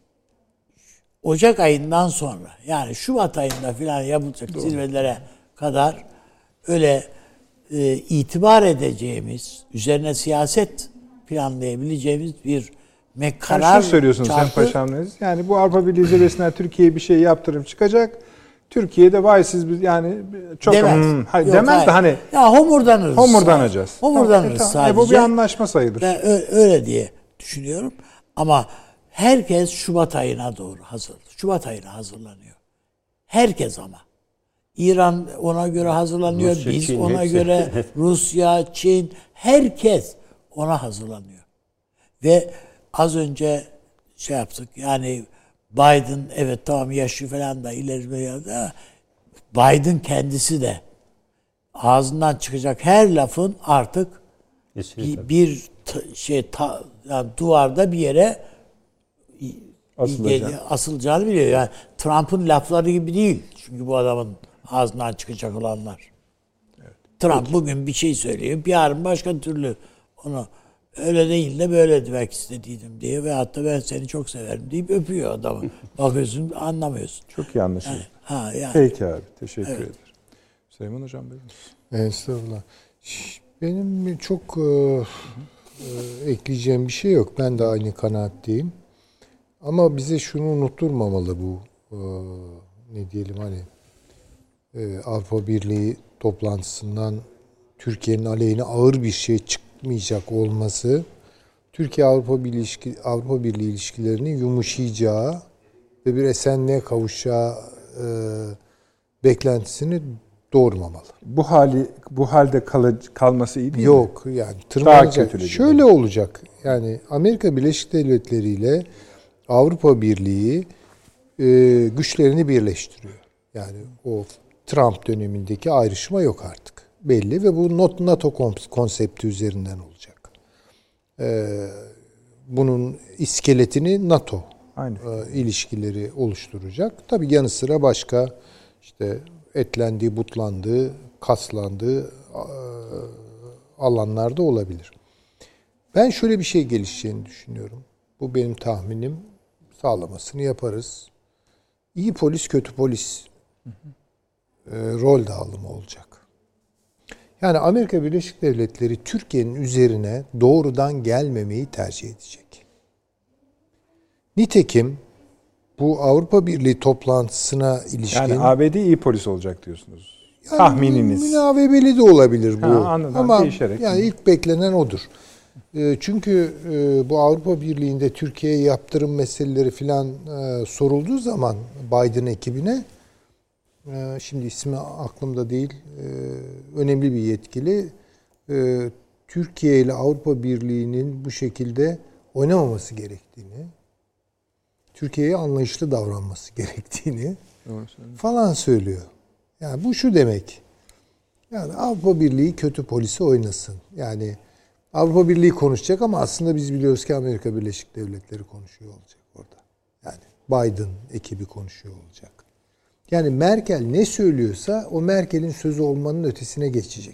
Ocak ayından sonra yani Şubat ayında filan yapılacak Doğru. zirvelere kadar öyle e, itibar edeceğimiz, üzerine siyaset planlayabileceğimiz bir me- karar yani şunu söylüyorsunuz çarpı, Sayın Paşam. Yani bu Avrupa Birliği zirvesinden Türkiye'ye bir şey yaptırım çıkacak. Türkiye'de vay siz biz yani çok demez. Hmm, hayır, Yok, demez hayır. de hani ya homurdanırız. Homurdanacağız. Homurdanırız tamam, sadece. E, bu bir anlaşma sayılır. Ben öyle diye düşünüyorum. Ama herkes Şubat ayına doğru hazır. Şubat ayına hazırlanıyor. Herkes ama. İran ona göre hazırlanıyor. Rusya, Biz Çin, ona hepsi. göre Rusya, Çin herkes ona hazırlanıyor. Ve az önce şey yaptık yani Biden evet tamam yaşı falan da ileri bir Biden kendisi de ağzından çıkacak her lafın artık bir, bir t- şey ta, yani duvarda bir yere Asılacak. asılacağını biliyor. Yani Trump'ın lafları gibi değil. Çünkü bu adamın ağzından çıkacak olanlar. Evet. Trump Peki. bugün bir şey söylüyor. Yarın başka türlü onu öyle değil de böyle demek istediydim diye ve hatta ben seni çok severim deyip öpüyor adamı. Bakıyorsun anlamıyorsun. Çok iyi anlaşılıyor. Yani, ha, yani. Peki abi. Teşekkür Evet. ederim. Süleyman Hocam buyurun. Estağfurullah. Benim çok e, e, ekleyeceğim bir şey yok. Ben de aynı kanaatteyim. Ama bize şunu unutturmamalı bu e, ne diyelim hani e, Avrupa Birliği toplantısından Türkiye'nin aleyhine ağır bir şey çıkmayacak olması Türkiye Avrupa Birliği ilişki, Avrupa Birliği ilişkilerinin yumuşayacağı ve bir esenliğe kavuşacağı e, beklentisini doğurmamalı. Bu hali bu halde kal, kalması iyi değil Yok mi? yani tırmanacak. Şöyle olacak. Yani Amerika Birleşik Devletleri ile Avrupa Birliği e, güçlerini birleştiriyor. Yani o Trump dönemindeki ayrışma yok artık. Belli ve bu NATO konsepti üzerinden olacak. E, bunun iskeletini NATO Aynı. E, ilişkileri oluşturacak. Tabii yanı sıra başka işte etlendiği, butlandığı, kaslandığı e, alanlarda olabilir. Ben şöyle bir şey gelişeceğini düşünüyorum. Bu benim tahminim. Sağlamasını yaparız. İyi polis, kötü polis hı hı. E, rol dağılımı olacak. Yani Amerika Birleşik Devletleri Türkiye'nin üzerine doğrudan gelmemeyi tercih edecek. Nitekim bu Avrupa Birliği toplantısına ilişkin... Yani A B D iyi polis olacak diyorsunuz. Yani tahmininiz. Münavebeli de olabilir bu. Ha, anladım, ama değişerek. Yani ilk beklenen odur. Çünkü bu Avrupa Birliği'nde Türkiye'ye yaptırım meseleleri filan sorulduğu zaman Biden ekibine, şimdi ismi aklımda değil, önemli bir yetkili, Türkiye ile Avrupa Birliği'nin bu şekilde oynamaması gerektiğini, Türkiye'ye anlayışlı davranması gerektiğini falan söylüyor. Yani bu şu demek, yani Avrupa Birliği kötü polisi oynasın. Yani Avrupa Birliği konuşacak ama aslında biz biliyoruz ki Amerika Birleşik Devletleri konuşuyor olacak orada. Yani Biden ekibi konuşuyor olacak. Yani Merkel ne söylüyorsa o Merkel'in sözü olmanın ötesine geçecek.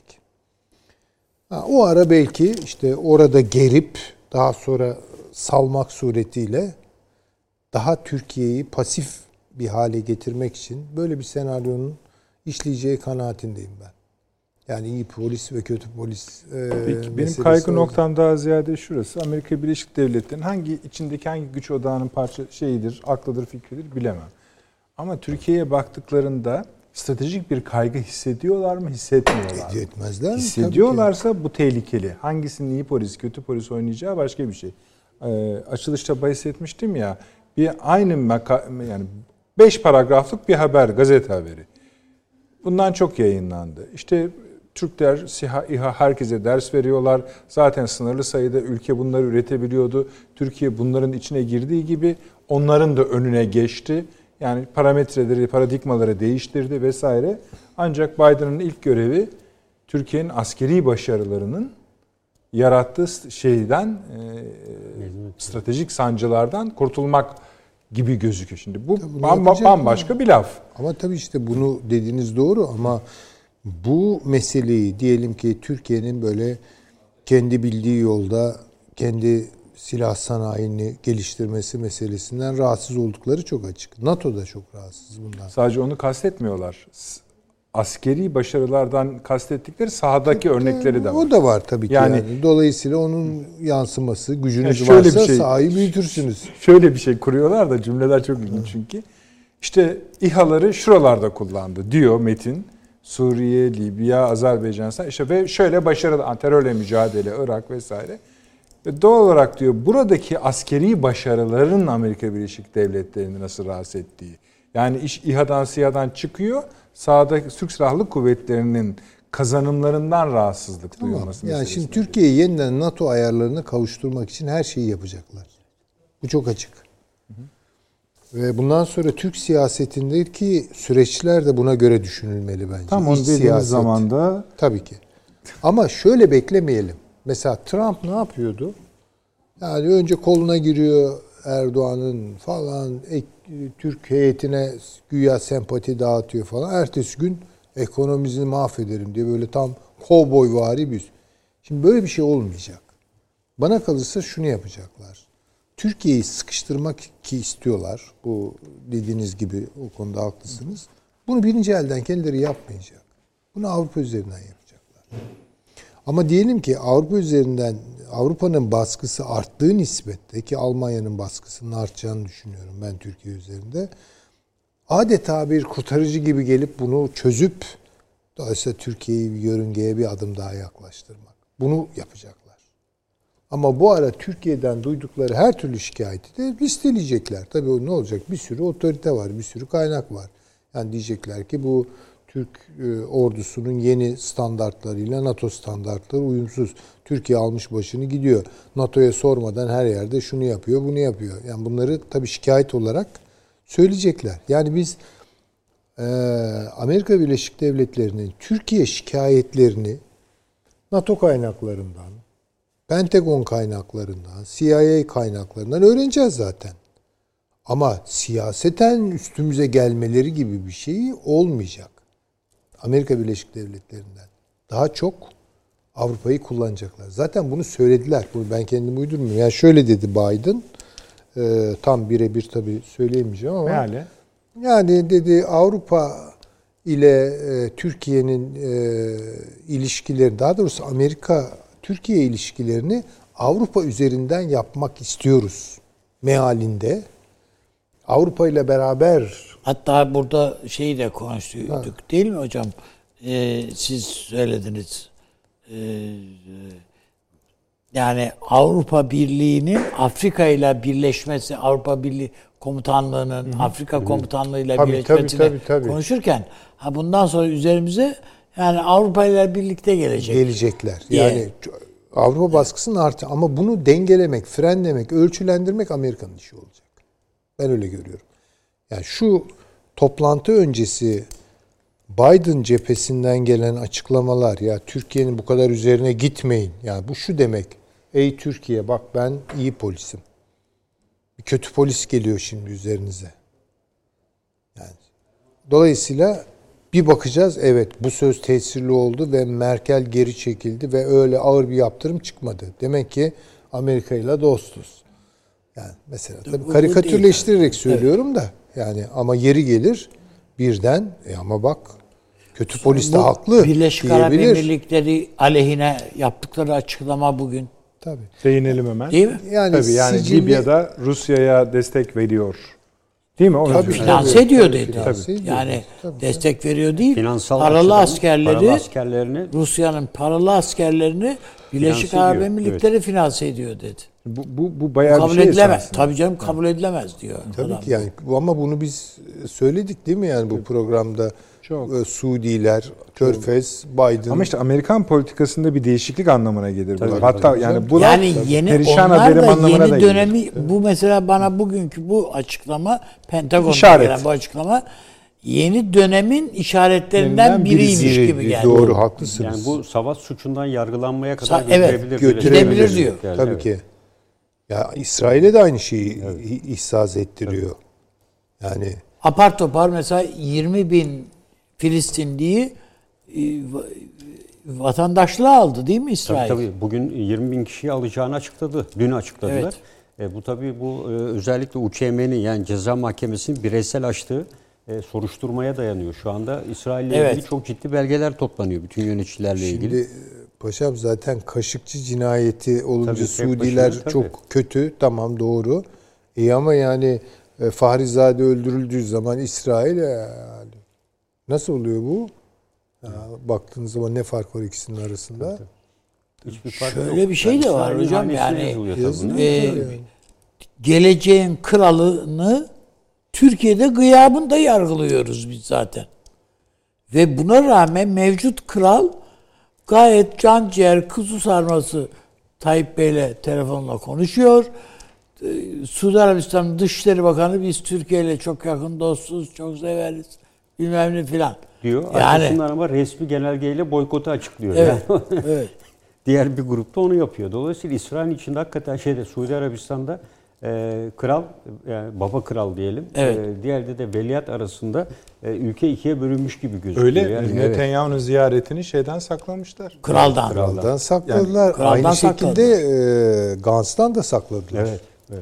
Ha, o ara belki işte orada gerip daha sonra salmak suretiyle daha Türkiye'yi pasif bir hale getirmek için böyle bir senaryonun işleyeceği kanaatindeyim ben. Yani iyi polis ve kötü polis e, Peki, benim kaygı noktam daha ziyade şurası. Amerika Birleşik Devletleri'nin hangi içindeki hangi güç odağının parça şeyidir, aklıdır, fikridir bilemem. Ama Türkiye'ye baktıklarında stratejik bir kaygı hissediyorlar mı, hissetmiyorlar mı? Etmezler mi? Hissediyorlarsa bu tehlikeli. Hangisinin iyi polis, kötü polis oynayacağı başka bir şey. Ee, açılışta bahsetmiştim ya, bir aynı maka- yani beş paragraflık bir haber, gazete haberi. Bundan çok yayınlandı. İşte Türkler, SİHA, İHA herkese ders veriyorlar. Zaten sınırlı sayıda ülke bunları üretebiliyordu. Türkiye bunların içine girdiği gibi onların da önüne geçti. Yani parametreleri, paradigmaları değiştirdi vesaire. Ancak Biden'ın ilk görevi Türkiye'nin askeri başarılarının yarattığı şeyden, e, stratejik sancılardan kurtulmak gibi gözüküyor. Şimdi bu bam- bambaşka ama, bir laf. Ama tabii işte bunu dediğiniz doğru ama bu meseleyi diyelim ki Türkiye'nin böyle kendi bildiği yolda kendi silah sanayini geliştirmesi meselesinden rahatsız oldukları çok açık. NATO da çok rahatsız bundan. Sadece onu kastetmiyorlar. Askeri başarılardan kastettikleri sahadaki tabii, örnekleri de var. O da var tabii ki. Yani, yani. Dolayısıyla onun yansıması, gücünüz yani varsa şey, sahayı büyütürsünüz. Şöyle bir şey kuruyorlar da cümleler çok ilginç çünkü. İşte İHA'ları şuralarda kullandı diyor Metin. Suriye, Libya, Azerbaycan işte ve şöyle başarılı terörle mücadele, Irak vesaire. Ve doğal olarak diyor buradaki askeri başarıların Amerika Birleşik Devletleri'ni nasıl rahatsız ettiği. Yani iş İHA'dan, SİHA'dan çıkıyor. Sahada Türk Silahlı Kuvvetleri'nin kazanımlarından rahatsızlık tamam. duyulması yani şimdi Türkiye'yi yeniden NATO ayarlarına kavuşturmak için her şeyi yapacaklar. Bu çok açık. Hı hı. Ve bundan sonra Türk siyasetindeki süreçler de buna göre düşünülmeli bence. Tam onu dediğimiz zamanda. Tabii ki. Ama şöyle beklemeyelim. Mesela Trump ne yapıyordu? Yani önce koluna giriyor Erdoğan'ın falan, Türk heyetine güya sempati dağıtıyor falan. Ertesi gün ekonomimizi mahvederim diye böyle tam kovboyvari bir. Şimdi böyle bir şey olmayacak. Bana kalırsa şunu yapacaklar. Türkiye'yi sıkıştırmak ki istiyorlar. Bu dediğiniz gibi o konuda haklısınız. Bunu birinci elden kendileri yapmayacak. Bunu Avrupa üzerinden yapacaklar. Ama diyelim ki Avrupa üzerinden Avrupa'nın baskısı arttığı nispette ki Almanya'nın baskısının artacağını düşünüyorum ben Türkiye üzerinde. Adeta bir kurtarıcı gibi gelip bunu çözüp dolayısıyla Türkiye'yi bir yörüngeye bir adım daha yaklaştırmak. Bunu yapacaklar. Ama bu ara Türkiye'den duydukları her türlü şikayeti de listeleyecekler. Tabii o ne olacak? Bir sürü otorite var, bir sürü kaynak var. Yani diyecekler ki bu Türk e, ordusunun yeni standartlarıyla NATO standartları uyumsuz. Türkiye almış başını gidiyor. NATO'ya sormadan her yerde şunu yapıyor, bunu yapıyor. Yani bunları tabii şikayet olarak söyleyecekler. Yani biz e, Amerika Birleşik Devletleri'nin Türkiye şikayetlerini NATO kaynaklarından, Pentagon kaynaklarından, C I A kaynaklarından öğreneceğiz zaten. Ama siyaseten üstümüze gelmeleri gibi bir şey olmayacak. Amerika Birleşik Devletleri'nden. Daha çok Avrupa'yı kullanacaklar. Zaten bunu söylediler. Bunu ben kendim uydurmuyorum. Yani şöyle dedi Biden. E, tam birebir tabii söyleyemeyeceğim ama. Meali. Yani dedi Avrupa ile e, Türkiye'nin e, ilişkileri, daha doğrusu Amerika-Türkiye ilişkilerini Avrupa üzerinden yapmak istiyoruz mealinde. Avrupa ile beraber. Hatta burada şeyi de konuştuk ha. değil mi hocam? Ee, siz söylediniz. Ee, yani Avrupa Birliği'nin Afrika ile birleşmesi, Avrupa Birliği Komutanlığı'nın Hı-hı. Afrika Komutanlığı ile birleşmesini konuşurken ha bundan sonra üzerimize yani Avrupa ile birlikte gelecek. Gelecekler. Diye. Yani Avrupa baskısının artı ama bunu dengelemek, frenlemek, ölçülendirmek Amerika'nın işi olacak. Ben öyle görüyorum. Yani şu toplantı öncesi Biden cephesinden gelen açıklamalar ya Türkiye'nin bu kadar üzerine gitmeyin. Yani bu şu demek. Ey Türkiye bak ben iyi polisim. Bir kötü polis geliyor şimdi üzerinize. Yani dolayısıyla bir bakacağız evet bu söz tesirli oldu ve Merkel geri çekildi ve öyle ağır bir yaptırım çıkmadı. Demek ki Amerika ile dostuz. Yani mesela tabii karikatürleştirerek söylüyorum da yani ama yeri gelir birden e ama bak kötü polis de haklı Birleşik Arap Emirlikleri aleyhine yaptıkları açıklama bugün. Tabii. Değinelim hemen. Değil mi? Yani, tabii yani sicilli... Libya'da Rusya'ya destek veriyor Değil mi? O Tabii, Finanse tabii, ediyor tabii, dedi. finanse ediyor. Yani Tabii, destek veriyor değil. Finansal paralı açıdan askerleri, paralı askerlerini Rusya'nın paralı askerlerini Birleşik Finanse Arap ediyor, Emirlikleri finanse ediyor dedi. Bu, bu, bu Bu bayağı kabul bir şey edilemez. esasında. Tabii canım kabul edilemez diyor. Tabii adam. ki yani bu- ama bunu biz söyledik değil mi yani bu programda Çok. e, Suudiler, Körfez, Biden. Ama işte Amerikan politikasında bir değişiklik anlamına gelir. Tabii, bu. Hatta tabii. yani buna Yani yeni perişan onlar haberim da anlamına yeni da dönemi gelir. bu mesela bana bugünkü bu açıklama Pentagon'dan İşaret. gelen bu açıklama yeni dönemin işaretlerinden Lerinden biriymiş birisi. gibi geldi. Doğru, haklısınız. yani bu savaş suçundan yargılanmaya kadar Sa- evet, götürebilir. götürebilir Birleşik diyor. Devletler. Tabii Evet. ki. Ya İsrail'e de aynı şeyi i- ihsas ettiriyor. Yani Apar topar mesela yirmi bin Filistinliyi e, va- vatandaşlığa aldı değil mi İsrail? Tabii tabii. Bugün yirmi bin kişiyi alacağını açıkladı. Dün açıkladılar. Evet. E, bu tabii bu e, özellikle U Ç M'nin yani ceza mahkemesinin bireysel açtığı e, soruşturmaya dayanıyor. Şu anda İsrail'le Evet. ilgili çok ciddi belgeler toplanıyor bütün yöneticilerle ilgili. şimdi paşam zaten Kaşıkçı cinayeti olunca Tabii, tek Suudiler başına, tabii. çok kötü. Tamam doğru. İyi ama yani e, Fahrizade öldürüldüğü zaman İsrail e, yani nasıl oluyor bu? Ya, baktığınız zaman ne fark var ikisinin arasında? Hiçbir fark Şöyle yok. bir şey de var İsrail'in hocam, hanesine yani yazılıyor tabii Yazılıyor bunlar. Ee, tabii yani. Geleceğin kralını Türkiye'de gıyabında yargılıyoruz biz zaten. Ve buna rağmen mevcut kral gayet can ciğer kuzu sarması Tayyip Bey'le telefonla konuşuyor. Ee, Suudi Arabistan'ın Dışişleri Bakanı biz Türkiye ile çok yakın dostuz, çok severiz bilmem ne filan. diyor. Yani- Arkasından ama resmi genelgeyle boykotu açıklıyor. Evet, Yani evet. diğer bir grupta onu yapıyor. Dolayısıyla İsrail içinde hakikaten şeyde Suudi Arabistan'da e, kral, yani baba kral diyelim. Evet. E, diğerde de veliaht arasında e, ülke ikiye bölünmüş gibi gözüküyor. Öyle Yani, evet. Netanyahu'nun ziyaretini şeyden saklamışlar. Kraldan. Kraldan sakladılar. Yani kraldan Aynı şekilde e, Gantz'tan da sakladılar. Evet. Evet.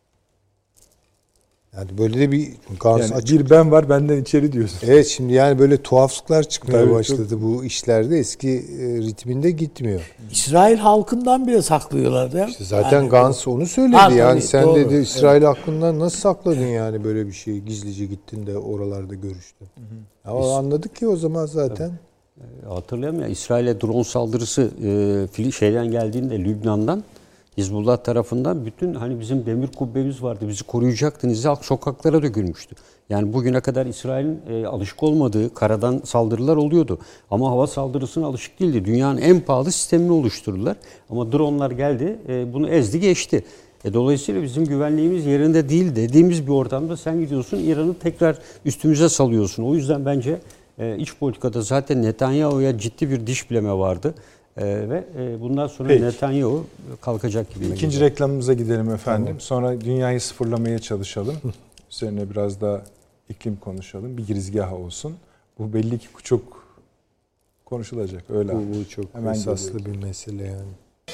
Yani böyle de bir Gantz Yani açık. bir ben var benden içeri diyorsun. Evet şimdi yani böyle tuhaflıklar çıkmaya Tabii, başladı bu işlerde. Eski e, ritminde gitmiyor. İsrail halkından bile saklıyorlar değil mi? İşte zaten Yani- Gantz onu söyledi. Ha, tabii, yani sen doğru. dedi İsrail hakkında nasıl sakladın yani böyle bir şeyi? Gizlice gittin de oralarda görüştün. Ya o anladık ki o zaman zaten. Hatırlayalım ya İsrail'e drone saldırısı e, Fili- şeyden geldiğinde Lübnan'dan Hizbullah tarafından bütün hani bizim demir kubbemiz vardı bizi koruyacaktınız halk sokaklara dökülmüştü. Yani bugüne kadar İsrail'in e, alışık olmadığı karadan saldırılar oluyordu. Ama hava saldırısına alışık değildi. Dünyanın en pahalı sistemini oluşturdular. Ama dronlar geldi e, bunu ezdi geçti. E, dolayısıyla bizim güvenliğimiz yerinde değil dediğimiz bir ortamda sen gidiyorsun İran'ı tekrar üstümüze salıyorsun. O yüzden bence e, iç politikada zaten Netanyahu'ya ciddi bir diş bileme vardı. E, ve e, bundan sonra Peki. Netanyahu kalkacak gibi. İkinci reklamımıza gidelim efendim. Sonra dünyayı sıfırlamaya çalışalım. Üzerine biraz da iklim konuşalım. Bir girizgah olsun. Bu belli ki çok konuşulacak. Öyle. Bu, bu çok Hemen esaslı geliyoruz. bir mesele yani.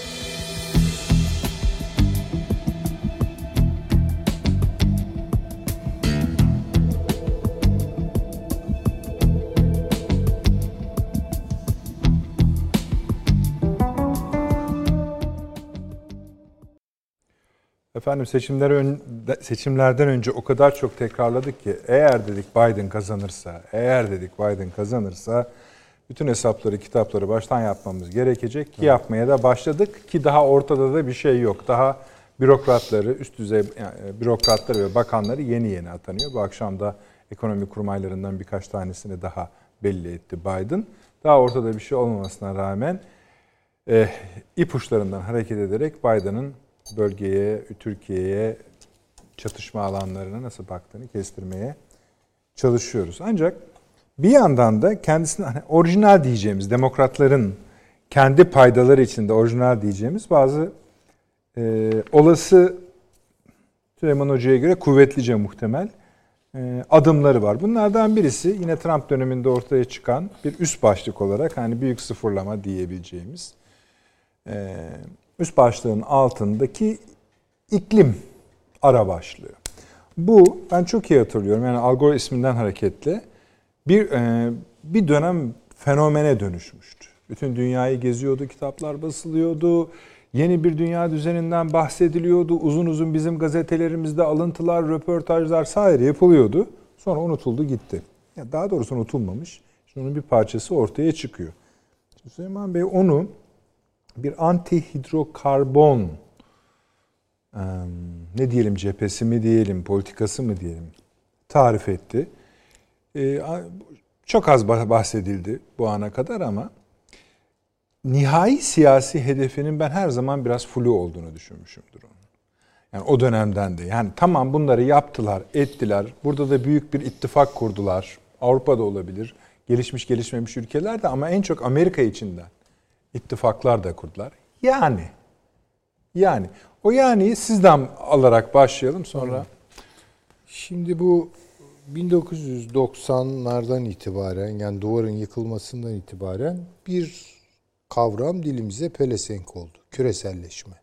Efendim seçimler ön, seçimlerden önce o kadar çok tekrarladık ki eğer dedik Biden kazanırsa, eğer dedik Biden kazanırsa bütün hesapları, kitapları baştan yapmamız gerekecek ki yapmaya da başladık ki daha ortada da bir şey yok. Daha bürokratları, üst düzey yani bürokratları ve bakanları yeni yeni atanıyor. Bu akşam da ekonomi kurmaylarından birkaç tanesini daha belli etti Biden. Daha ortada bir şey olmamasına rağmen e, ipuçlarından hareket ederek Biden'ın bölgeye, Türkiye'ye, çatışma alanlarına nasıl baktığını kestirmeye çalışıyoruz. Ancak bir yandan da kendisine hani orijinal diyeceğimiz, demokratların kendi paydaları içinde orijinal diyeceğimiz bazı e, olası Süleyman Hoca'ya göre kuvvetlice muhtemel e, adımları var. Bunlardan birisi yine Trump döneminde ortaya çıkan bir üst başlık olarak hani büyük sıfırlama diyebileceğimiz e, üst başlığın altındaki iklim ara başlığı. Bu ben çok iyi hatırlıyorum. Yani Al Gore isminden hareketle bir e, bir dönem fenomene dönüşmüştü. Bütün dünyayı geziyordu, kitaplar basılıyordu. Yeni bir dünya düzeninden bahsediliyordu. Uzun uzun bizim gazetelerimizde alıntılar, röportajlar saire yapılıyordu. Sonra unutuldu gitti. Ya daha doğrusu unutulmamış. Şimdi onun bir parçası ortaya çıkıyor. Şimdi Süleyman Bey onu bir anti-hidrokarbon ne diyelim cephesi mi diyelim, politikası mı diyelim tarif etti. Çok az bahsedildi bu ana kadar ama nihai siyasi hedefinin ben her zaman biraz flu olduğunu düşünmüşümdür onun. Yani o dönemden de. Yani tamam bunları yaptılar, ettiler. Burada da büyük bir ittifak kurdular. Avrupa'da olabilir, gelişmiş gelişmemiş ülkelerde ama en çok Amerika içinden ittifaklar da kurdular. Yani, yani o yaniyi sizden alarak başlayalım sonra. Şimdi bu bin dokuz yüz doksanlardan itibaren yani duvarın yıkılmasından itibaren bir kavram dilimize pelesenk oldu. Küreselleşme.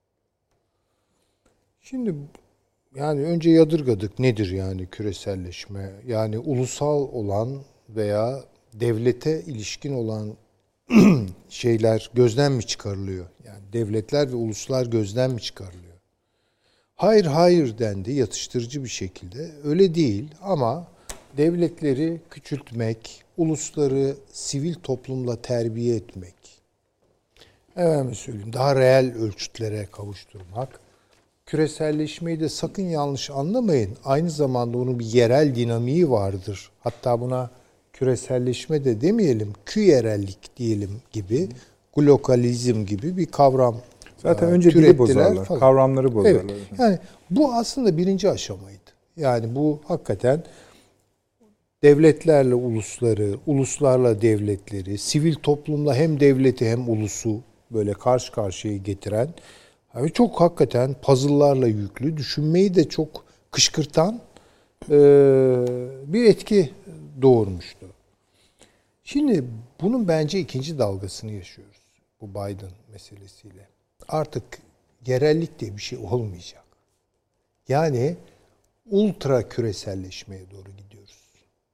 Şimdi yani önce yadırgadık nedir yani küreselleşme? Yani ulusal olan veya devlete ilişkin olan şeyler gözden mi çıkarılıyor? Yani devletler ve uluslar gözden mi çıkarılıyor? Hayır hayır dendi yatıştırıcı bir şekilde. Öyle değil ama devletleri küçültmek, ulusları sivil toplumla terbiye etmek, efendim söyleyeyim daha reel ölçütlere kavuşturmak, küreselleşmeyi de sakın yanlış anlamayın. Aynı zamanda onun bir yerel dinamiği vardır. Hatta buna küreselleşme de demeyelim, küyerellik diyelim gibi, glokalizm gibi bir kavram. Zaten önce dili bozarlar, falan. Kavramları bozarlar. Evet. Yani bu aslında birinci aşamaydı. Yani bu hakikaten devletlerle ulusları, uluslarla devletleri, sivil toplumla hem devleti hem ulusu böyle karşı karşıya getiren, yani çok hakikaten puzzle'larla yüklü, düşünmeyi de çok kışkırtan e, bir etki doğurmuştu. Şimdi bunun bence ikinci dalgasını yaşıyoruz bu Biden meselesiyle. Artık yerellik diye bir şey olmayacak. Yani ultra küreselleşmeye doğru gidiyoruz.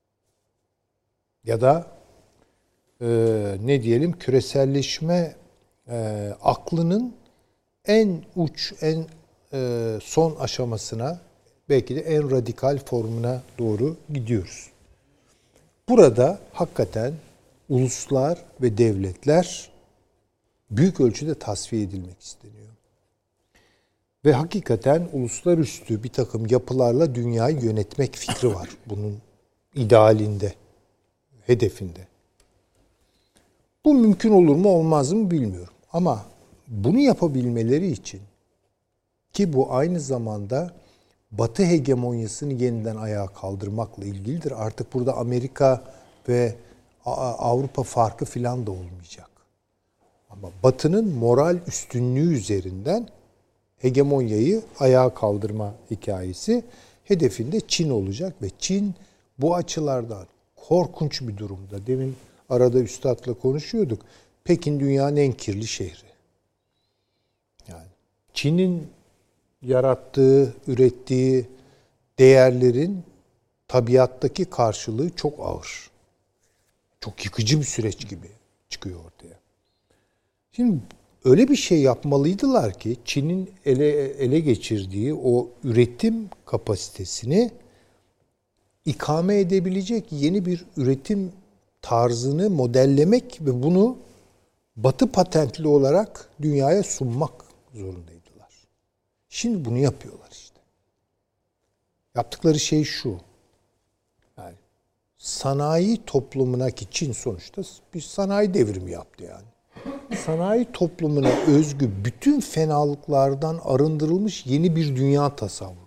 Ya da e, ne diyelim küreselleşme e, aklının en uç, en e, son aşamasına, belki de en radikal formuna doğru gidiyoruz. Burada hakikaten uluslar ve devletler büyük ölçüde tasfiye edilmek isteniyor. Ve hakikaten uluslararası bir takım yapılarla dünyayı yönetmek fikri var. Bunun idealinde, hedefinde. Bu mümkün olur mu olmaz mı bilmiyorum. Ama bunu yapabilmeleri için, ki bu aynı zamanda Batı hegemonyasını yeniden ayağa kaldırmakla ilgilidir. Artık burada Amerika ve Avrupa farkı filan da olmayacak. Ama Batı'nın moral üstünlüğü üzerinden hegemonyayı ayağa kaldırma hikayesi hedefinde Çin olacak ve Çin bu açılardan korkunç bir durumda. Demin arada üstadla konuşuyorduk. Pekin dünyanın en kirli şehri. Yani Çin'in yarattığı, ürettiği değerlerin tabiattaki karşılığı çok ağır. Çok yıkıcı bir süreç gibi çıkıyor ortaya. Şimdi öyle bir şey yapmalıydılar ki Çin'in ele, ele geçirdiği o üretim kapasitesini ikame edebilecek yeni bir üretim tarzını modellemek ve bunu Batı patentli olarak dünyaya sunmak zorundaydılar. Şimdi bunu yapıyorlar işte. Yaptıkları şey şu. Yani sanayi toplumuna, ki Çin sonuçta bir sanayi devrimi yaptı yani. Sanayi toplumuna özgü bütün fenalıklardan arındırılmış yeni bir dünya tasavvuru.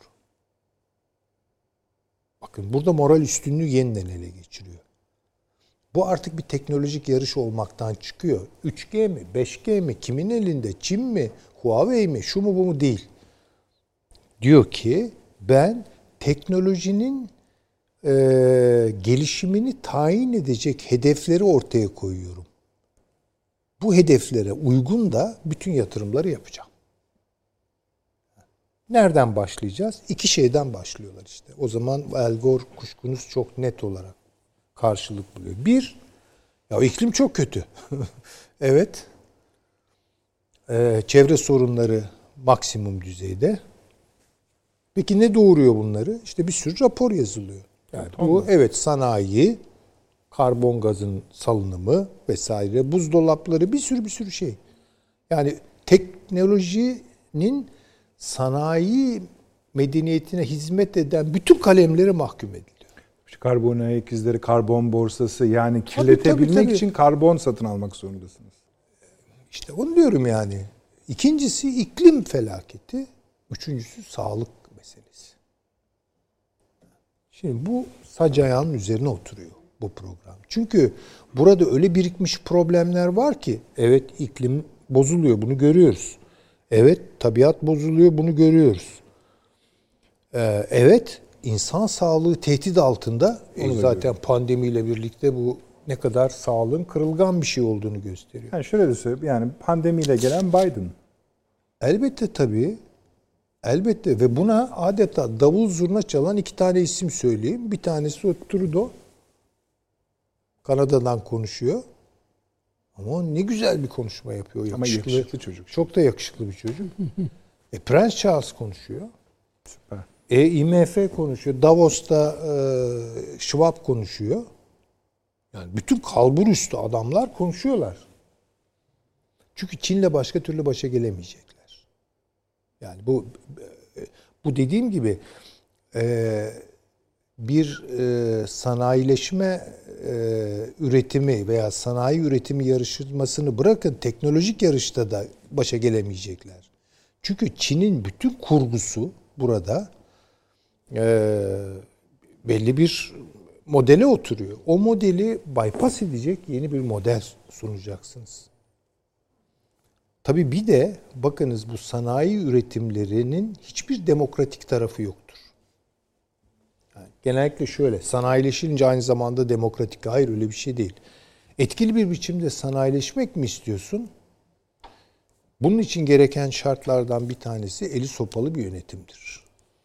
Bakın burada moral üstünlüğü yeniden ele geçiriyor. Bu artık bir teknolojik yarış olmaktan çıkıyor. üç G mi, beş G mi, kimin elinde, Çin mi, Huawei mi, şu mu bu mu değil. Diyor ki ben teknolojinin e, gelişimini tayin edecek hedefleri ortaya koyuyorum. Bu hedeflere uygun da bütün yatırımları yapacağım. Nereden başlayacağız? İki şeyden başlıyorlar işte. O zaman Al Gore kuşkunuz çok net olarak karşılık buluyor. Bir, ya iklim çok kötü. Evet. Ee, çevre sorunları maksimum düzeyde. Peki ne doğuruyor bunları? İşte bir sürü rapor yazılıyor. Yani bu evet sanayi, karbon gazın salınımı vesaire, buzdolapları, bir sürü bir sürü şey. Yani teknolojinin sanayi medeniyetine hizmet eden bütün kalemleri mahkum ediliyor. Karbon ayak izleri, karbon borsası, yani kirletebilmek tabii, tabii. için karbon satın almak zorundasınız. İşte onu diyorum yani. İkincisi iklim felaketi, üçüncüsü sağlık meselesi. Şimdi bu sac ayağının üzerine oturuyor bu program. Çünkü burada öyle birikmiş problemler var ki, evet iklim bozuluyor, bunu görüyoruz. Evet tabiat bozuluyor, bunu görüyoruz. Ee, evet insan sağlığı tehdit altında. E, zaten pandemiyle birlikte bu ne kadar sağlığın kırılgan bir şey olduğunu gösteriyor. Yani şöyle de söyleyeyim, yani pandemiyle gelen Biden. Elbette tabii. Elbette ve buna adeta davul zurna çalan iki tane isim söyleyeyim. Bir tanesi o Trudeau. Kanada'dan konuşuyor. Ama ne güzel bir konuşma yapıyor. Yakışıklı, Ama yakışıklı çocuk. Çok da yakışıklı bir çocuk. e, Prens Charles konuşuyor. Süper. E, I M F konuşuyor. Davos'ta e, Schwab konuşuyor. Yani bütün kalbur üstü adamlar konuşuyorlar. Çünkü Çin'le başka türlü başa gelemeyecekler. Yani bu bu dediğim gibi e, bir e, sanayileşme e, üretimi veya sanayi üretimi yarışmasını bırakın, teknolojik yarışta da başa gelemeyecekler. Çünkü Çin'in bütün kurgusu burada e, belli bir modele oturuyor. O modeli bypass edecek yeni bir model sunacaksınız. Tabii bir de bakınız bu sanayi üretimlerinin hiçbir demokratik tarafı yoktur. Yani genellikle şöyle, sanayileşince aynı zamanda demokratik. Hayır, öyle bir şey değil. Etkili bir biçimde sanayileşmek mi istiyorsun? Bunun için gereken şartlardan bir tanesi eli sopalı bir yönetimdir.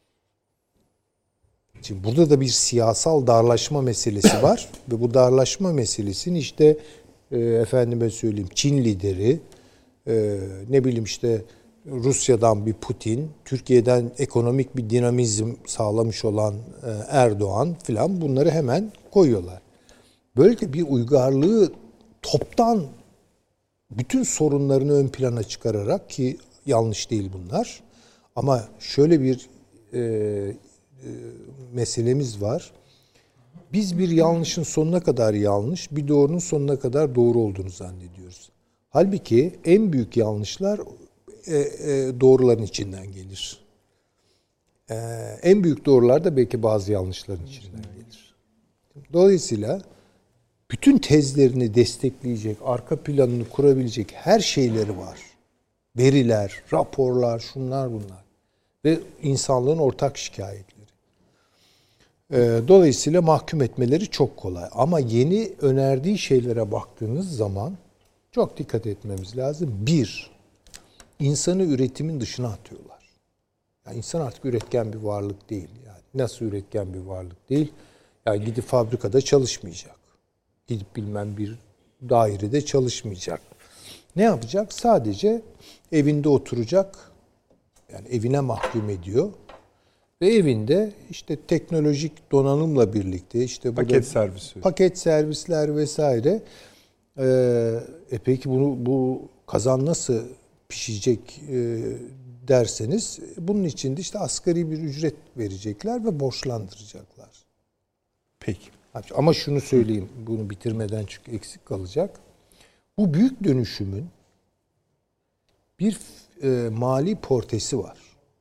Şimdi burada da bir siyasal darlaşma meselesi var ve bu darlaşma meselesini işte e, efendime söyleyeyim Çin lideri, e, ne bileyim işte Rusya'dan bir Putin, Türkiye'den ekonomik bir dinamizm sağlamış olan e, Erdoğan filan, bunları hemen koyuyorlar. Böyle bir uygarlığı toptan bütün sorunlarını ön plana çıkararak, ki yanlış değil bunlar, ama şöyle bir e, e, meselemiz var. Biz bir yanlışın sonuna kadar yanlış, bir doğrunun sonuna kadar doğru olduğunu zannediyoruz. Halbuki en büyük yanlışlar e, e, doğruların içinden gelir. E, en büyük doğrular da belki bazı yanlışların içinden gelir. Dolayısıyla bütün tezlerini destekleyecek, arka planını kurabilecek her şeyleri var. Veriler, raporlar, şunlar bunlar. Ve insanlığın ortak şikayetleri. Dolayısıyla mahkum etmeleri çok kolay. Ama yeni önerdiği şeylere baktığınız zaman çok dikkat etmemiz lazım. Bir, insanı üretimin dışına atıyorlar. Yani insan artık üretken bir varlık değil. Yani nasıl üretken bir varlık değil? Yani gidip fabrikada çalışmayacak. Gidip bilmem bir dairede çalışmayacak. Ne yapacak? Sadece evinde oturacak. Yani evine mahkum ediyor. Ve evinde işte teknolojik donanımla birlikte işte paket servisi, paket servisler vesaire. Ee, e peki bunu bu kazan nasıl pişecek e, derseniz, bunun için de işte asgari bir ücret verecekler ve borçlandıracaklar. Peki. Ama şunu söyleyeyim, bunu bitirmeden çünkü eksik kalacak. Bu büyük dönüşümün bir e, mali portesi var.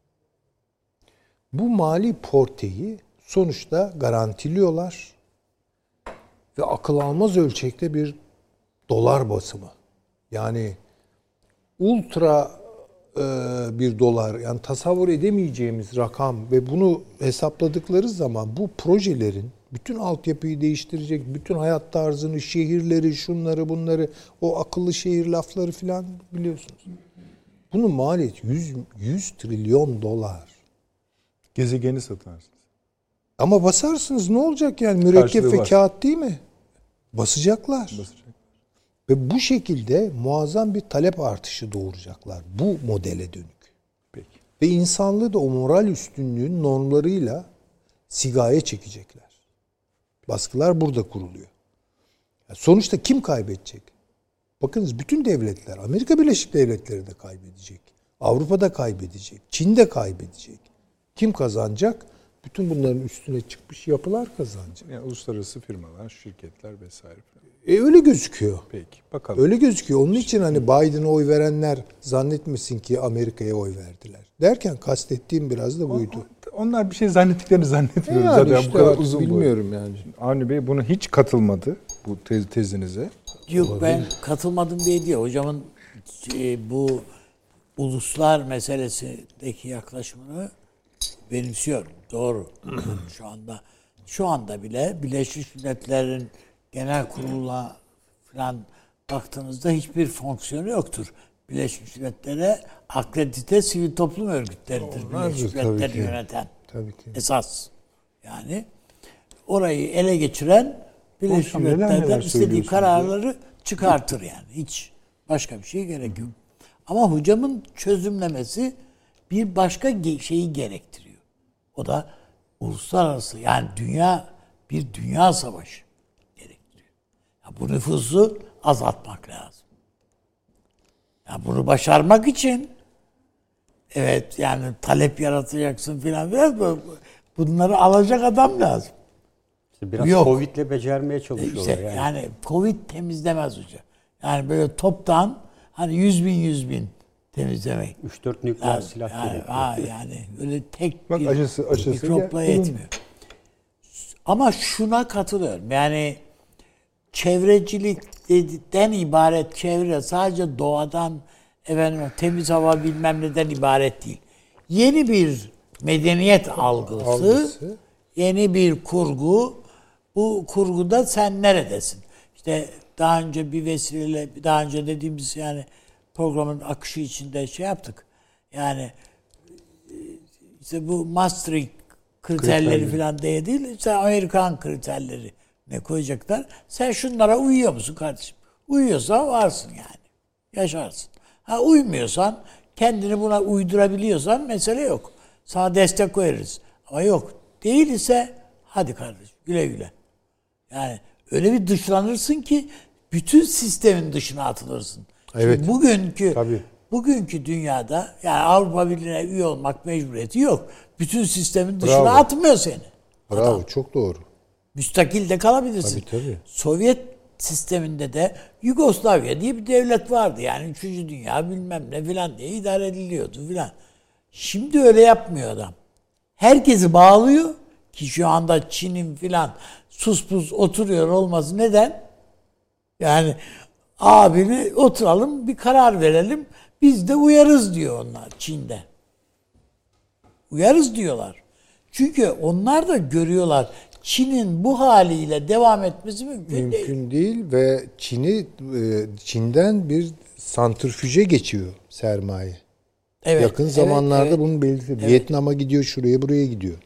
Bu mali porteyi sonuçta garantiliyorlar ve akıl almaz ölçekte bir dolar basımı. Yani ultra e, bir dolar, yani tasavvur edemeyeceğimiz rakam ve bunu hesapladıkları zaman bu projelerin bütün altyapıyı değiştirecek, bütün hayat tarzını, şehirleri, şunları bunları, o akıllı şehir lafları filan biliyorsunuz. Bunun maliyeti yüz trilyon dolar. Gezegeni satarsınız. Ama basarsınız, ne olacak yani, mürekkep Karşılığı ve var. kağıt değil mi? Basacaklar. Basacak. Ve bu şekilde muazzam bir talep artışı doğuracaklar bu modele dönük. Peki. Ve insanlığı da o moral üstünlüğün normlarıyla sigaya çekecekler. Baskılar burada kuruluyor. Yani sonuçta kim kaybedecek? Bakınız bütün devletler, Amerika Birleşik Devletleri de kaybedecek. Avrupa da kaybedecek. Çin de kaybedecek. Kim kazanacak? Bütün bunların üstüne çıkmış yapılar kazanacak. Yani uluslararası firmalar, şirketler vesaire. E öyle gözüküyor. Peki bakalım. Öyle gözüküyor. Onun için hani Biden'a oy verenler zannetmesin ki Amerika'ya oy verdiler. Derken kastettiğim biraz da buydu. Onlar bir şey zannettiklerini zannetmiyorum. Yani Zaten işte bu kadar artık uzun bilmiyorum yani. Avni Bey bunu hiç katılmadı bu tez, tezinize. Yok ben katılmadım diye değil. Hocamın e, bu uluslar meselesindeki yaklaşımını benimsiyorum. Doğru. şu anda şu anda bile Birleşmiş Milletler'in genel kuruluna falan baktığınızda hiçbir fonksiyonu yoktur. Birleşmiş Milletler'e akredite sivil toplum örgütleridir. Onlar Birleşmiş da tabii Milletler'i ki. yöneten. Tabii ki. Esas. Yani orayı ele geçiren Birleşmiş Hocam, neler Milletler'den neler istediği söylüyorsunuz kararları çıkartır yani. Hiç başka bir şeye gerek yok. Ama hocamın çözümlemesi bir başka ge- şeyi gerektiriyor. O da uluslararası yani dünya bir dünya savaşı gerektiriyor. Ya bu nüfusu azaltmak lazım. Ya bunu başarmak için evet yani talep yaratacaksın filan biraz bu- bunları alacak adam lazım. İşte biraz Yok. Covid'le becermeye çalışıyorlar İşte yani. yani Covid temizlemez hocam. Yani böyle toptan hani yüz bin yüz bin temizlemek. üç dört nükleer Yani, silah yani, gerekiyor. ha, yani öyle tek Bak bir aşısı- aşısı mikropla gel- yetmiyor. Ama şuna katılıyorum. Yani çevrecilikten ibaret çevre sadece doğadan efendim temiz hava bilmem neden ibaret değil. Yeni bir medeniyet algısı, Algısı. yeni bir kurgu. Bu kurguda sen neredesin? İşte daha önce bir vesileyle, daha önce dediğimiz yani programın akışı içinde şey yaptık. Yani işte bu Maastricht kriterleri Kriterleri. falan diye değil, işte Amerikan kriterleri ne koyacaklar? Sen şunlara uyuyor musun kardeşim? Uyuyorsan varsın yani. Yaşarsın. Ha uymuyorsan, kendini buna uydurabiliyorsan mesele yok. Sana destek veririz. Ama yok. Değil ise hadi kardeşim güle güle. Yani öyle bir dışlanırsın ki bütün sistemin dışına atılırsın. Evet. Şimdi bugünkü Tabii. bugünkü dünyada yani Avrupa Birliği'ne üye olmak mecburiyeti yok. Bütün sistemin dışına Bravo. atmıyor seni. Bravo, Adam. çok doğru. Müstakil de kalabilirsin. Tabii, tabii. Sovyet sisteminde de Yugoslavya diye bir devlet vardı. Yani üçüncü dünya bilmem ne filan diye idare ediliyordu filan. Şimdi öyle yapmıyor adam. Herkesi bağlıyor ki şu anda Çin'in filan sus pus oturuyor olması neden? Yani abini oturalım bir karar verelim biz de uyarız diyor onlar Çin'de. Uyarız diyorlar. Çünkü onlar da görüyorlar Çin'in bu haliyle devam etmesi mümkün, değil. Mümkün değil ve Çin'i e, Çin'den bir santrifüje geçiyor sermaye. Evet, Yakın evet, zamanlarda evet. bunu belirtti. Evet. Vietnam'a gidiyor, şuraya buraya gidiyor.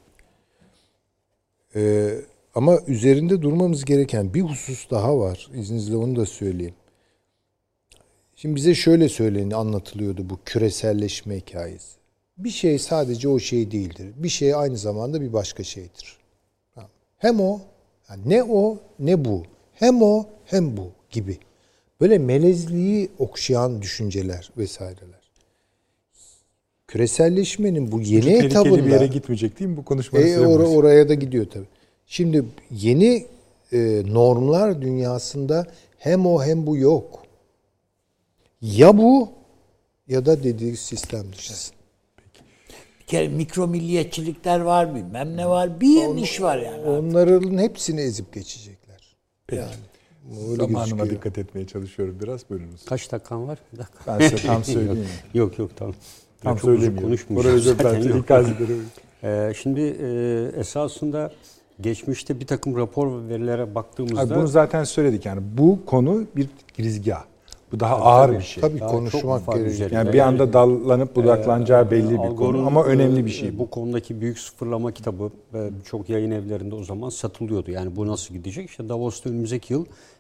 Ee, ama üzerinde durmamız gereken bir husus daha var. İzninizle onu da söyleyeyim. Şimdi bize şöyle söyleni anlatılıyordu bu küreselleşme hikayesi. Bir şey sadece o şey değildir. Bir şey aynı zamanda bir başka şeydir. Hem o, yani ne o ne bu. Hem o hem bu gibi. Böyle melezliği okşayan düşünceler vesaireler. Küreselleşmenin bu yeni Tehlikeli etabında... bir yere gitmeyecek değil mi bu konuşmanın? E, or- oraya da gidiyor tabii. Şimdi yeni e, normlar dünyasında hem o hem bu yok. Ya bu ya da dediği sistem dışısı. Bir kere mikro milliyetçilikler var bilmem ne var. Bir yerin iş var yani. Onların hepsini ezip geçecekler. Peki. Yani öyle Zamanıma gözüküyor. dikkat etmeye çalışıyorum biraz bölümümüz. Kaç dakikan var? Bir dakika. Ben size tam söyleyeyim. Yok yok tamam. Tam Çok uzun söylemiyorum. konuşmayacağım Oraya zaten, özel yok. ikaz ederim. Ee, şimdi e, esasında geçmişte bir takım rapor ve verilere baktığımızda... Abi bunu zaten söyledik yani bu konu bir girizgah. Bu daha Tabii, ağır tabii. bir şey. Tabii Daha konuşmak çok ufak gerekiyor. üzerinde. Yani bir anda dallanıp budaklanacağı belli bir Al konu Gore'un, ama önemli e, bir şey. Bu konudaki büyük sıfırlama kitabı e, çok yayın evlerinde o zaman satılıyordu. Yani bu nasıl gidecek? İşte Davos'ta önümüzdeki yıl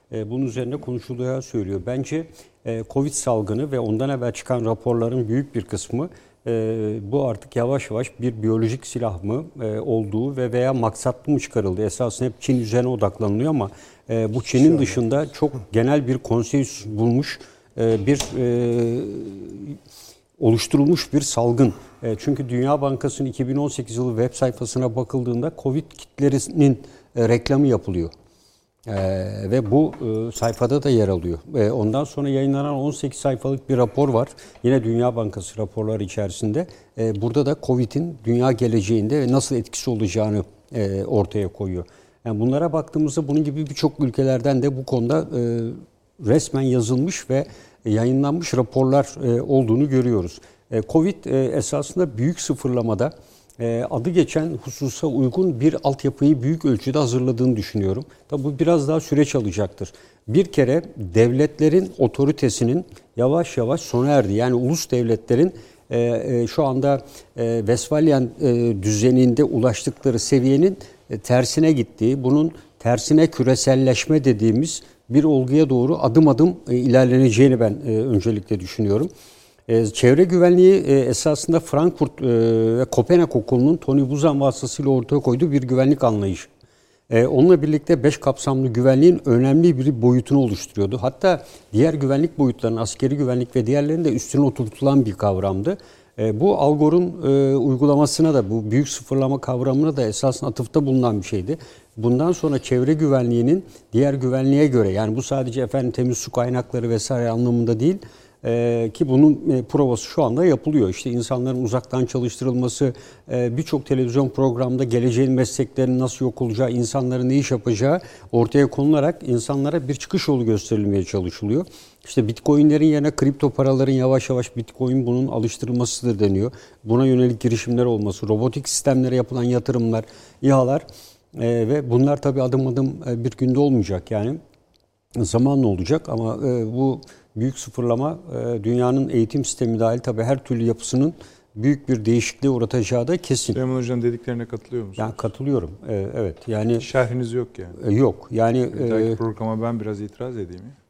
e, bunun üzerine konuşulacağı söylüyor. Bence e, Covid salgını ve ondan evvel çıkan raporların büyük bir kısmı e, bu artık yavaş yavaş bir biyolojik silah mı e, olduğu ve veya maksatlı mı çıkarıldı. Esasında hep Çin üzerine odaklanılıyor ama e, bu Çin'in dışında çok genel bir konsensüs bulmuş e, bir e, oluşturulmuş bir salgın. E, çünkü Dünya Bankası'nın iki bin on sekiz yılı web sayfasına bakıldığında Covid kitlerinin e, reklamı yapılıyor. E, ve bu e, sayfada da yer alıyor. E, ondan sonra yayınlanan on sekiz sayfalık bir rapor var. Yine Dünya Bankası raporları içerisinde. E, burada da Covid'in dünya geleceğinde ve nasıl etkisi olacağını e, ortaya koyuyor. Yani bunlara baktığımızda bunun gibi birçok ülkelerden de bu konuda e, resmen yazılmış ve yayınlanmış raporlar e, olduğunu görüyoruz. E, Covid e, esasında büyük sıfırlamada e, adı geçen hususa uygun bir altyapıyı büyük ölçüde hazırladığını düşünüyorum. Tabi bu biraz daha süreç alacaktır. Bir kere devletlerin otoritesinin yavaş yavaş sona erdi. Yani ulus devletlerin e, e, şu anda e, Westfalyan e, düzeninde ulaştıkları seviyenin e, tersine gittiği, bunun tersine küreselleşme dediğimiz bir olguya doğru adım adım e, ilerleneceğini ben e, öncelikle düşünüyorum. E, çevre güvenliği e, esasında Frankfurt e, ve Kopenhag Okulu'nun Tony Buzan vasıtasıyla ortaya koyduğu bir güvenlik anlayışı. E, onunla birlikte beş kapsamlı güvenliğin önemli bir boyutunu oluşturuyordu. Hatta diğer güvenlik boyutlarının, askeri güvenlik ve diğerlerinin de üstüne oturtulan bir kavramdı. E, bu Al Gore'un e, uygulamasına da, bu büyük sıfırlama kavramına da esasında atıfta bulunan bir şeydi. Bundan sonra çevre güvenliğinin diğer güvenliğe göre, yani bu sadece efendim temiz su kaynakları vesaire anlamında değil, e, ki bunun e, provası şu anda yapılıyor. İşte insanların uzaktan çalıştırılması, e, birçok televizyon programda geleceğin mesleklerinin nasıl yok olacağı, insanların ne iş yapacağı ortaya konularak insanlara bir çıkış yolu gösterilmeye çalışılıyor. İşte Bitcoin'lerin yerine kripto paraların yavaş yavaş Bitcoin bunun alıştırılmasıdır deniyor. Buna yönelik girişimler olması, robotik sistemlere yapılan yatırımlar, İHA'lar e, ve bunlar tabii adım adım e, bir günde olmayacak, yani zamanla olacak ama e, bu büyük sıfırlama e, dünyanın eğitim sistemi dahil tabii her türlü yapısının büyük bir değişikliğe uğratacağı da kesin. Süleyman Hoca'nın dediklerine katılıyor musunuz? Yani katılıyorum. E, evet. Yani şerhiniz yok yani. E, yok. Yani e, e, programa ben biraz itiraz edeyim mi?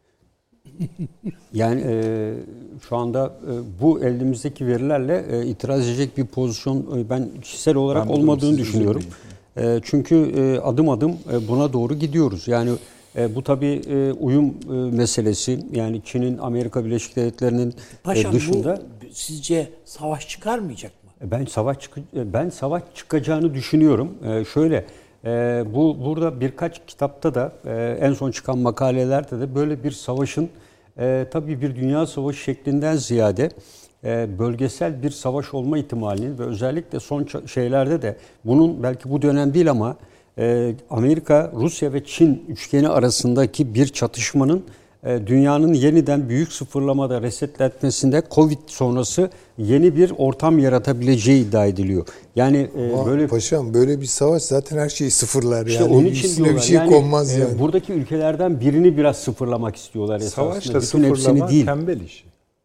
Yani e, şu anda e, bu elimizdeki verilerle e, itiraz edecek bir pozisyon e, ben kişisel olarak ben olmadığını düşünüyorum. E, çünkü e, adım adım e, buna doğru gidiyoruz. Yani e, bu tabii e, uyum e, meselesi. Yani Çin'in, Amerika Birleşik Devletleri'nin Paşam, e, dışında. Bu sizce savaş çıkarmayacak mı? Ben savaş çık ben savaş çıkacağını düşünüyorum. E, şöyle. E, bu burada birkaç kitapta da e, en son çıkan makalelerde de böyle bir savaşın e, tabii bir dünya savaşı şeklinden ziyade e, bölgesel bir savaş olma ihtimalinin ve özellikle son şeylerde de bunun belki bu dönem değil ama e, Amerika, Rusya ve Çin üçgeni arasındaki bir çatışmanın e, dünyanın yeniden büyük sıfırlamada resetlenmesinde Covid sonrası yeni bir ortam yaratabileceği iddia ediliyor. Yani e, böyle paşam böyle bir savaş zaten her şeyi sıfırlar işte yani. Onun için üstüne diyorlar. bir şey yani, konmaz yani. E, buradaki ülkelerden birini biraz sıfırlamak istiyorlar esasında. Savaşta Bütün sıfırlama değil. tembel işi.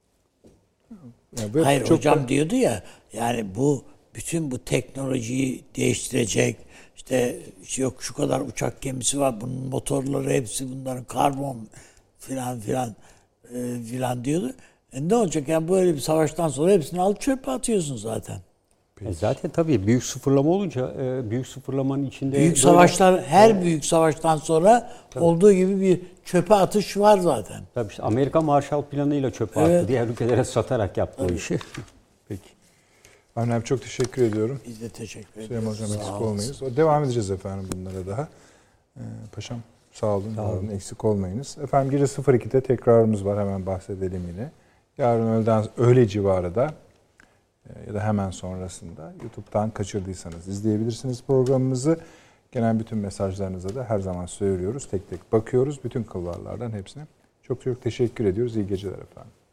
Yani Hayır hocam da... diyordu ya, yani bu bütün bu teknolojiyi değiştirecek, işte yok şu kadar uçak gemisi var, bunun motorları hepsi bunların karbon filan filan e, filan diyordu. E ne olacak yani, böyle bir savaştan sonra hepsini alıp çöpe atıyorsun zaten. E zaten tabii büyük sıfırlama olunca e, büyük sıfırlamanın içinde büyük böyle, savaşlar her e, büyük savaştan sonra tabii. olduğu gibi bir çöpe atış var zaten. Tabii işte Amerika Marshall Planı'yla çöpe evet. attı. Diğer ülkelere satarak yaptı tabii. o işi. Peki. Avni abi çok teşekkür ediyorum. Biz de teşekkür ederiz. Süleyman Hocam eksik olmayınız. Devam edeceğiz efendim bunlara daha. Ee, paşam sağ olun. Sağ olun. Eksik olmayınız. Efendim gece sıfır iki'de tekrarımız var. Hemen bahsedelim yine. Yarın öğleden öğle civarı da ya da hemen sonrasında YouTube'dan kaçırdıysanız izleyebilirsiniz programımızı. Gelen bütün mesajlarınıza da her zaman söylüyoruz. Tek tek bakıyoruz. Bütün kulvarlardan hepsine. Çok çok teşekkür ediyoruz. İyi geceler efendim.